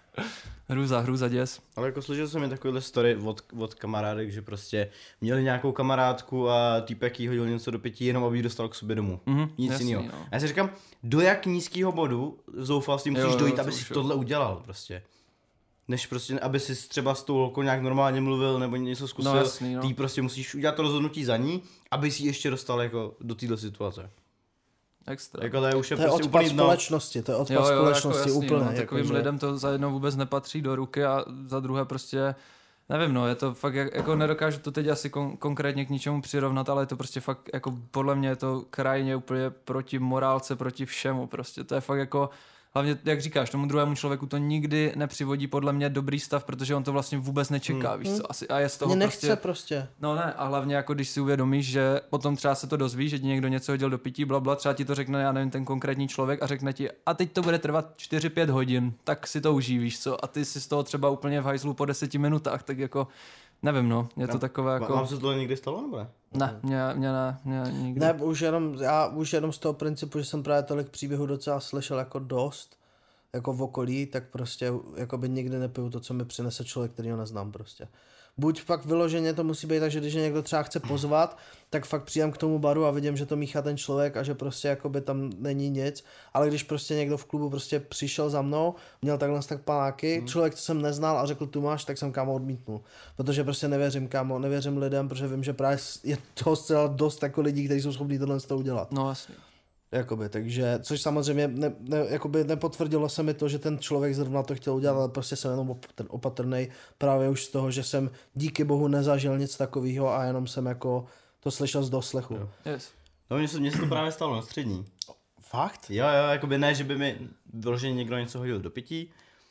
hrůza, hrůza, děs. Ale jako slyšel jsem mi takovýhle story od, od kamarádek, že prostě měli nějakou kamarádku a týpek jí hodil něco do pití, jenom aby ji dostal k sobě domů. Mhm, Nic jasný, jiného. no. A já si říkám, do jak nízkého bodu zoufalství musíš Jo, jo, dojít, to aby už si jo. tohle udělal prostě. než prostě, aby si třeba s tou holkou nějak normálně mluvil nebo něco zkusil, No, jasný, no. ty prostě musíš udělat to rozhodnutí za ní, aby si ji ještě dostal jako do této situace. Extra. Jako to je už je To je prostě odpad úplný dno. společnosti, to je odpad Jo, jo, společnosti jako jasný, úplně. no, jako, takovým že- lidem to za jednou vůbec nepatří do ruky a za druhé prostě, nevím, no, je to fakt, jak, jako nedokážu to teď asi kon- konkrétně k ničemu přirovnat, ale je to prostě fakt, jako podle mě je to krajně úplně proti morálce, proti všemu, prostě, to je fakt jako, hlavně, jak říkáš, tomu druhému člověku to nikdy nepřivodí podle mě dobrý stav, protože on to vlastně vůbec nečeká, hmm. víš co, asi, a je z toho Mě prostě... nechce prostě. No ne, a hlavně jako když si uvědomíš, že potom třeba se to dozví, že ti někdo něco hodil do pití, blabla, třeba ti to řekne, já nevím, ten konkrétní člověk a řekne ti, a teď to bude trvat čtyři pět hodin, tak si to užij, víš co, a ty si z toho třeba úplně v hajzlu po deseti minutách, tak jako, nevím, no, je to No, takové jako... Vám se to někdy stalo, nebo ne? Ne, mě, mě ne, mě nikdy. Ne, už jenom, já už jenom z toho principu, že jsem právě tolik příběhů docela slyšel jako dost, jako v okolí, tak prostě jako by nikdy nepiju to, co mi přinese člověk, který ho neznám prostě. Buď fakt vyloženě to musí být tak, že když mě někdo třeba chce pozvat, tak fakt přijdem k tomu baru a vidím, že to míchá ten člověk a že prostě jakoby tam není nic, ale když prostě někdo v klubu prostě přišel za mnou, měl takhle tak panáky, hmm. člověk, co jsem neznal a řekl tu máš, tak jsem kámo odmítnul. Protože prostě nevěřím kámo, nevěřím lidem, protože vím, že právě je toho zcela dost jako lidí, kteří jsou schopní tohle z toho udělat. No jasně. Jakoby, takže, což samozřejmě ne, ne, jakoby nepotvrdilo se mi to, že ten člověk zrovna to chtěl udělat, ale prostě jsem jenom ten opatrnej právě už z toho, že jsem díky bohu nezažil nic takového a jenom jsem jako to slyšel z doslechu. Jo. Yes. No mně se, mně se to právě stalo na střední. Fakt? Jo, jo, jakoby ne, že by mi vyloženě někdo něco hodil do pití,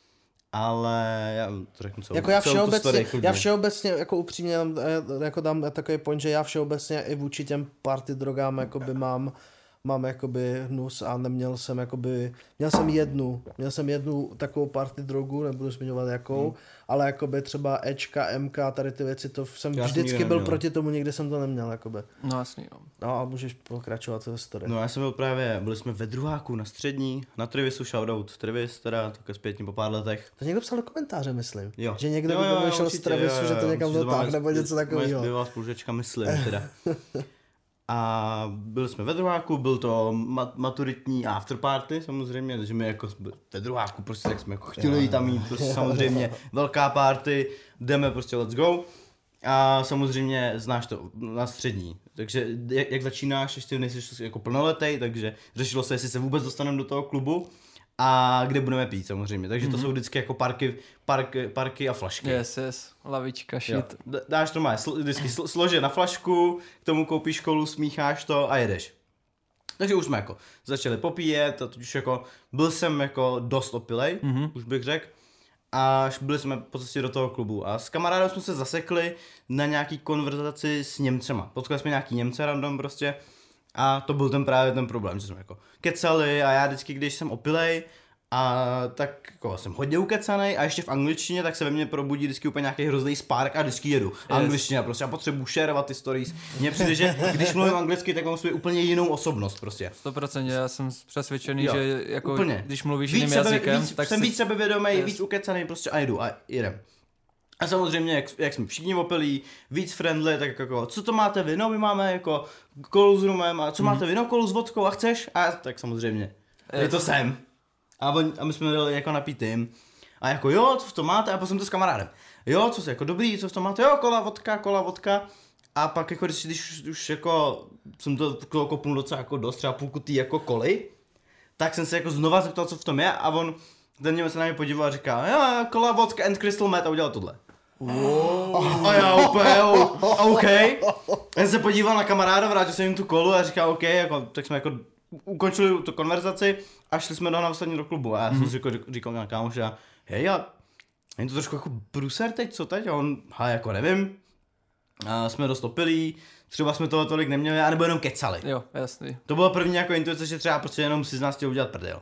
ale já to řeknu celou, Jako já celou tu všeobecně, story, klidně. já všeobecně jako upřímně jenom, eh, jako dám takový point, že já všeobecně i vůči těm party drogám jakoby mám mám jakoby hnus a neměl jsem jakoby, měl jsem jednu, měl jsem jednu takovou party drogu, nebudu zmiňovat jakou, hmm. ale jakoby třeba Ečka, Mka, tady ty věci, to jsem Já vždycky byl proti tomu, nikdy jsem to neměl jakoby. No jasný, jo. No a můžeš pokračovat ve story. No já jsem byl právě, byli jsme ve druháku na střední, na Trivisu shoutout, Trivis teda, také zpětně po pár letech. To někdo psal do komentáře, myslím. Jo. Že někdo jo, by jo, vyšel z určitě, Trivisu, jo, jo, že to někam dotáhne, nebo něco takového. Moje bývalá spolužečka, myslím teda. A byli jsme ve druháku, byl to mat- maturitní afterparty samozřejmě, takže my jako ve druháku prostě tak jsme jako chtěli jít tam mít, prostě samozřejmě velká party, jdeme prostě let's go. A samozřejmě znáš to na střední, takže jak, jak začínáš, ještě nejsi jako plnoletej, takže řešilo se, jestli se vůbec dostaneme do toho klubu a kde budeme pít samozřejmě, takže to mm-hmm. jsou vždycky jako parky, park, parky a flašky. Yes, yes, lavička, shit. Jo. Dáš to má sl- vždycky sl- slože na flašku, k tomu koupíš kolu, smícháš to a jedeš. Takže už jsme jako začali popíjet a teď už jako byl jsem jako dost opilej, mm-hmm. už bych řekl. Až byli jsme po cestě do toho klubu a s kamarádem jsme se zasekli na nějaký konverzaci s Němcema. Potkali jsme nějaký Němce random prostě a to byl ten právě ten problém, že jsme jako kecali a já vždycky, když jsem opilej a tak jako jsem hodně ukecanej a ještě v angličtině, tak se ve mně probudí vždycky úplně nějaký hrozný spark a vždycky jedu. Yes. Angličtina prostě, já potřebuji šerovat ty stories. Mně přijde, že když mluvím anglicky, tak mám svůj úplně jinou osobnost prostě. sto procent, já jsem přesvědčený, Jo, že jako úplně. když mluvíš Víc jiným sebe, jazykem, víc, tak jsem si... víc sebevědomý, Yes. víc ukecaný prostě a jedu a jedem. A samozřejmě, jak, jak jsme všichni opilí, víc friendly, tak jako, co to máte vy? No, my máme jako kolu s rumem a co mm. máte vy? No, kolu s vodkou a chceš? A tak samozřejmě, je to sem. A, on, a my jsme dali jako napítým. A jako jo, co v tom máte? A potom to s kamarádem. Jo, co se jako dobrý, co v tom máte? Jo, kola, vodka, kola, vodka. A pak jako, když, když už jako jsem to kopnul docela jako dost, třeba půlku tý jako koly, tak jsem se jako znova zeptal, co v tom je a on, ten Němec se na mě podíval a říká, jo, kola, vodka and crystal meth a udělal tohle. Wow. A já úplně, OK. Já jsem se podíval na kamaráda, vrátil jsem jim tu kolu a říkal OK, jako, tak jsme jako ukončili tu konverzaci a šli jsme do navstání do klubu a já jsem si jako říkal na kámoši a hej, a je to trošku jako bruser teď, co teď? A on, ha, jako nevím. A jsme dost opilí, třeba jsme toho tolik neměli, anebo jenom kecali. Jo, jasný. To bylo první jako intuice, že třeba prostě jenom si z nás chtěl udělat prdel.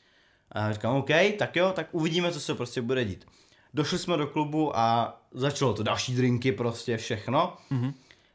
A říkám, OK, tak jo, tak uvidíme, co se prostě bude dít. Došli jsme do klubu a začalo to další drinky, prostě všechno. Mm-hmm.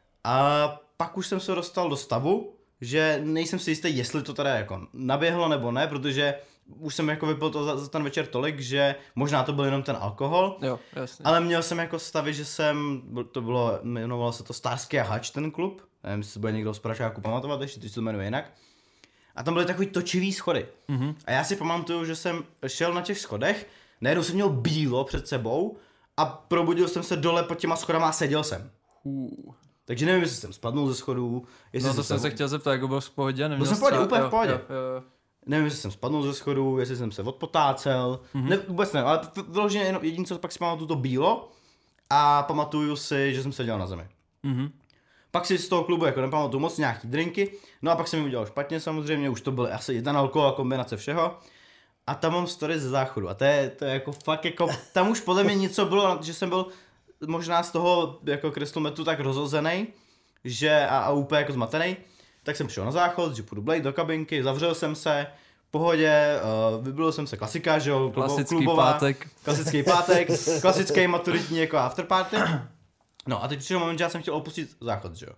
A pak už jsem se dostal do stavu, že nejsem si jistý, jestli to teda jako naběhlo nebo ne, protože už jsem jako vypil to za, za ten večer tolik, že možná to byl jenom ten alkohol. Jo, jasně. Ale měl jsem jako stavy, že jsem, to bylo, jmenovalo se to Starsky a Hač, ten klub. Nevím, jestli se bude někdo z Pražáku pamatovat, ještě teď se to jmenuje jinak. A tam byly takový točivý schody. Mm-hmm. A já si pamatuju, že jsem šel na těch schodech Najednou jsem měl bílo před sebou a probudil jsem se dole pod těma schodama a seděl jsem. Uh. Takže nevím, jestli jsem spadnul ze schodů, jestli No to jsem se se chtěl zeptat, jako byl v pohodě, neměl Byl jsem v pohodě, úplně v pohodě. Jo, jo, jo. Nevím, jestli jsem spadnul ze schodů, jestli jsem se odpotácel, mm-hmm. ne, vůbec ne, ale vyloženě jenom jediné, co pak si pamatuju, to bílo a pamatuju si, že jsem seděl na zemi. Mm-hmm. Pak si z toho klubu jako nepamatuju moc nějaký drinky, no a pak jsem mi udělal špatně samozřejmě, už to byly asi jeden alkohol a kombinace všeho. A tam mám story ze záchodu a to je, to je jako fakt jako, tam už podle mě něco bylo, že jsem byl možná z toho jako crystal tak rozhozený, že a, a úplně jako zmatený. Tak jsem přišel na záchod, že půjdu blejt do kabinky, zavřel jsem se, v pohodě, uh, vybil jsem se, klasika, že jo, klasický klubová, pátek. Klasický pátek, klasický maturitní jako afterparty. No a teď přišel moment, že já jsem chtěl opustit záchod, že jo.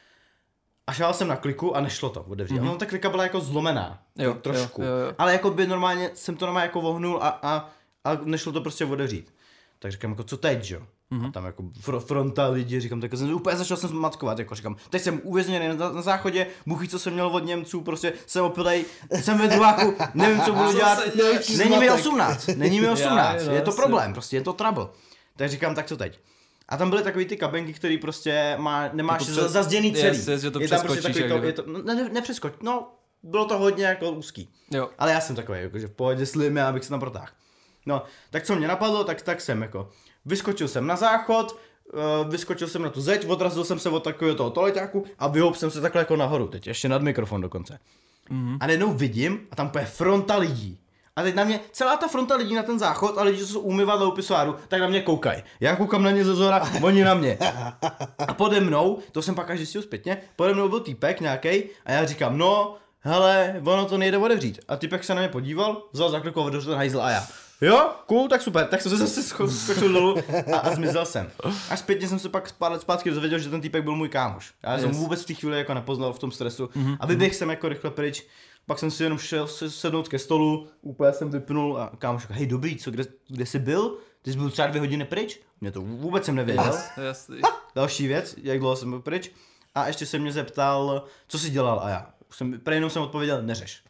A šel jsem na kliku a nešlo to otevřít. Mm-hmm. No ta klika byla jako zlomená, jo, trošku, jo, jo, jo. ale jako by normálně, jsem to normálně jako vohnul a, a, a nešlo to prostě otevřít. Tak říkám jako co teď, že jo. Mm-hmm. A tam jako fr- fronta lidí, říkám, tak jsem úplně začal jsem matkovat, jako říkám, teď jsem uvězněný na, na záchodě, buchy, co jsem měl od Němců, prostě jsem opilej, jsem ve druháku, nevím, co budu dělat, není mi osmnáct, není mi osmnáct, Já, je to asi. problém, prostě je to trouble. Tak říkám, tak co teď? A tam byly takový ty kabinky, který prostě má, nemáš Jako přes- zazděný celý. Yes, yes, že to je tam prostě přeskočíš, takový to, jak je to, ne, ne, nepřeskoč, no, bylo to hodně jako úzký. Jo. Ale já jsem takový, jakože v pohodě slim, já abych se tam protáhl. No, tak co mě napadlo, tak, tak jsem jako, vyskočil jsem na záchod, uh, vyskočil jsem na tu zeď, odrazil jsem se od takového toho toaleťáku a vyhoup jsem se takhle jako nahoru, teď ještě nad mikrofon dokonce. Mm-hmm. A najednou vidím a tam bude fronta lidí. A teď na mě, celá ta fronta lidí na ten záchod a lidi, co jsou umyvadla u pisoáru, tak na mě koukají. Já koukám na ně ze zora, oni na mě. A pode mnou, to jsem pak až zjistil zpětně, pode mnou byl týpek nějaký a já říkám, no, hele, ono to nejde otevřít. A týpek se na mě podíval, vzal za kliku, otevřel ten hajzl a já. Jo, cool, tak super, tak jsem se zase skočil dolů a, a zmizel jsem. A zpětně jsem se pak pár let zpátky dozvěděl, že ten týpek byl můj kámoš. Já yes. jsem vůbec v té chvíli jako nepoznal v tom stresu mm-hmm. a vyběhl jsem jako rychle pryč. Pak jsem si jenom šel sednout ke stolu, úplně jsem vypnul a kámoš říkal, hej dobrý, co, kde, kde jsi byl? Ty jsi byl třeba dvě hodiny pryč? Mě to vůbec jsem nevěděl. Jasný. Další věc, jak dlouho jsem byl pryč. A ještě se mě zeptal, co jsi dělal a já. Jsem, prej jenom jsem odpověděl, neřeš.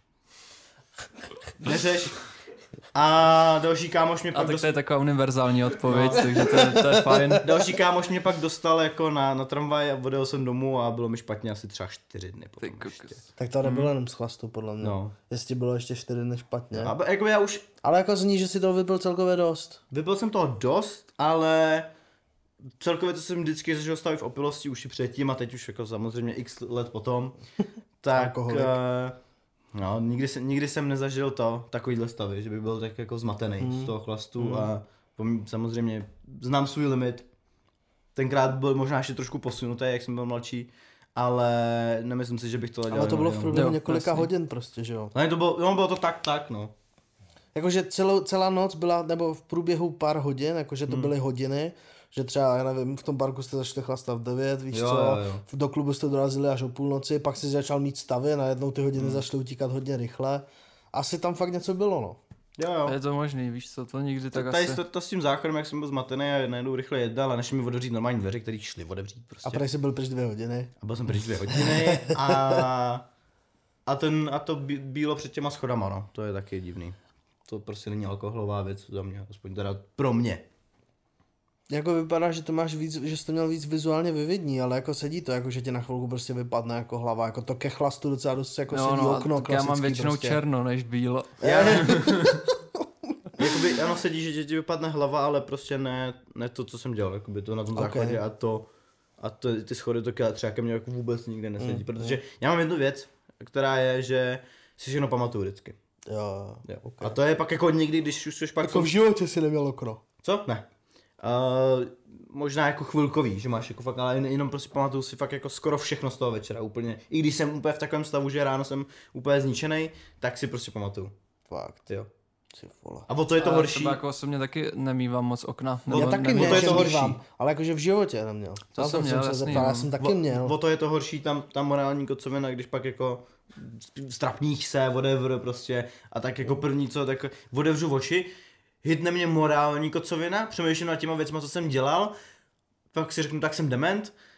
Neřeš. A další kámoš mě A pak tak dost... to je taková univerzální odpověď, no. takže to je, to je fajn. Další kámoš mě pak dostal jako na, na tramvaj a odjel jsem domů a bylo mi špatně asi třeba čtyři dny potom ještě. Tak to nebylo jenom z chlastu, podle mě. No. Jestli bylo ještě čtyři dny špatně. A jako já už... Ale jako zní, že si toho vypil celkově dost. Vypil jsem toho dost, ale celkově to jsem vždycky zažil stavit v opilosti už i předtím a teď už jako samozřejmě x let potom. Tak uh, no, nikdy, jsem, nikdy jsem nezažil to, takovýhle stavy, že by byl tak jako zmatený mm. z toho chlastu mm. a pomím, samozřejmě znám svůj limit. Tenkrát byl možná ještě trošku posunutý, jak jsem byl mladší, ale nemyslím si, že bych to dělal. Ale to bylo v průběhu jo, několika jasný. hodin prostě, že jo? Ne, to bylo, no, bylo to tak, tak, no. Jakože celou, celá noc byla, nebo v průběhu pár hodin, jakože to Hmm. byly hodiny, že třeba, já nevím, v tom parku jste začali chlastat v devět, víš Jo, co, jo, jo. do klubu jste dorazili až o půlnoci, pak si začal mít stavy, najednou ty hodiny Hmm. začaly utíkat hodně rychle. Asi tam fakt něco bylo, no. Jo, jo. Je to možný, víš co, to nikdy tak Tady asi... to, to s tím záchodem, jak jsem byl zmatený a najednou rychle jednal a než mi otevřít normální dveře, které šly otevřít prostě. A prej jsi byl pryč dvě hodiny. A byl jsem pryč dvě hodiny a, a, ten, a to bí- bylo před těma schodama, no. To je taky divný. To prostě není alkoholová věc za mě, aspoň teda pro mě. Jako vypadá, že to máš víc, že jsi to měl víc vizuálně vyvidní, ale jako sedí to, jako že ti na chvilku prostě vypadne jako hlava, jako to ke chlastu docela dost jako No, sedí no, okno tak já mám klasický většinou prostě. černo než bílo. Já, jakoby, ano, sedí, že ti vypadne hlava, ale prostě ne, ne to, co jsem dělal, jakoby to na tom Ok. základě a to, a to, ty schody to ke- třeba ke mně jako vůbec nikde nesedí, Mm, protože já mám jednu věc, která je, že si všechno pamatuju vždycky. Jo, Jo. okay. A to je pak jako někdy, když už jsi pak... Jako v životě si neměl okno. Co? Ne. Uh, možná jako chvilkový, že máš jako fakt, ale jen- jenom prostě pamatuju si fakt jako skoro všechno z toho večera úplně. I když jsem úplně v takovém stavu, že ráno jsem úplně zničený, tak si prostě pamatuju. Fakt, Jo. si vole. A o to je to Ale horší. třeba jako osobně taky nemývám moc okna. No, Já nebo taky nevím. ne, to je že to horší. mívám, ale jakože v životě neměl. To Na jsem měl, se jasný, zeptal, já no. jsem taky O, měl. o to je to horší, tam ta morální kocovina, když pak jako strapních se, whatever prostě a tak jako první co, tak otevřu oči, hitne mě morální kocovina, přemýšlím nad těma věcma, co jsem dělal, pak si řeknu, tak jsem dement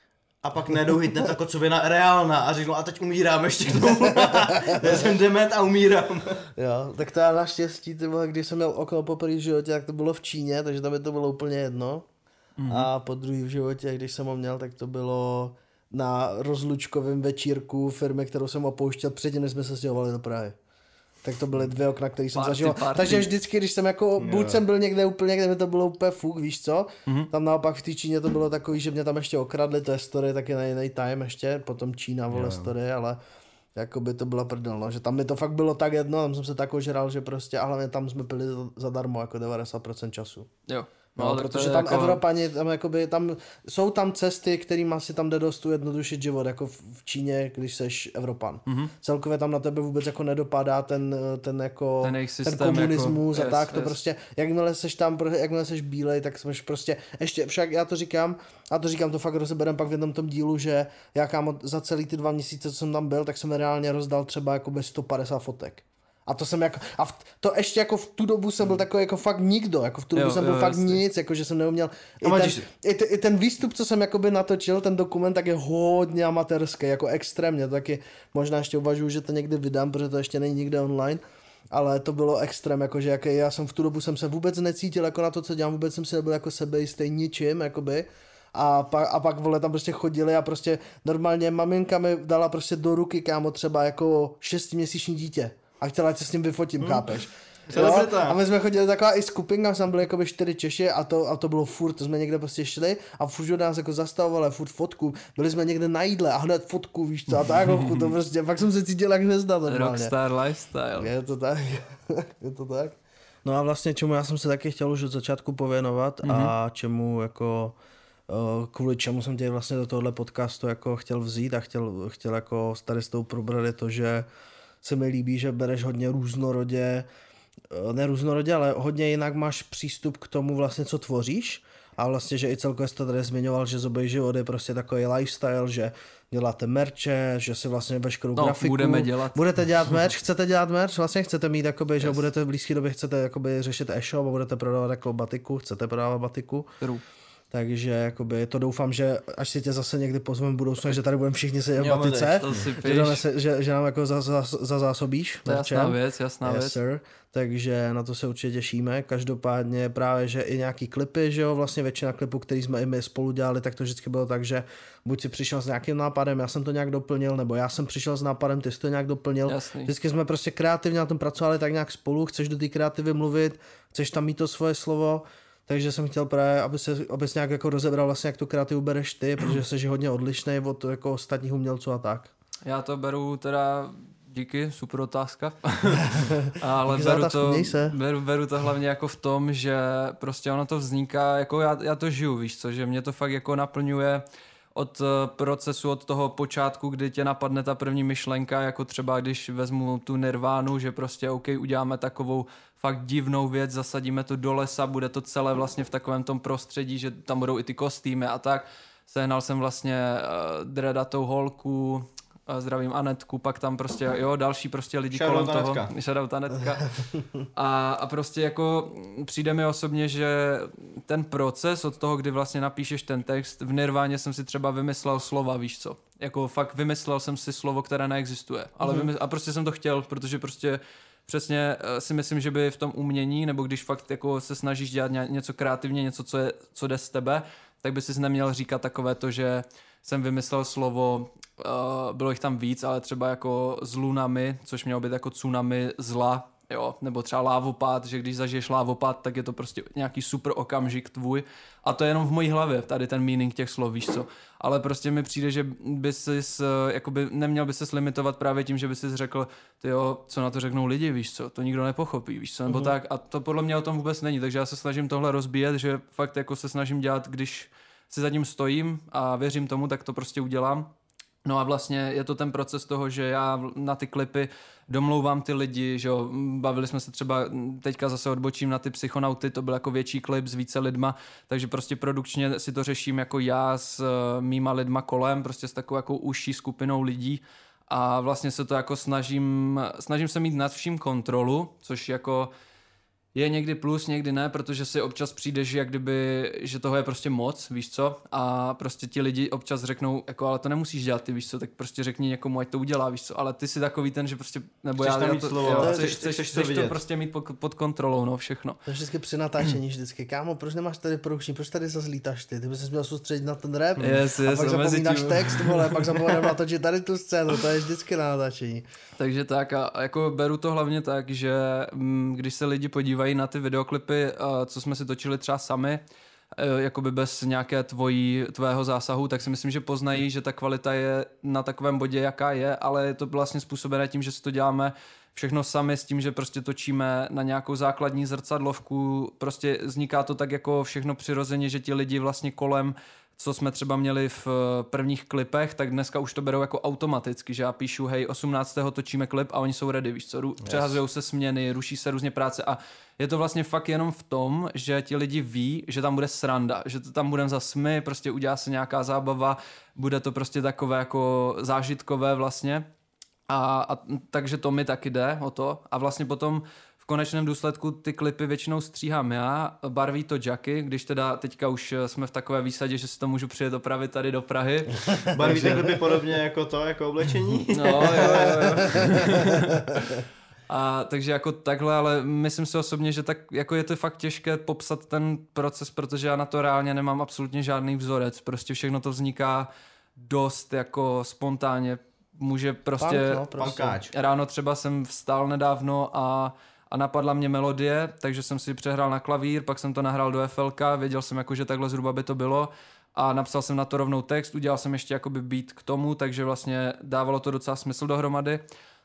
a pak najednou hitne ta kocovina reálná a řeknu, a teď umírám ještě k tomu. Já jsem dement a umírám. Jo, tak to já naštěstí, ty vole, když jsem měl okno poprvé v životě, tak to bylo v Číně, takže tam mi to bylo úplně jedno. Mm-hmm. A po druhý v životě, když jsem ho měl, tak to bylo na rozlučkovém večírku firmy, kterou jsem opouštěl předtím, než jsme se stěhovali do Prahy. Tak to byly dvě okna, které jsem party, zažil. Party. Takže vždycky, když jsem jako, yeah. buď jsem byl někde úplně, kde mi to bylo úplně fuk, víš co? Mm-hmm. Tam naopak v té Číně to bylo takový, že mě tam ještě okradli, to je story taky na jiný time ještě, potom Čína, vole, yeah. story, ale jakoby to byla prdel, no, že tam mi to fakt bylo tak jedno, tam jsem se tak ožral, že prostě, a hlavně tam jsme pili zadarmo, jako devadesát procent času. Jo. No, no protože tam jako... Evropani, tam, jakoby, tam jsou tam cesty, kterým asi tam jde dost jednodušit život, jako v Číně, když seš Evropan. Mm-hmm. Celkově tam na tebe vůbec jako nedopadá ten, ten jako ten, ten komunismus jako, a tak, yes, to yes. prostě, jakmile seš tam, jakmile seš bílej, tak jsme prostě, ještě však já to říkám, a to říkám, to fakt rozeberem pak v jednom tom dílu, že já kámo za celý ty dva měsíce, co jsem tam byl, tak jsem reálně rozdal třeba jako bez sto padesát fotek. A to jsem jako, a v, to ještě jako v tu dobu jsem byl takový jako fakt nikdo, jako v tu dobu jo, jsem byl jo, fakt jasný. Nic, jako že jsem neuměl, i ten, i, t, i ten výstup, co jsem jakoby natočil, ten dokument, tak je hodně amatérský, jako extrémně, taky možná ještě uvažuji, že to někdy vydám, protože to ještě není nikde online, ale to bylo extrém, jakože jak já jsem v tu dobu jsem se vůbec necítil jako na to, co dělám, vůbec jsem si nebyl jako sebejistý ničím, jakoby. A pak, a pak vole tam prostě chodili a prostě normálně maminka mi dala prostě do ruky, kámo, třeba jako šestiměsíční dítě. A chtěla, ať se s ním vyfotím, hmm. chápeš? A my jsme chodili taková i skupinka, jsme byli jako čtyři Češi a to, a to bylo furt, to jsme někde prostě šli a furt nás jako zastavovali, furt fotku, byli jsme někde na jídle a hned fotku, víš co, a tak jako to prostě, fakt jsem se cítil jak hvězda normálně. Rockstar lifestyle. Je to tak, je to tak. No a vlastně čemu já jsem se taky chtěl už od začátku pověnovat mm-hmm. a čemu jako, kvůli čemu jsem tě vlastně do tohohle podcastu jako chtěl vzít a chtěl, chtěl jako tady s tou probrat je to, že se mi líbí, že bereš hodně různorodě, ne různorodě, ale hodně jinak máš přístup k tomu vlastně, co tvoříš. A vlastně, že i celkově jste tady zmiňoval, že Zobej život je prostě takový lifestyle, že děláte merče, že si vlastně veškerou no, grafiku. budeme dělat. Budete dělat merch, chcete dělat merch, vlastně chcete mít, jakoby, yes. že budete v blízké době chcete jakoby, řešit e-shop a budete prodávat jako batiku, chcete prodávat batiku. True. Takže jakoby, to doufám, že až si tě zase někdy pozveme v budoucnu, že tady budeme všichni sedět v batice, že, donese, že, že nám jako za, za, za zásobíš. To je jasná věc, jasná yes, věc. Sir. Takže na to se určitě těšíme. Každopádně právě, že i nějaký klipy, že jo, vlastně většina klipů, který jsme i my spolu dělali, tak to vždycky bylo tak, že buď si přišel s nějakým nápadem, já jsem to nějak doplnil, nebo já jsem přišel s nápadem, ty jsi to nějak doplnil. Jasný. Vždycky jsme prostě kreativně na tom pracovali tak nějak spolu, chceš do té kreativy mluvit, chceš tam mít to svoje slovo. Takže jsem chtěl právě, aby se, aby se nějak jako rozebral vlastně, jak tu kreativu bereš ty, protože jsi hodně odlišný od jako ostatních umělců a tak. Já to beru teda, díky, super otázka, ale beru to, beru, beru to hlavně jako v tom, že prostě ono to vzniká, jako já, já to žiju, víš co, že mě to fakt jako naplňuje od procesu, od toho počátku, kdy tě napadne ta první myšlenka, jako třeba když vezmu tu Nirvánu, že prostě OK, uděláme takovou fakt divnou věc, zasadíme to do lesa, bude to celé vlastně v takovém tom prostředí, že tam budou i ty kostýmy a tak. Sehnal jsem vlastně uh, dredatou holku, uh, zdravím Anetku, pak tam prostě, jo, další prostě lidi Shoutout kolem toho. Anetka. Shoutout Anetka. A, a prostě jako přijde mi osobně, že ten proces od toho, kdy vlastně napíšeš ten text, v Nirváně jsem si třeba vymyslel slova, víš co? Jako fakt vymyslel jsem si slovo, které neexistuje. Ale mm-hmm. vymysl- a prostě jsem to chtěl, protože prostě přesně si myslím, že by v tom umění, nebo když fakt jako se snažíš dělat něco kreativně, něco, co, je, co jde z tebe, tak by si neměl říkat takové to, že jsem vymyslel slovo, uh, bylo jich tam víc, ale třeba jako z lunami, což mělo být jako tsunami zla, jo, nebo třeba lávopád, že když zažiješ lávopád, tak je to prostě nějaký super okamžik tvůj a to je jenom v mojí hlavě, tady ten meaning těch slov, víš co, ale prostě mi přijde, že by sis, jakoby neměl by se limitovat právě tím, že by si řekl, tyjo, co na to řeknou lidi, víš co, to nikdo nepochopí, víš co, nebo uh-huh. tak a to podle mě o tom vůbec není, takže já se snažím tohle rozbíjet, že fakt jako se snažím dělat, když si za tím stojím a věřím tomu, tak to prostě udělám. No a vlastně je to ten proces toho, že já na ty klipy domlouvám ty lidi, že jo, bavili jsme se třeba, teďka zase odbočím na ty Psychonauty, to byl jako větší klip s více lidma, takže prostě produkčně si to řeším jako já s uh, mýma lidma kolem, prostě s takovou jako užší skupinou lidí a vlastně se to jako snažím, snažím se mít nad vším kontrolu, což jako je někdy plus, někdy ne, protože si občas přijdeš, jak kdyby, že toho je prostě moc, víš co, a prostě ti lidi občas řeknou, jako ale to nemusíš dělat, ty víš co, tak prostě řekni někomu, ať to udělá, víš co, ale ty si takový ten, že prostě, nebo chceš já, tam já mít to, slovo, jo, chceš- chceš, chceš chceš, to chceš to vidět. prostě mít pod, pod kontrolou, no, všechno. To je vždycky při natáčení, vždycky, kámo, proč nemáš tady produkční, proč tady zase lítáš ty, ty bys se měl soustředit na ten rap Yes, a yes, pak a mezi zapomínáš tím- text, vole, pak zapomínáš natočit tady tu scénu, to je vždycky na natáčení. Takže tak a jako beru to hlavně tak, že mm, když se lidi podívají na ty videoklipy, a co jsme si točili třeba sami, e, jakoby bez nějaké tvojí, tvého zásahu, tak si myslím, že poznají, že ta kvalita je na takovém bodě, jaká je, ale je to vlastně způsobené tím, že si to děláme všechno sami s tím, že prostě točíme na nějakou základní zrcadlovku, prostě vzniká to tak jako všechno přirozeně, že ti lidi vlastně kolem, co jsme třeba měli v eh, prvních klipech, tak dneska už to berou jako automaticky, že já píšu, hej, osmnáctého točíme klip a oni jsou ready, víš co, ru- přehazujou se směny, ruší se různě práce a je to vlastně fakt jenom v tom, že ti lidi ví, že tam bude sranda, že to tam budeme zas my, prostě udělá se nějaká zábava, bude to prostě takové jako zážitkové vlastně. A, a takže to mi taky jde o to. A vlastně potom v konečném důsledku ty klipy většinou stříhám já, barví to Jacky, když teda teďka už jsme v takové výsadě, že si to můžu přijet opravit tady do Prahy. Barví ty klipy podobně jako to, jako oblečení? No, jo, jo, jo. A takže jako takhle, ale myslím si osobně, že tak jako je to fakt těžké popsat ten proces, protože já na to reálně nemám absolutně žádný vzorec. Prostě všechno to vzniká dost jako spontánně. Může prostě... Punk, no, prostě. Pankáč. Ráno třeba jsem vstál nedávno a, a napadla mě melodie, takže jsem si přehrál na klavír, pak jsem to nahrál do F L K, věděl jsem jako, že takhle zhruba by to bylo a napsal jsem na to rovnou text, udělal jsem ještě jakoby beat k tomu, takže vlastně dávalo to docela smysl dohromady.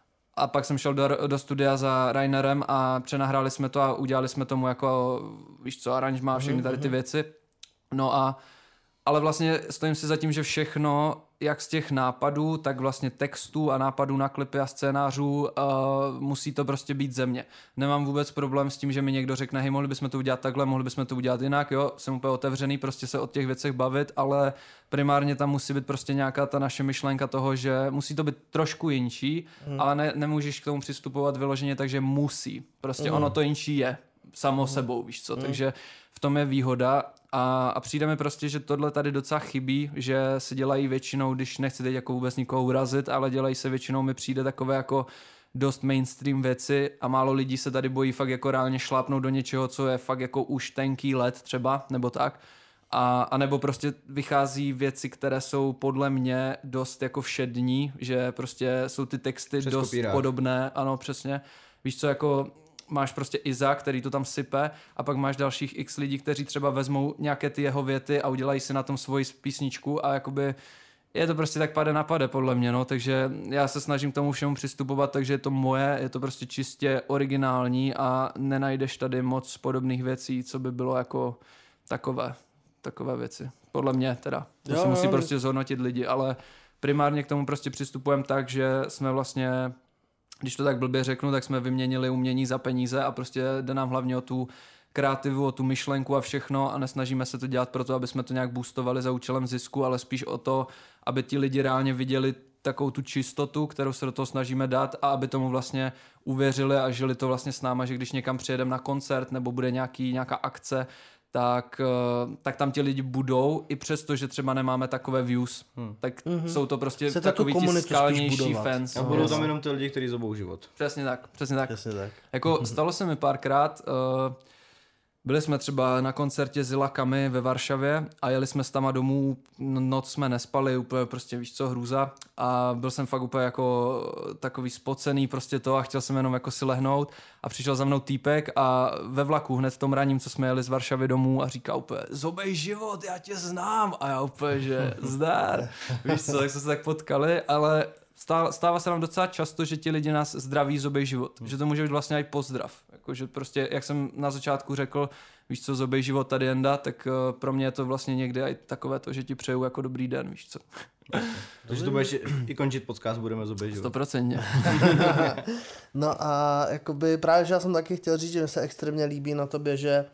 A pak jsem šel do, do studia za Rainerem a přenahráli jsme to a udělali jsme tomu jako, víš co, aranžmá, všechny tady ty věci. No a, ale vlastně stojím si za tím, že všechno, jak z těch nápadů, tak vlastně textů a nápadů na klipy a scénářů uh, musí to prostě být ze mě. Nemám vůbec problém s tím, že mi někdo řekne, hej, mohli bychom to udělat takhle, mohli bychom to udělat jinak, jo, jsem úplně otevřený, prostě se o těch věcech bavit, ale primárně tam musí být prostě nějaká ta naše myšlenka toho, že musí to být trošku jinčí, hmm. ale ne, nemůžeš k tomu přistupovat vyloženě, takže musí. Prostě hmm. ono to jinčí je samo hmm. sebou, víš co, hmm. takže v tom je výhoda. A, a přijde mi prostě, že tohle tady docela chybí, že se dělají většinou, když nechci teď jako vůbec nikoho urazit, ale dělají se většinou, mi přijde takové jako dost mainstream věci a málo lidí se tady bojí fakt jako reálně šlápnout do něčeho, co je fakt jako už tenký led třeba, nebo tak. A, a nebo prostě vychází věci, které jsou podle mě dost jako všední, že prostě jsou ty texty Přes dost kopírák. podobné, ano přesně. Víš co, jako máš prostě Iza, který to tam sype a pak máš dalších x lidí, kteří třeba vezmou nějaké ty jeho věty a udělají si na tom svoji písničku a jakoby je to prostě tak pade na pade podle mě, no, takže já se snažím k tomu všemu přistupovat, takže je to moje, je to prostě čistě originální a nenajdeš tady moc podobných věcí, co by bylo jako takové, takové věci. Podle mě teda. To Jo, si musí jo, prostě zhodnotit lidi, ale primárně k tomu prostě přistupujeme tak, že jsme vlastně, když to tak blbě řeknu, tak jsme vyměnili umění za peníze a prostě jde nám hlavně o tu kreativu, o tu myšlenku a všechno a nesnažíme se to dělat proto, aby jsme to nějak boostovali za účelem zisku, ale spíš o to, aby ti lidi reálně viděli takovou tu čistotu, kterou se do toho snažíme dát a aby tomu vlastně uvěřili a žili to vlastně s náma, že když někam přijedeme na koncert nebo bude nějaký, nějaká akce, tak, tak tam ti lidi budou, i přesto, že třeba nemáme takové views. Hmm. Tak mm-hmm. jsou to prostě Chcete takový tu ti komunitu spíš skalnější budovat. fans. A budou tam jenom ty lidi, kteří zobou život. Přesně tak, přesně tak. Přesně tak. Jako stalo se mi párkrát, uh, byli jsme třeba na koncertě s Ilakami ve Varšavě a jeli jsme s tama domů, noc jsme nespali, úplně prostě víš co, hrůza a byl jsem fakt úplně jako takový spocený prostě to a chtěl jsem jenom jako si lehnout a přišel za mnou týpek a ve vlaku hned v tom raním, co jsme jeli z Varšavy domů a říká úplně zobej život, já tě znám a já úplně, že zdar, víš co, tak jsme se tak potkali, ale stává se nám docela často, že ti lidi nás zdraví zobej život. Že to může být vlastně i pozdrav. Jako, že prostě, jak jsem na začátku řekl, víš co, zobej život tady jenda, tak uh, pro mě je to vlastně někdy i takové to, že ti přeju jako dobrý den, víš co. Takže to budeš i končit podcast, budeme zobej život. Stoprocentně. No a jakoby právě, že já jsem taky chtěl říct, že mi se extrémně líbí na tobě, že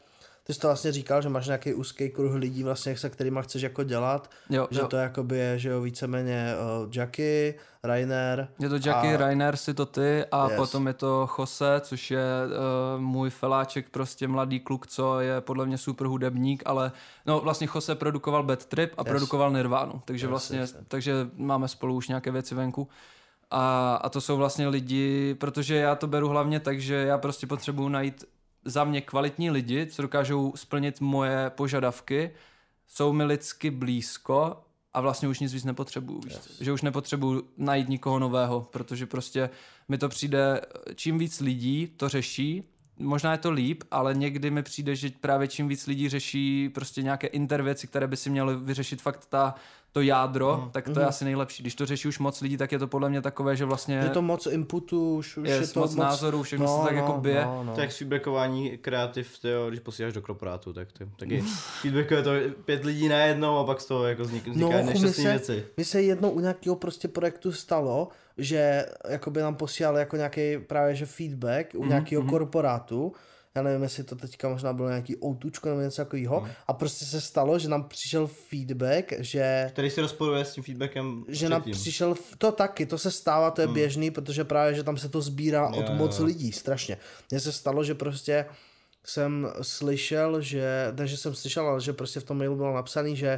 ty jsi to vlastně říkal, že máš nějaký úzký kruh lidí vlastně, se kterýma chceš jako dělat, jo, že jo. to jakoby je, že jo, víceméně uh, Jackie, Rainer. Je to Jackie, a... Rainer, si to ty a Yes. potom je to Jose, což je uh, můj feláček, prostě mladý kluk, co je podle mě super hudebník, ale no vlastně Jose produkoval Bad Trip a Yes. produkoval Nirvánu, takže Yes, vlastně, yes, yes. takže máme spolu už nějaké věci venku. A, a to jsou vlastně lidi, protože já to beru hlavně tak, že já prostě potřebuju najít za mě kvalitní lidi, co dokážou splnit moje požadavky, jsou mi lidsky blízko a vlastně už nic víc nepotřebuju, víš, Yes. že už nepotřebuju najít nikoho nového, protože prostě mi to přijde, čím víc lidí to řeší, možná je to líp, ale někdy mi přijde, že právě čím víc lidí řeší prostě nějaké intervěci, které by si měly vyřešit fakt ta, to jádro, Mm. tak to je asi nejlepší. Když to řeší už moc lidí, tak je to podle mě takové, že vlastně Je to moc inputu, už, už je, je to moc, názorů, všechno se tak jako bije. No, no. To je jak feedbackování kreativ, tyjo, když posíláš do korporátu, tak to taky feedbackuje to pět lidí najednou a pak z toho jako vznik, vznikají No, nešťastné mi se- věci. Mi se jednou u nějakého prostě projektu stalo, že jakoby nám posílali jako nějaký právě že feedback u nějakého mhm. korporátu. Já nevím, jestli to teďka možná bylo nějaký outučko nebo něco takového. Mhm. A prostě se stalo, že nám přišel feedback, že Který se rozporuje s tím feedbackem že nám předtím. přišel, f- to taky, to se stává, to je Hmm. běžný, protože právě, že tam se to sbírá od Jo, moc jo. lidí, strašně. Mně se stalo, že prostě jsem slyšel, že, ne, že jsem slyšel, ale že prostě v tom mailu bylo napsané, že,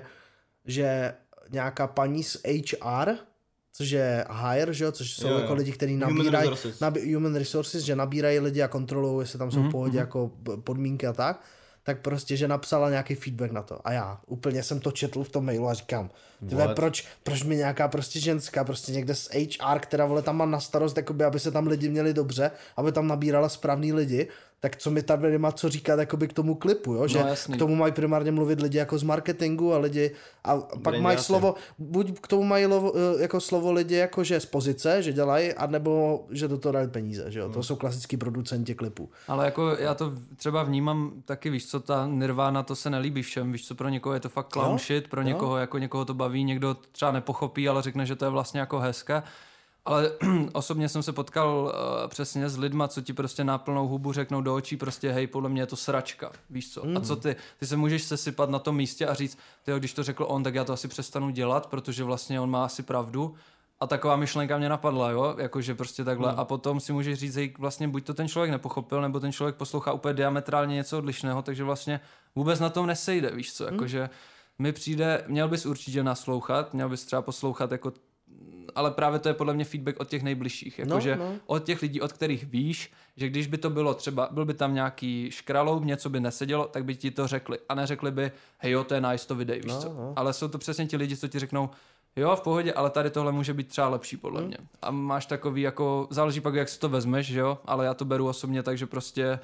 že nějaká paní z H R, což je hire, že jo, což jsou Jo, jo. jako lidi, kteří Human nabírají, resources. nabi, human resources, že nabírají lidi a kontrolují, jestli tam jsou v pohodě jako p- podmínky a tak, tak prostě, že napsala nějaký feedback na to. A já úplně jsem to četl v tom mailu a říkám, tyve, What? proč, proč mi nějaká prostě ženská, prostě někde z H R, která vole tam má na starost, jakoby, aby se tam lidi měli dobře, aby tam nabírala správný lidi, tak co mi tady má co říkat jakoby k tomu klipu, jo? Že jasný. k tomu mají primárně mluvit lidi jako z marketingu a lidi a pak mají Brandiáci. slovo, buď k tomu mají lovo, jako slovo lidi jako že z pozice, že dělají, anebo že do toho dají peníze, že jo? To jsou klasický producenti klipů. Ale jako já to třeba vnímám taky, víš co, ta Nirvana, to se nelíbí všem, víš co, pro někoho je to fakt clown Jo, shit, pro jo. někoho, jako někoho to baví, někdo třeba nepochopí, ale řekne, že to je vlastně jako hezké. Ale osobně jsem se potkal uh, přesně s lidma, co ti prostě na plnou hubu řeknou do očí prostě hej, podle mě je to sračka, víš co. Mm. A co ty? Ty se můžeš sesypat na tom místě a říct, tyjo, když to řekl on, tak já to asi přestanu dělat, protože vlastně on má asi pravdu. A taková myšlenka mě napadla, jo, jakože prostě takhle. Mm. A potom si můžeš říct, hej, vlastně buď to ten člověk nepochopil, nebo ten člověk poslouchá úplně diametrálně něco odlišného, takže vlastně vůbec na tom nesejde, víš co, jakože mi přijde, měl bys určitě naslouchat, měl bys třeba poslouchat jako, ale právě to je podle mě feedback od těch nejbližších, jakože No, no. od těch lidí, od kterých víš, že když by to bylo třeba, byl by tam nějaký škraloub, něco by nesedělo, tak by ti to řekli a neřekli by, hej jo, to je nice, to videj, víš No, co. no. Ale jsou to přesně ti lidi, co ti řeknou, jo, v pohodě, ale tady tohle může být třeba lepší podle Hmm. mě. A máš takový jako, záleží pak, jak si to vezmeš, že jo, ale já to beru osobně tak, že prostě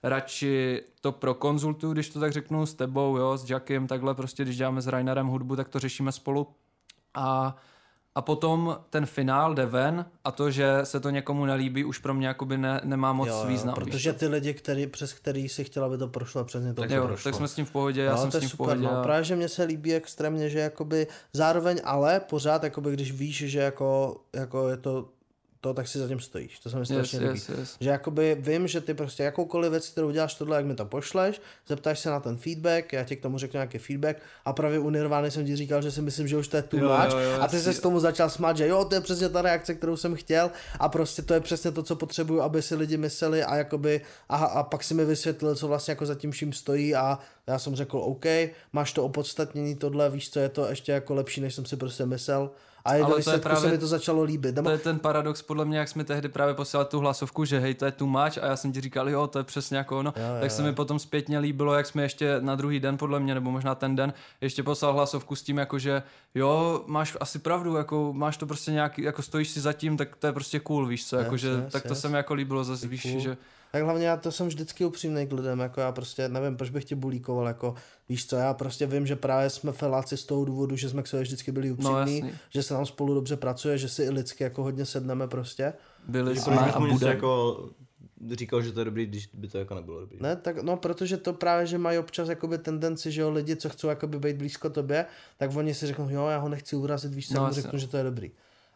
radši to prokonzultuju, když to tak řeknu, s tebou, jo, s Jackiem, takhle prostě, když děláme s Rainerem hudbu, tak to řešíme spolu. A A potom ten finál jde ven a to, že se to někomu nelíbí, už pro mě jakoby ne, nemá moc Jo, jo, význam. víš protože co? ty lidi, který, přes který si chtěla, aby to prošlo, přesně to Tak jo, prošlo. tak jsme s tím v pohodě, já no, jsem to s je tím v super, pohodě. no. a- Právě, že mně se líbí extrémně, že jakoby zároveň ale pořád, jakoby když víš, že jako, jako je to to, tak si za tím stojíš. To se mi Yes, strašně líbí. yes, yes. Že jakoby vím, že ty prostě jakoukoliv věc, kterou děláš tohle, jak mi to pošleš, zeptáš se na ten feedback, já ti k tomu řeknu nějaký feedback a právě u Nirvány jsem ti říkal, že si myslím, že už to je too Jo, much jo, jo, a ty jasně. se s tomu začal smát, že jo, to je přesně ta reakce, kterou jsem chtěl a prostě to je přesně to, co potřebuju, aby si lidi mysleli a jakoby a, a pak si mi vysvětlil, co vlastně jako za tím vším stojí a já jsem řekl, OK, máš to opodstatnění tohle, víš co, je to ještě jako lepší, než jsem si prostě myslel. A i Ale do to je výsledku právě- se mi to začalo líbit. Nebo To je ten paradox podle mě, jak jsme tehdy právě posílali tu hlasovku, že hej, to je too much a já jsem ti říkal, jo, to je přesně jako ono. Jo, jo, tak se mi potom zpětně líbilo, jak jsme ještě na druhý den podle mě, nebo možná ten den, ještě poslal hlasovku s tím, jako že jo, máš asi pravdu, jako máš to prostě nějaký, jako stojíš si za tím, tak to je prostě cool, víš co, jako Yes, že, yes, tak to yes. se mi jako líbilo zase, víš, cool. že tak hlavně já to jsem vždycky upřímný k lidem, jako já prostě nevím, proč bych tě bulíkoval, jako víš co, já prostě vím, že právě jsme feláci z toho důvodu, že jsme k sobě vždycky byli no upřímní, jasný, že se nám spolu dobře pracuje, že si i lidsky jako hodně sedneme prostě. byli Proč jsme bych a mu něco budeme. jako říkal, že to je dobrý, když by to jako nebylo dobrý. Ne, tak no, protože to právě, že mají občas jakoby tendenci, že jo, lidi, co chcou jakoby být blízko tobě, tak oni si řeknou, jo, já ho nechci urazit, víš co, No, no, jasně. řeknu, že to je dobrý.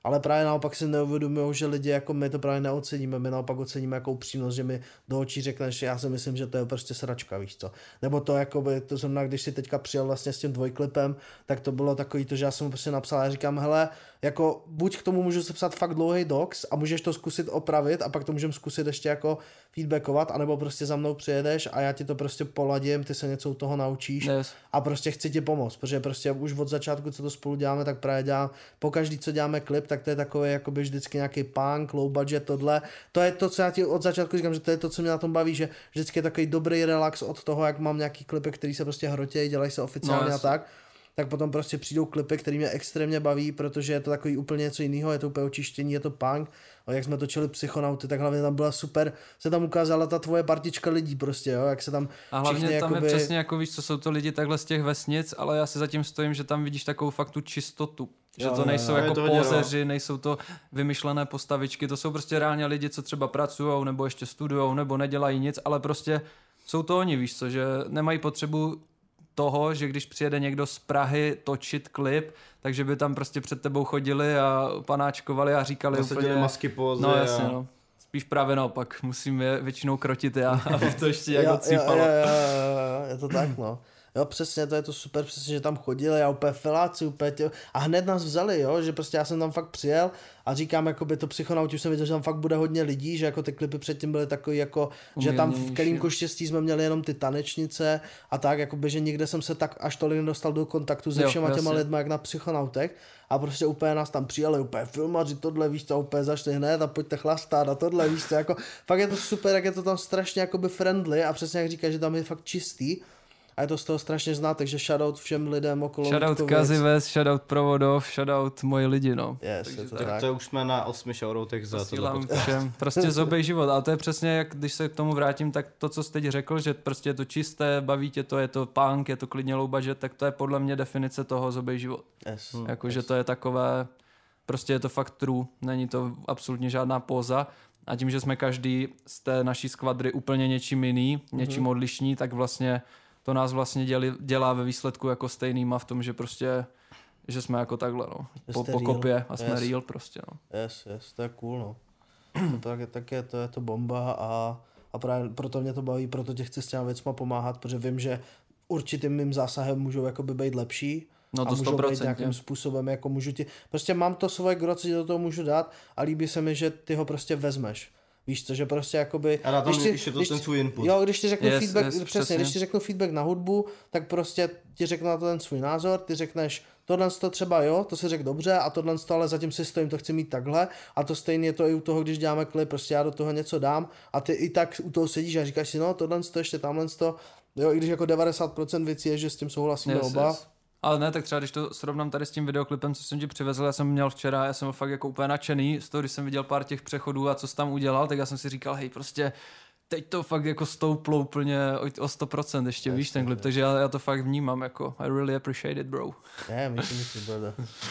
ale právě naopak si neuvědomují, že lidi jako my to právě neoceníme, my naopak oceníme jako upřímnost, že mi do očí řekneš, já si myslím, že to je prostě sračka, víš co. Nebo to jakoby, to znamená, když si teďka přijel vlastně s tím dvojklipem, tak to bylo takový to, že já jsem mu prostě napsal a říkám, hele, jako buď k tomu můžu sepsat fakt dlouhý docs a můžeš to zkusit opravit a pak to můžeme zkusit ještě jako feedbackovat, anebo prostě za mnou přijedeš a já ti to prostě poladím, ty se něco u toho naučíš yes. a prostě chci ti pomoct, protože prostě už od začátku, co to spolu děláme, tak právě dělám, pokaždý, co děláme klip, tak to je takové jakoby vždycky nějaký punk, low budget, tohle. To je to, co já ti od začátku říkám, že to je to, co mě na tom baví, že vždycky je takový dobrý relax od toho, jak mám nějaký klipy, který se prostě hrotějí, dělají se oficiálně no, a tak. Tak potom prostě přijdou klipy, které mě extrémně baví, protože je to takový úplně něco jiného, je to úplně očištění, je to punk. A jak jsme točili Psychonauty, tak hlavně tam byla super, se tam ukázala ta tvoje partička lidí prostě, jo, jak se tam a hlavně všichni, tam jakoby... je přesně jako víš, co jsou to lidi takhle z těch vesnic, ale já si zatím stojím, že tam vidíš takovou fakt tu čistotu. Že jo, to nejsou jo, jako to pózeři, nejsou to vymyšlené postavičky, to jsou prostě reálně lidi, co třeba pracujou, nebo ještě studujou, nebo nedělají nic, ale prostě jsou to oni, víš co, že nemají potřebu toho, že když přijede někdo z Prahy točit klip, takže by tam prostě před tebou chodili a panáčkovali a říkali Nasadili úplně... masky pózy. No jasně, a... no. Spíš právě naopak, musím je většinou krotit já, aby to ještě jako jo, cípalo. jo, jo, jo, jo, je to tak, no. Jo, přesně, to je to super, přesně, že tam chodili, já úplně feláci, úplně tě... a hned nás vzali, jo, že prostě já jsem tam fakt přijel a říkám, jakoby to Psychonauti, už jsem viděl, že tam fakt bude hodně lidí, že jako ty klipy předtím byly takový jako, že tam v Kelímku štěstí jsme měli jenom ty tanečnice a tak, jakoby, že nikde jsem se tak až tolik nedostal do kontaktu se všema těma lidma, jak na Psychonautech a prostě úplně nás tam přijali, úplně filmaři, tohle víš co, úplně zašli hned a pojďte chlastat a tohle víš co, jako fakt je to super, jak je to tam strašně jakoby friendly a přesně jak říkáš, že tam je fakt čistý. A je to z toho strašně znát, takže shoutout všem lidem okolo. Shoutout Kazives, shoutout Provodov, shoutout moji lidi, no. Yes, je to tak, tak. to už jsme na osmi shoutoutech za to. Všem. Prostě zobej život. A to je přesně, jak když se k tomu vrátím, tak to, co jsi teď řekl, že prostě je to čisté, baví tě to, je to punk, je to klidně low budget, tak to je podle mě definice toho zobej život. Yes, hmm. Jako, yes. že to je takové, prostě je to fakt true, není to absolutně žádná póza. A tím, že jsme každý z té naší skvadry úplně něčím jiný, něčím mm-hmm. odlišní, tak vlastně to nás vlastně děli, dělá ve výsledku jako stejnýma v tom, že prostě, že jsme jako takhle, no. Po, po kopě a jsme yes. real prostě, no. Yes, yes, to je cool, no. to tak, tak je to, je to bomba a, a právě proto mě to baví, proto tě chci s těma věcma pomáhat, protože vím, že určitým mým zásahem můžou jakoby být lepší. No to a můžou sto procent, být nějakým způsobem, jako můžu ti, prostě mám to svoje gro, co ti do toho můžu dát a líbí se mi, že ty ho prostě vezmeš. Víš co, že prostě jakoby... A na tom když ti, když je to když, ten svůj input. Jo, když ti řeknu yes, feedback, yes, přesně, přesně, když ti řeknu feedback na hudbu, tak prostě ti řeknu na to ten svůj názor, ty řekneš, tohle to třeba jo, to si řekl dobře a tohle to ale zatím si stojím, to chci mít takhle a to stejně je to i u toho, když děláme klip, prostě já do toho něco dám a ty i tak u toho sedíš a říkáš si, no tohle to ještě tamhle to, jo, i když jako devadesát procent věcí je, že s tím souhlasíme yes, oba. Yes. Ale ne, tak třeba když to srovnám tady s tím videoklipem, co jsem ti přivezl, já jsem měl včera, já jsem byl fakt jako úplně nadšený z toho, když jsem viděl pár těch přechodů a co jsi tam udělal, tak já jsem si říkal, hej, prostě teď to fakt jako stouplo úplně o sto procent ještě, yes, víš, ten klip, takže já, já to fakt vnímám jako, I really appreciate it, bro. Yeah, me too, me too, brother.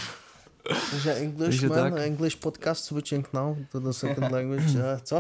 Takže Englishman, English podcast switching now to the second language, co?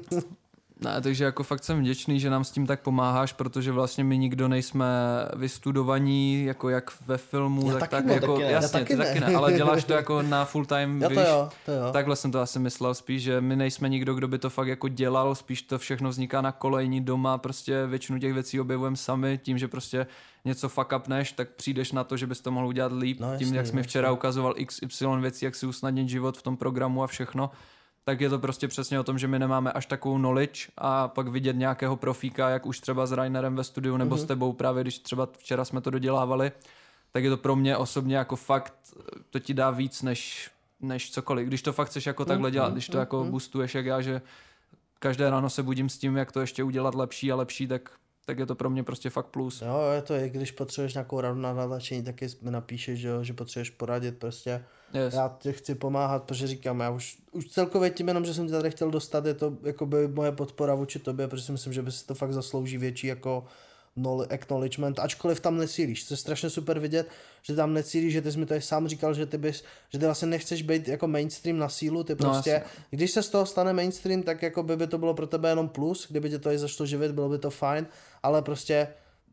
Ne, takže jako fakt jsem vděčný, že nám s tím tak pomáháš, protože vlastně my nikdo nejsme vystudovaní, jako jak ve filmu, já tak taky tak ne, jako, taky ne. jasně, taky ty ne. taky ne, ale děláš to jako na full time, Já víš, to jo, to jo. Takhle jsem to asi myslel spíš, že my nejsme nikdo, kdo by to fakt jako dělal, spíš to všechno vzniká na kolejní doma, prostě většinu těch věcí objevujeme sami, tím, že prostě něco fuck upneš, tak přijdeš na to, že bys to mohl udělat líp, no, tím, jasný, jak jsi mi jasný. včera ukazoval iks ypsilon věcí, jak si usnadnit život v tom programu a všechno, tak je to prostě přesně o tom, že my nemáme až takovou knowledge a pak vidět nějakého profíka, jak už třeba s Rainerem ve studiu nebo mm-hmm. s tebou právě, když třeba včera jsme to dodělávali, tak je to pro mě osobně jako fakt, to ti dá víc než, než cokoliv. Když to fakt chceš jako takhle dělat, když to jako boostuješ jak já, že každé ráno se budím s tím, jak to ještě udělat lepší a lepší, tak tak je to pro mě prostě fakt plus. Jo, je to, i když potřebuješ nějakou radu na natáčení, taky mi napíšeš, že, jo, že potřebuješ poradit prostě. Yes. Já ti chci pomáhat, protože říkám, já už, už celkově tím jenom, že jsem tě tady chtěl dostat, je to jakoby moje podpora vůči tobě, protože si myslím, že by si to fakt zaslouží větší jako acknowledgement, ačkoliv tam necílíš. To je strašně super vidět, že tam necílíš, že ty jsi mi tady sám říkal, že ty bys, že ty vlastně nechceš být jako mainstream na sílu, ty prostě, no, když se z toho stane mainstream, tak jako by, by to bylo pro tebe jenom plus, kdyby tě to i začalo živit, bylo by to fajn, ale prostě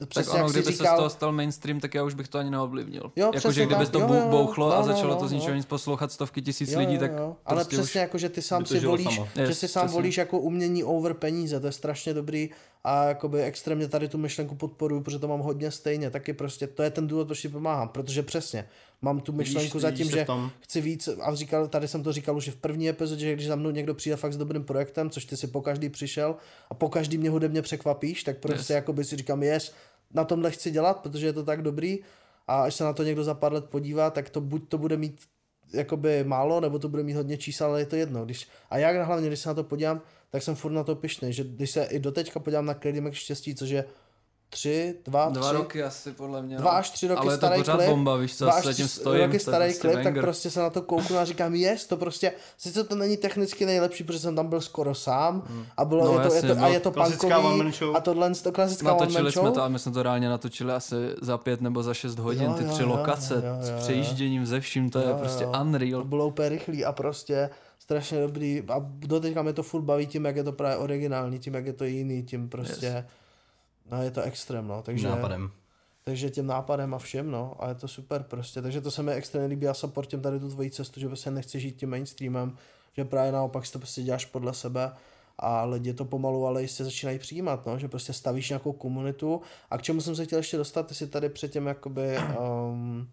přesně tak ono, jak kdyby jsi se říkal, z toho stal mainstream, tak já už bych to ani neovlivnil. Jo, Jakože kdyby tak. to Jo, bu- jo, bouchlo no, a no, začalo no, to z no. ničeho nic poslouchat stovky tisíc Jo, lidí, jo, tak jo. Ale prostě přesně už... jako, že ty sám by to si žilo volíš, samo. že Yes, si sám přesně. volíš jako umění over peníze, to je strašně dobrý a jakoby extrémně tady tu myšlenku podporuju, protože to mám hodně stejně, taky prostě to je ten důvod, proč ti pomáhám, protože přesně mám tu myšlenku Vidíš- za tím, vidíš se že v tom? chci víc a říkal, tady jsem to říkal už i v první epizodě, že když za mnou někdo přijde fakt s dobrým projektem, což ty si po každý přišel a po každý mě hudebně překvapíš, tak prostě Yes. jakoby si říkám, yes, na tomhle chci dělat, protože je to tak dobrý a až se na to někdo za pár let podívá, tak to buď to bude mít jakoby málo, nebo to bude mít hodně čísel, ale je to jedno. Když, a já hlavně, když se na to podívám, tak jsem furt na to pyšný, že když se i doteďka podívám na Crazy Mac štěstí, což je tři, dva, Dva tři, roky asi podle mě. dva no. až tři roky ale starý je to pořád klip, bomba, víš co, dva já až se tím tři stojím, roky to je starý prostě klip, tak banger. prostě se na to kouknu a říkám, jest, to prostě, sice to není technicky nejlepší, protože jsem tam byl skoro sám a bylo, No je to, jasně, je to, a no, je to klasická one man punkový show. a tohle, to klasická one man Natočili show. jsme to a my jsme to reálně natočili asi za pět nebo za šest hodin, Jo, ty jo, tři jo, lokace jo, jo, jo. s přejížděním ze vším, to je Jo, prostě jo. unreal. To bylo úplně rychlý a prostě strašně dobrý a doteďka mě to furt baví tím, jak je to právě originální, tím, jak je to jiný, tím prostě, yes. No je to extrém, no, takže, Nápadem. takže tím nápadem a všem, no, a je to super prostě, takže to se mi extrémně líbí, já supportím tady tu tvoji cestu, že prostě nechci žít tím mainstreamem, že právě naopak si to prostě děláš podle sebe a lidi to pomalu, ale jistě začínají přijímat, no, že prostě stavíš nějakou komunitu a k čemu jsem se chtěl ještě dostat, ty si tady předtím jakoby um,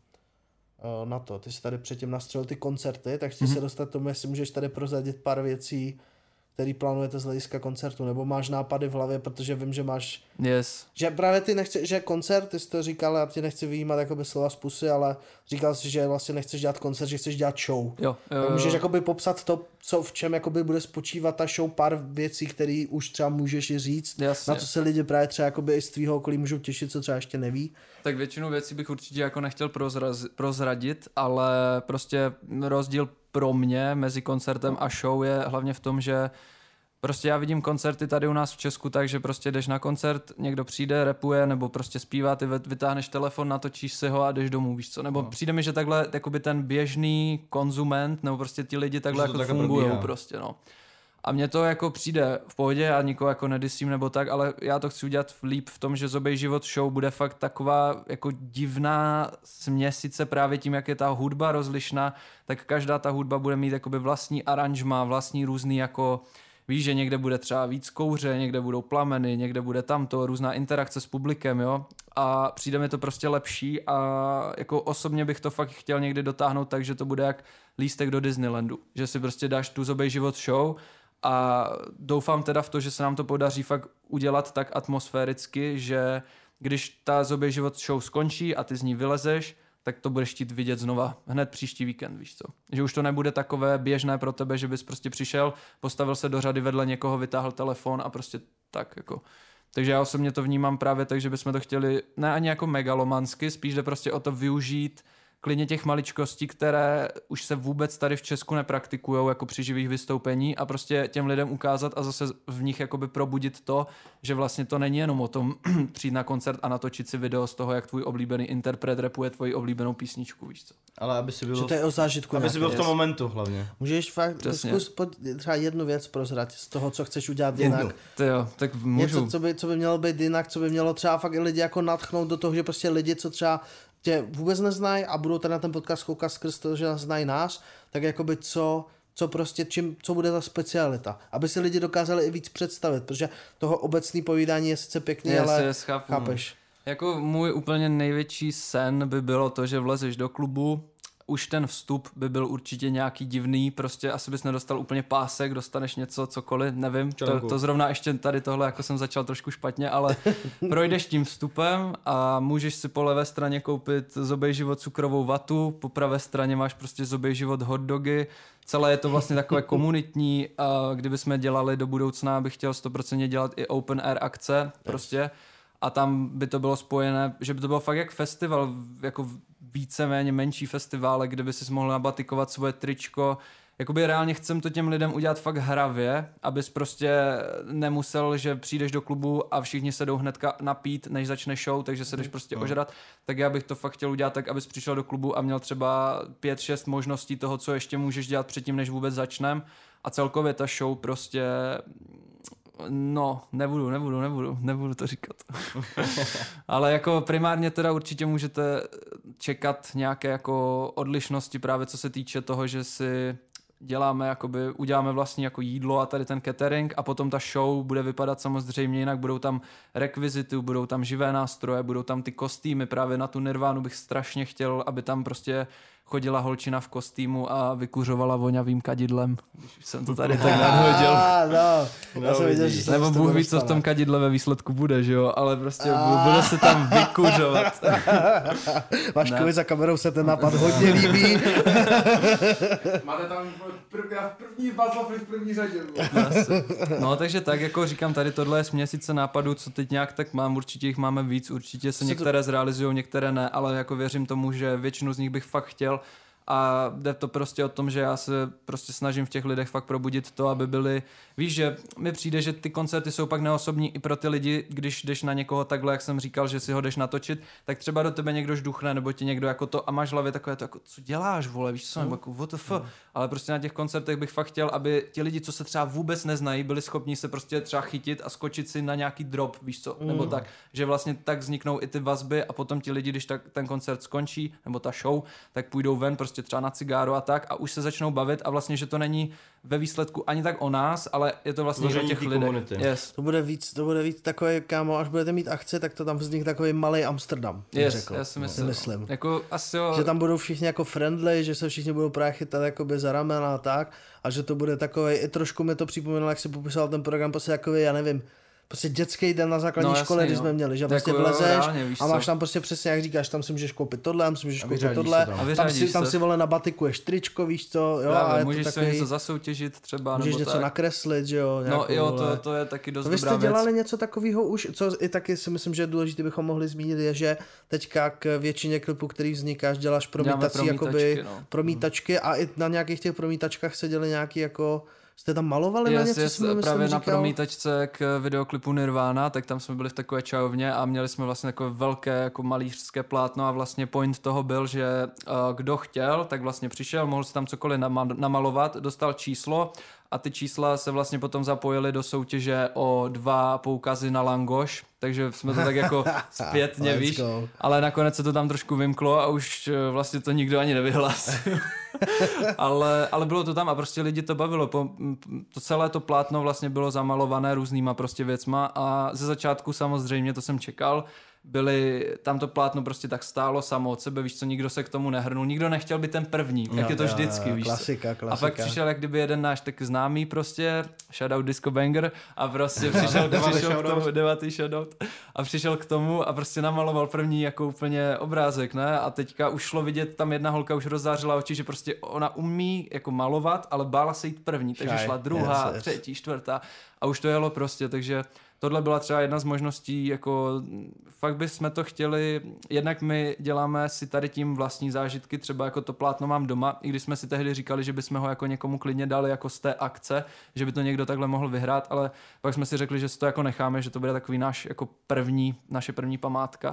na to. Ty jsi tady předtím nastřelil ty koncerty, tak chci mm-hmm. se dostat k tomu, jestli můžeš tady prozradit pár věcí, který plánujete z hlediska koncertu, nebo máš nápady v hlavě, protože vím, že máš, Yes. že právě ty nechci, že koncert, ty jsi to říkal, já ti nechci vyjímat jakoby slova z pusy, ale říkal jsi, že vlastně nechceš dělat koncert, že chceš dělat show. Jo, jo, Tak jo. můžeš jakoby popsat to, co v čem jakoby bude spočívat ta show, pár věcí, které už třeba můžeš i říct, Jasně. na co se lidi právě třeba jakoby i z tvýho okolí můžou těšit, co třeba ještě neví. Tak většinu věcí bych určitě jako nechtěl prozraz, prozradit, ale prostě rozdíl pro mě mezi koncertem a show je hlavně v tom, že prostě já vidím koncerty tady u nás v Česku tak, že prostě jdeš na koncert, někdo přijde, rapuje nebo prostě zpívá, ty vytáhneš telefon, natočíš si ho a jdeš domů, víš co? Nebo no. Přijde mi, že takhle jakoby ten běžný konzument nebo prostě ti lidi takhle jako fungují prostě, no. A mně to jako přijde v pohodě, já nikoho jako nedisím nebo tak, ale já to chci udělat líp v tom, že Zobej život show bude fakt taková jako divná směsice právě tím, jak je ta hudba rozlišná, tak každá ta hudba bude mít jakoby vlastní aranžma, vlastní různý jako, víš, že někde bude třeba víc kouře, někde budou plameny, někde bude tamto, různá interakce s publikem, jo. A přijde mi to prostě lepší a jako osobně bych to fakt chtěl někdy dotáhnout tak, že to bude jak lístek do Disneylandu, že si prostě dáš tu Zobej život show a doufám teda v to, že se nám to podaří fakt udělat tak atmosféricky, že když ta Zobej život show skončí a ty z ní vylezeš, tak to budeš chtít vidět znova hned příští víkend, víš co. Že už to nebude takové běžné pro tebe, že bys prostě přišel, postavil se do řady vedle někoho, vytáhl telefon a prostě tak jako. Takže já osobně to vnímám právě tak, že bychom to chtěli ne ani jako megalomansky, spíš jde prostě o to využít klidně těch maličkostí, které už se vůbec tady v Česku nepraktikujou jako při živých vystoupení a prostě těm lidem ukázat a zase v nich jakoby probudit to, že vlastně to není jenom o tom přijít na koncert a natočit si video z toho, jak tvůj oblíbený interpret rapuje tvoji oblíbenou písničku, víš co. Ale aby si byl, Že to je o zážitku. aby si byl v tom jest. momentu hlavně. Můžeš fakt Přesně. zkus pod, třeba jednu věc prozrať z toho, co chceš udělat jinak. Jednu. Ty jo, tak můžu. Něco, co by, co by mělo být jinak, co by mělo třeba fakt i lidi jako nadchnout do toho, že prostě lidi, co třeba tě vůbec neznají a budou tady na ten podcast koukat skrz to, že znají nás, tak jakoby co, co prostě, čím, co bude ta specialita. Aby si lidi dokázali i víc představit, protože toho obecný povídání je sice pěkný, Yes, ale yes, chápu. chápeš. Jako můj úplně největší sen by bylo to, že vlezeš do klubu, už ten vstup by byl určitě nějaký divný, prostě asi bys nedostal úplně pásek, dostaneš něco, cokoliv, nevím, to, to zrovna ještě tady tohle, jako jsem začal trošku špatně, ale projdeš tím vstupem a můžeš si po levé straně koupit Zobej život cukrovou vatu, po pravé straně máš prostě Zobej život hot dogy, celé je to vlastně takové komunitní, a kdybychom dělali do budoucna, bych chtěl sto procent dělat i open air akce, prostě. A tam by to bylo spojené, že by to bylo fakt jak festival, jako víceméně menší festivále, kde by si mohl nabatikovat svoje tričko. Jakoby reálně chcem to těm lidem udělat fakt hravě, abys prostě nemusel, že přijdeš do klubu a všichni se jdou hnedka napít, než začne show, takže se jdeš prostě no. ožrat. Tak já bych to fakt chtěl udělat tak, abys přišel do klubu a měl třeba pět, šest možností toho, co ještě můžeš dělat předtím, než vůbec začnem. A celkově ta show prostě No, nebudu, nebudu, nebudu, nebudu to říkat. Ale jako primárně teda určitě můžete čekat nějaké jako odlišnosti právě co se týče toho, že si děláme, jakoby, uděláme vlastní jako jídlo a tady ten catering a potom ta show bude vypadat samozřejmě jinak, budou tam rekvizity, budou tam živé nástroje, budou tam ty kostýmy, právě na tu Nirvánu bych strašně chtěl, aby tam prostě chodila holčina v kostýmu a vykuřovala voňavým kadidlem, když jsem to tady tak nadhodil. No, já jsem viděl, že se Nebo Bůh ví, co v tom kadidle ve výsledku bude, že jo, ale prostě bude se tam vykuřovat. Vaškovi za kamerou se ten nápad hodně líbí. Máte tam první, první Václav v první řadě. No takže tak, jako říkám, tady tohle je směsice nápadů, co teď nějak tak mám, určitě jich máme víc, určitě se některé zrealizují, některé ne, ale jako věřím tomu, že většinu z nich bych fakt chtěl. A jde to prostě o tom, že já se prostě snažím v těch lidech fakt probudit to, aby byli, víš, že mi přijde, že ty koncerty jsou pak neosobní i pro ty lidi, když jdeš na někoho takhle, jak jsem říkal, že si ho jdeš natočit, tak třeba do tebe někdo žduchne, nebo ti někdo jako to a máš v hlavě takové to jako, co děláš, vole, víš co, nebo jako what the fuck, ale prostě na těch koncertech bych fakt chtěl, aby ti lidi, co se třeba vůbec neznají, byli schopni se prostě třeba chytit a skočit si na nějaký drop, víš co, nebo tak, že vlastně tak vzniknou i ty vazby a potom ti lidi, když tak ten koncert skončí, nebo ta show, tak půjdou ven prostě třeba na cigáro a tak a už se začnou bavit a vlastně, že to není ve výsledku ani tak o nás, ale je to vlastně o těch lidech. Yes. To bude víc, to bude víc takový, kámo, až budete mít akce, tak to tam vznikne takový malý Amsterdam. Yes, řekl. já si myslím. myslím. Jako, asi jo. Že tam budou všichni jako friendly, že se všichni budou právě chytat jakoby za ramena a tak a že to bude takový, i trošku mi to připomínalo, jak si popisoval ten program, prostě jakoby, já nevím, prostě dětský den na základní no, škole, když jo. jsme měli, že jako prostě jo, vlezeš reálně, a máš tam prostě přesně, jak říkáš, tam si můžeš koupit tohle, tam si můžeš koupit tohle, tam, tam si, tam si vole nabatikuješ tričko, víš co, jo, právě, a je můžeš to takový, se něco zasoutěžit třeba, můžeš nebo něco tak. nakreslit, že jo. No jo, to, to je taky dost Vy dobrá jste dělali věc. něco takového už, co i taky si myslím, že je důležité, bychom mohli zmínit, je, že teďka k většině klipů, který vznikáš, děláš promítací, jakoby no. promítačky a i na nějakých těch promítačkách se děli nějaký jako jste tam malovali yes, na něco, yes, jsme myslím právě říkal? na promítačce k videoklipu Nirvana, tak tam jsme byli v takové čajovně a měli jsme vlastně takové velké jako malířské plátno a vlastně point toho byl, že uh, kdo chtěl, tak vlastně přišel, mohl si tam cokoliv nama- namalovat, dostal číslo a ty čísla se vlastně potom zapojily do soutěže o dva poukazy na langoš, takže jsme to tak jako zpětně, víš, go. Ale nakonec se to tam trošku vymklo a už vlastně to nikdo ani nevyhlásil. ale, ale bylo to tam a prostě lidi to bavilo. Po, to celé to plátno vlastně bylo zamalované různýma prostě věcma a ze začátku samozřejmě, to jsem čekal, byli, tam to plátno prostě tak stálo samo od sebe, víš co, nikdo se k tomu nehrnul, nikdo nechtěl být ten první, jak no, je to vždycky, jo, víš klasika, klasika. A pak přišel jak kdyby jeden náš tak známý prostě, shoutout Disco Banger a prostě přišel, přišel k tomu, devátý shoutout a přišel k tomu a prostě namaloval první jako úplně obrázek, ne, a teďka už šlo vidět, tam jedna holka už rozzářila oči, že prostě ona umí jako malovat, ale bála se jít první, takže Šaj, šla druhá, yes, yes. třetí, čtvrtá a už to jelo prostě, takže tohle byla třeba jedna z možností, jako fakt bychom to chtěli, jednak my děláme si tady tím vlastní zážitky, třeba jako to plátno mám doma, i když jsme si tehdy říkali, že bychom ho jako někomu klidně dali jako z té akce, že by to někdo takhle mohl vyhrát, ale pak jsme si řekli, že si to jako necháme, že to bude takový náš jako první, naše první památka.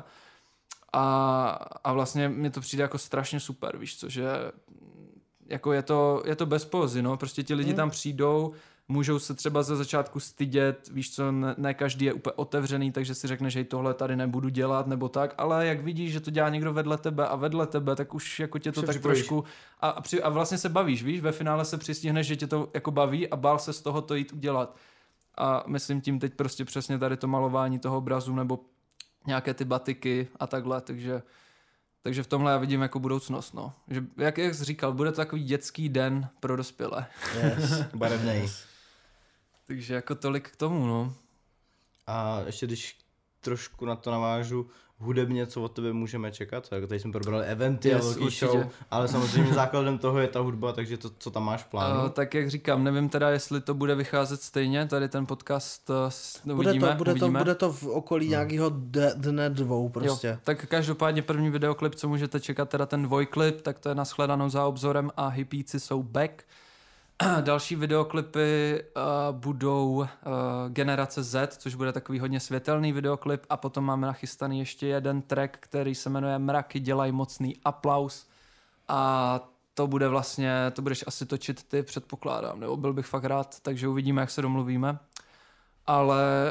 A, a vlastně mi to přijde jako strašně super, víš co, že jako je to, je to bez pózy, no, prostě ti lidi mm. tam přijdou, můžou se třeba ze začátku stydět, víš co, ne, ne každý je úplně otevřený, takže si řekne, že tohle tady nebudu dělat nebo tak, ale jak vidíš, že to dělá někdo vedle tebe a vedle tebe, tak už jako tě to se tak připojíš. trošku a, a, při, a vlastně se bavíš, víš, ve finále se přistihneš, že tě to jako baví a bál se z toho to jít udělat. A myslím tím teď prostě přesně tady to malování toho obrazu nebo nějaké ty batiky a takhle, takže takže v tomhle já vidím jako budoucnost, no. Že, jak, jak jsi říkal, bude to takový dětský den pro dospělé. Yes, barevnej. Takže jako tolik k tomu, no. A ještě když trošku na to navážu, hudebně, co od tebe můžeme čekat? Jako tady jsme probrali eventy yes, a velký určitě. show, ale samozřejmě základem toho je ta hudba, takže to, co tam máš v plánu? Uh, tak jak říkám, nevím teda, jestli to bude vycházet stejně, tady ten podcast uh, bude uvidíme. To, bude, uvidíme. To, bude to v okolí hmm. nějakého de, dne dvou prostě. Jo, tak každopádně první videoklip, co můžete čekat, teda ten dvojklip, tak to je nashledanou za obzorem a hippíci jsou back. Další videoklipy uh, budou uh, Generace Z, což bude takový hodně světelný videoklip a potom máme nachystaný ještě jeden track, který se jmenuje Mraky dělají mocný aplaus a to bude vlastně, to budeš asi točit ty, předpokládám, nebo byl bych fakt rád, takže uvidíme, jak se domluvíme. ale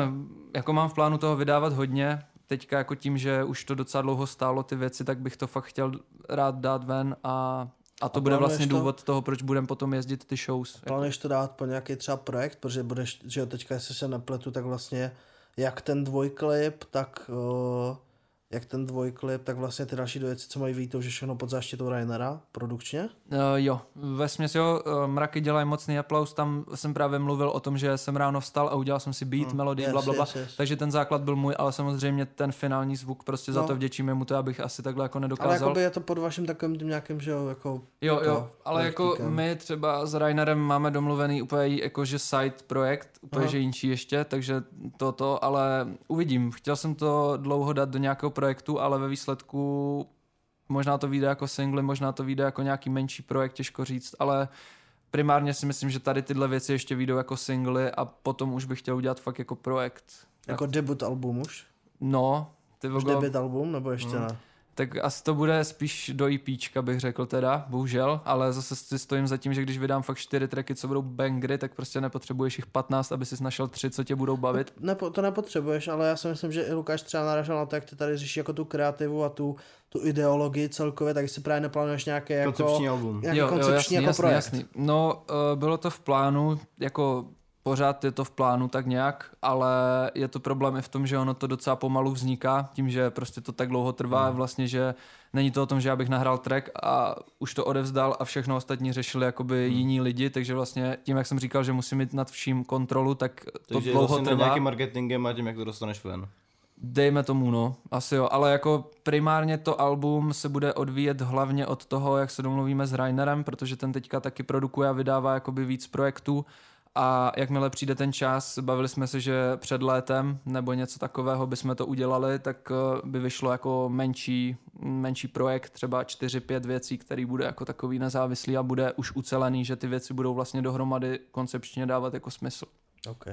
jako mám v plánu toho vydávat hodně. Teďka jako tím, že už to docela dlouho stálo ty věci, tak bych to fakt chtěl rád dát ven a, a to a bude vlastně to? důvod toho, proč budeme potom jezdit ty shows. Plánuješ to dát po nějaký třeba projekt, protože budeš, že jo, teďka, jestli se nepletu, tak vlastně jak ten dvojklip, tak uh, jak ten dvojklip, tak vlastně ty další dvě věci, co mají výjít, že všechno pod záštitou Rainera, produkčně? Uh, jo, vesměs jo, uh, Mraky dělají mocný aplaus, tam jsem právě mluvil o tom, že jsem ráno vstal a udělal jsem si beat, hmm. melodii, yes, blablabla, yes, yes. takže ten základ byl můj, ale samozřejmě ten finální zvuk, prostě no. za to vděčím mu to, abych asi takhle jako nedokázal. Ale jakoby je to pod vaším takovým tím nějakým, že jo, jako... Jo, jo, ale jako my třeba s Rainerem máme domluvený úplně jakože side projekt, úplně že jinčí ještě, takže toto, ale uvidím, chtěl jsem to dlouho dát do nějakého projektu, ale ve výsledku možná to vyjde jako single, možná to vyjde jako nějaký menší projekt, těžko říct, ale primárně si myslím, že tady tyhle věci ještě vyjdou jako singly a potom už bych chtěl udělat fakt jako projekt. Jako debut album už? No. Ty už vogo... debut album, nebo ještě hmm. ne? Tak asi to bude spíš do EPčka, bych řekl teda, bohužel, ale zase si stojím za tím, že když vydám fakt čtyři tracky, co budou bangry, tak prostě nepotřebuješ jich patnáct, aby si našel tři, co tě budou bavit. Nepo, to nepotřebuješ, ale já si myslím, že i Lukáš třeba naražil na to, jak ty tady řeší jako tu kreativu a tu, tu ideologii celkově, tak si právě neplánuješ nějaký jako koncepční album. Nějaký jo, koncepční jo, jasný, jako jasný, projekt. Jasný. No, uh, bylo to v plánu, jako pořád je to v plánu tak nějak, ale je to problém i v tom, že ono to docela pomalu vzniká, tím, že prostě to tak dlouho trvá, hmm. vlastně, že není to o tom, že já bych nahrál track a už to odevzdal a všechno ostatní řešili jakoby hmm. jiní lidi, takže vlastně tím, jak jsem říkal, že musím mít nad vším kontrolu, tak to takže dlouho vlastně trvá. nějakým marketingem a tím, jak to dostaneš ven. Dejme tomu, no, asi jo, ale jako primárně to album se bude odvíjet hlavně od toho, jak se domluvíme s Rainerem, protože ten teďka taky produkuje a vydává jakoby víc projektů. A jakmile přijde ten čas, bavili jsme se, že před létem nebo něco takového bychom to udělali, tak by vyšlo jako menší, menší projekt, třeba čtyři pět věcí, který bude jako takový nezávislý a bude už ucelený, že ty věci budou vlastně dohromady koncepčně dávat jako smysl. OK.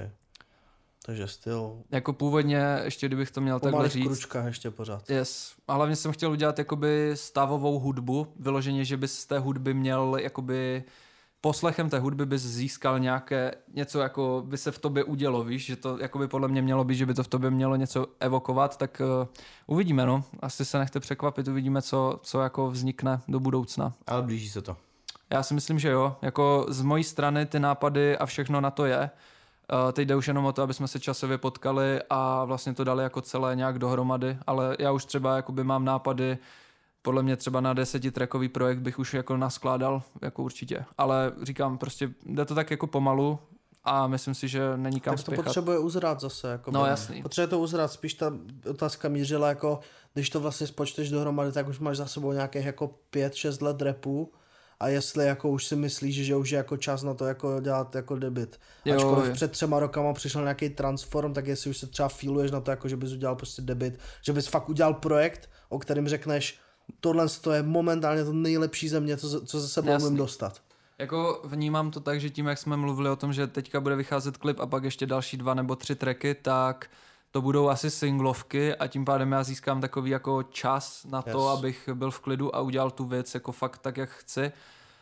Takže styl... Jako původně, ještě kdybych to měl takhle říct... Po malých kručkách ještě pořád. Yes. A hlavně jsem chtěl udělat jakoby stavovou hudbu, vyloženě, že bys z té hudby měl jakoby... Poslechem té hudby bys získal nějaké, něco jako by se v tobě udělo, víš, že to jako by podle mě mělo být, že by to v tobě mělo něco evokovat, tak uh, uvidíme, no. Asi se nechte překvapit, uvidíme, co, co jako vznikne do budoucna. Ale blíží se to. Já si myslím, že jo. Jako z mojí strany ty nápady a všechno na to je. Uh, teď jde už jenom o to, aby jsme se časově potkali a vlastně to dali jako celé nějak dohromady, ale já už třeba jakoby mám nápady. Podle mě třeba na desetitrackový projekt bych už jako naskládal, jako určitě. Ale říkám, prostě jde to tak jako pomalu a myslím si, že není kam spěchat. Tak to potřebuje uzrát zase. Jako no jasný. Potřebuje to uzrát, spíš ta otázka mířila jako, když to vlastně spočteš dohromady, tak už máš za sebou nějakých jako pět šest let rapů a jestli jako už si myslíš, že už je jako čas na to jako dělat jako debut. Jo, ačkoliv je. Před třema rokama přišel nějaký transform, tak jestli už se třeba feeluješ na to, jako že bys udělal prostě debut, že bys fakt udělal projekt, o kterém řekneš, tohle je momentálně to nejlepší země, co, co ze sebou můžeme dostat. Jako vnímám to tak, že tím, jak jsme mluvili o tom, že teďka bude vycházet klip a pak ještě další dva nebo tři tracky, tak to budou asi singlovky a tím pádem já získám takový jako čas na to, yes. abych byl v klidu a udělal tu věc jako fakt tak, jak chci.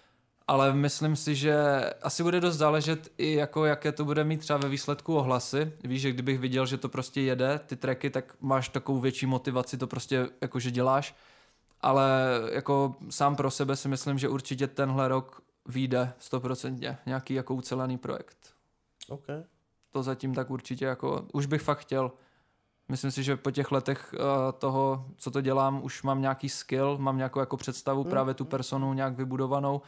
Ale myslím si, že asi bude dost záležet i jako jaké to bude mít třeba ve výsledku ohlasy. Víš, že kdybych viděl, že to prostě jede, ty tracky, tak máš takovou větší motivaci, to prostě jakože děláš. Ale jako sám pro sebe si myslím, že určitě tenhle rok vyjde stoprocentně nějaký jako ucelený projekt. Okay. To zatím tak určitě jako, už bych fakt chtěl. Myslím si, že po těch letech uh, toho, co to dělám, už mám nějaký skill, mám nějakou jako představu, mm. právě tu personu nějak vybudovanou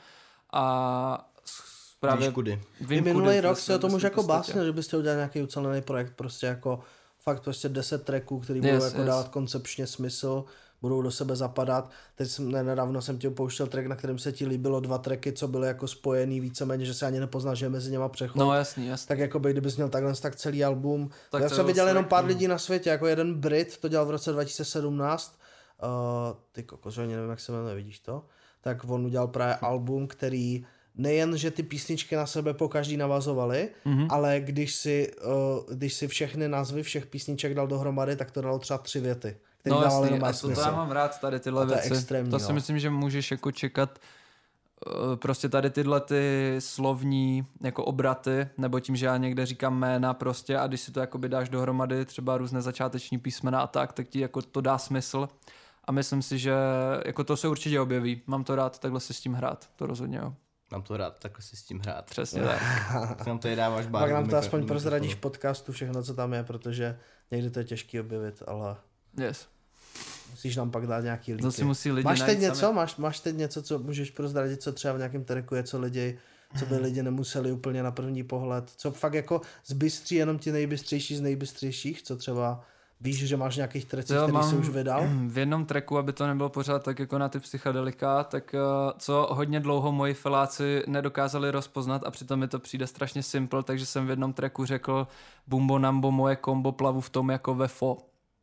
a právě víš kudy. I minulý rok se o tom už jako básnil, že byste udělali nějaký ucelený projekt, prostě jako fakt prostě deset tracků, který yes, budou jako yes. dávat koncepčně smysl, budou do sebe zapadat. Teď jsem, ne, nedávno jsem ti pouštěl track, na kterém se ti líbilo dva tracky, co byly jako spojený víceméně, že se ani nepoznal, že je mezi něma přechod. No jasný, jasný. Tak jako by, kdybys měl takhle tak celý album. Tak já jsem viděl jenom pár lidí na světě, jako jeden Brit, to dělal v roce dva tisíce sedmnáct. Uh, ty kokos, ani nevím, jak se jmenuje, vidíš to? Tak on udělal právě album, který nejen, že ty písničky na sebe po každý navazovaly, mm-hmm. ale když si, uh, když si všechny názvy všech písniček dal dohromady, tak to dalo třeba tři věty. No jasný, a to, to já mám rád tady tyhle to věci. Extrémní, to si no. myslím, že můžeš jako čekat prostě tady tyhle ty slovní jako obraty, nebo tím, že já někde říkám jména prostě a když si to jakoby dáš dohromady, třeba různé začáteční písmena a tak, tak ti jako to dá smysl a myslím si, že jako to se určitě objeví. Mám to rád takhle si s tím hrát, to rozhodně jo. Mám to rád, takhle si s tím hrát. Přesně tak. Tak nám to je dáváš bár. Pak nám to aspoň prozradíš podcastu, všechno, co tam je, protože někdy to je těžký objevit, ale Yes. musíš nám pak dát nějaký líky. To si musí lidi Máš teď najít něco? sami. Máš, máš teď něco, co můžeš prozradit, co třeba v nějakém tracku je, co lidi, co by lidi nemuseli úplně na první pohled, co fakt jako zbystří jenom ti nejbystřejší z nejbystřejších, co třeba víš, že máš nějakých tracích, který jsi už vydal? V jednom tracku, aby to nebylo pořád tak jako na ty psychedelika, tak uh, co hodně dlouho moji feláci nedokázali rozpoznat a přitom mi to přijde strašně simple, takže jsem v jednom tracku řekl Bumbo Nambo, moje kombo plavu v tom jako ve fo.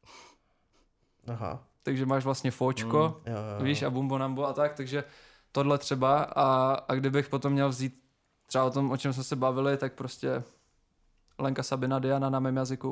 Aha. Takže máš vlastně fočko, Mm, jo, jo. víš, a Bumbo Nambo a tak, takže tohle třeba a, a kdybych potom měl vzít třeba o tom, o čem jsme se bavili, tak prostě Lenka Sabina Diana na mém jazyku.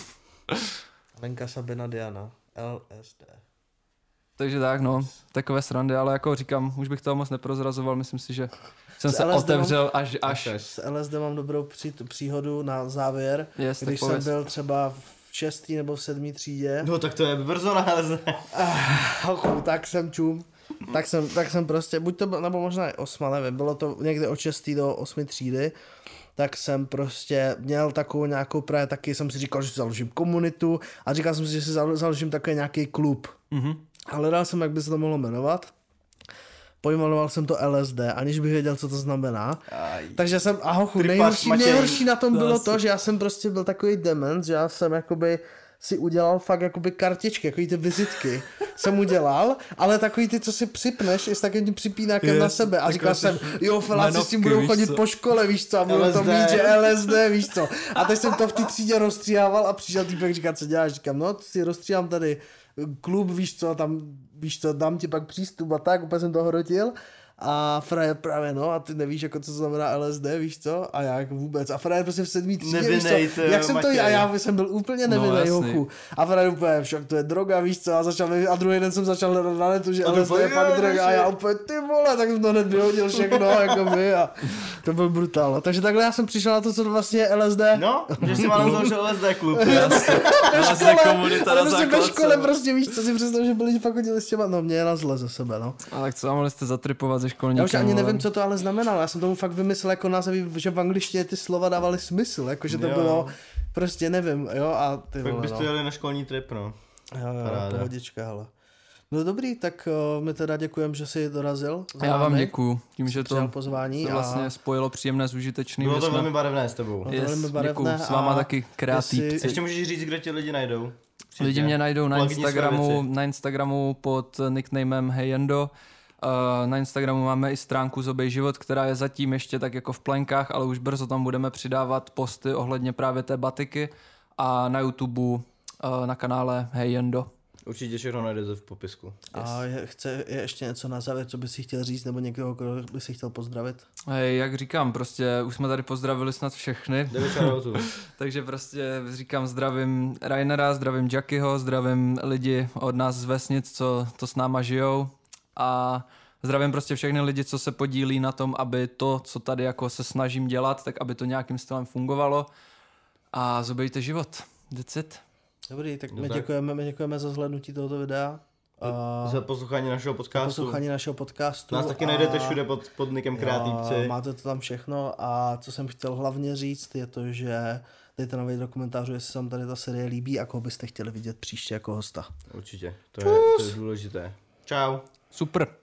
Lenka Sabina Diana, L S D. Takže tak, no, takové srandy, ale jako říkám, už bych toho moc neprozrazoval, myslím si, že jsem S se L S D otevřel až, až. S L S D mám dobrou pří, příhodu na závěr, Yes, tak když jsem pověz. byl třeba v šestý nebo v sedmý třídě. No tak to je brzo na L S D. Ah, hochu, tak jsem čum. Tak jsem, tak jsem prostě, buď to bylo, nebo možná i osma, nevím, bylo to někde od šestý do osmé třídy, tak jsem prostě měl takovou nějakou právě taky, jsem si říkal, že si založím komunitu a říkal jsem si, že si zalo- založím takový nějaký klub. Mhm. A hledal jsem, jak by se to mohlo jmenovat. Pojmenoval jsem to L S D, aniž bych věděl, co to znamená. Aj. Takže jsem, a hochu, Tripaš nejhorší, Matěj. nejhorší na tom bylo Zase. to, že já jsem prostě byl takový dement, že já jsem jakoby si udělal fakt jakoby kartičky, jako ty vizitky jsem udělal, ale takový ty, co si připneš i s takovým tím připínákem Yes, na sebe a říkal jsem, jo, feláci s tím jmenovky, budou víš chodit co. po škole, víš co, a budou L S to D. mít, že L S D, víš co. A teď jsem to v té třídě rozstříhával a přišel týpek, říká, co děláš, říkám, no, si rozstříhám tady klub, víš co, tam, víš co, dám ti pak přístup a tak, úplně jsem to hrotil. A frajer právě, no, a ty nevíš, jako co znamená L S D, víš co? A já jako vůbec. A frajer prostě v sedmý třídě, víš Nevinnej, co? ty jo, Jak jsem to, Matěj. a já jsem byl úplně nevinnej, No, no, jasný. hochu. A frajer úplně, však to je droga, víš co? A, začal, a druhý den jsem začal hledat na netu, že A L S D je to fakt jo, droga. A že- já úplně, ty vole, tak jsem to hned vyhodil všechno, jako by. A to byl brutál. Takže takhle já jsem přišel na to, co to vlastně je L S D. No, že si mám založil L S D klub. ve škole, škole, komunita ale na prostě ve základce. škole prostě víš, co si představ, že byli fakt chodili s těma, no mě je na zle ze sebe, no. A tak co, mohli jste zatripovat ze školníkem. Já už ani vole. nevím, co to ale znamenalo. Já jsem tomu fakt vymyslel jako název, že v angličtině ty slova dávaly smysl, jakože to Jo. bylo, prostě nevím, jo, a ty Tak vole, byste no. jeli na školní trip, no. Jo, jo, Paráda. pohodička, hele. No dobrý, tak uh, my teda děkujeme, že jsi dorazil. za Já vám námi, děkuju, tím, že přijal to pozvání se vlastně a spojilo příjemné s užitečným. Bylo že to jsme- velmi barevné s tebou. No, to Yes, velmi barevné děkuju, s váma a taky kreativci. jestli- Ještě můžeš říct, kde tě lidi najdou. Přijďte. Lidi mě najdou na Plugni své Instagramu, věci. na Instagramu pod nicknamem Hejendo. Uh, na Instagramu máme i stránku Zobej život, která je zatím ještě tak jako v plenkách, ale už brzo tam budeme přidávat posty ohledně právě té batiky a na YouTube uh, na kanále Hejendo. Určitě všechno najdete v popisku. A je, chce je ještě něco na závěr, co bys si chtěl říct, nebo někoho, koho by si chtěl pozdravit? Hej, jak říkám, prostě už jsme tady pozdravili snad všechny, Jdeme shoutoutu. takže prostě říkám zdravím Rainera, zdravím Jackyho, zdravím lidi od nás z vesnic, co to s náma žijou a zdravím prostě všechny lidi, co se podílí na tom, aby to, co tady jako se snažím dělat, tak aby to nějakým stylem fungovalo a zobejte život. That's it. Dobrý, tak No my tak. děkujeme, my děkujeme za zhlédnutí tohoto videa. A Za poslouchání našeho podcastu. poslouchání našeho podcastu. Nás taky a... najdete všude pod, pod nickem Kreativci. Jo, máte to tam všechno a co jsem chtěl hlavně říct je to, že dejte nám vědět do komentářů, jestli se vám tady ta série líbí a koho byste chtěli vidět příště jako hosta. Určitě, to je, to je důležité. Čau. Super.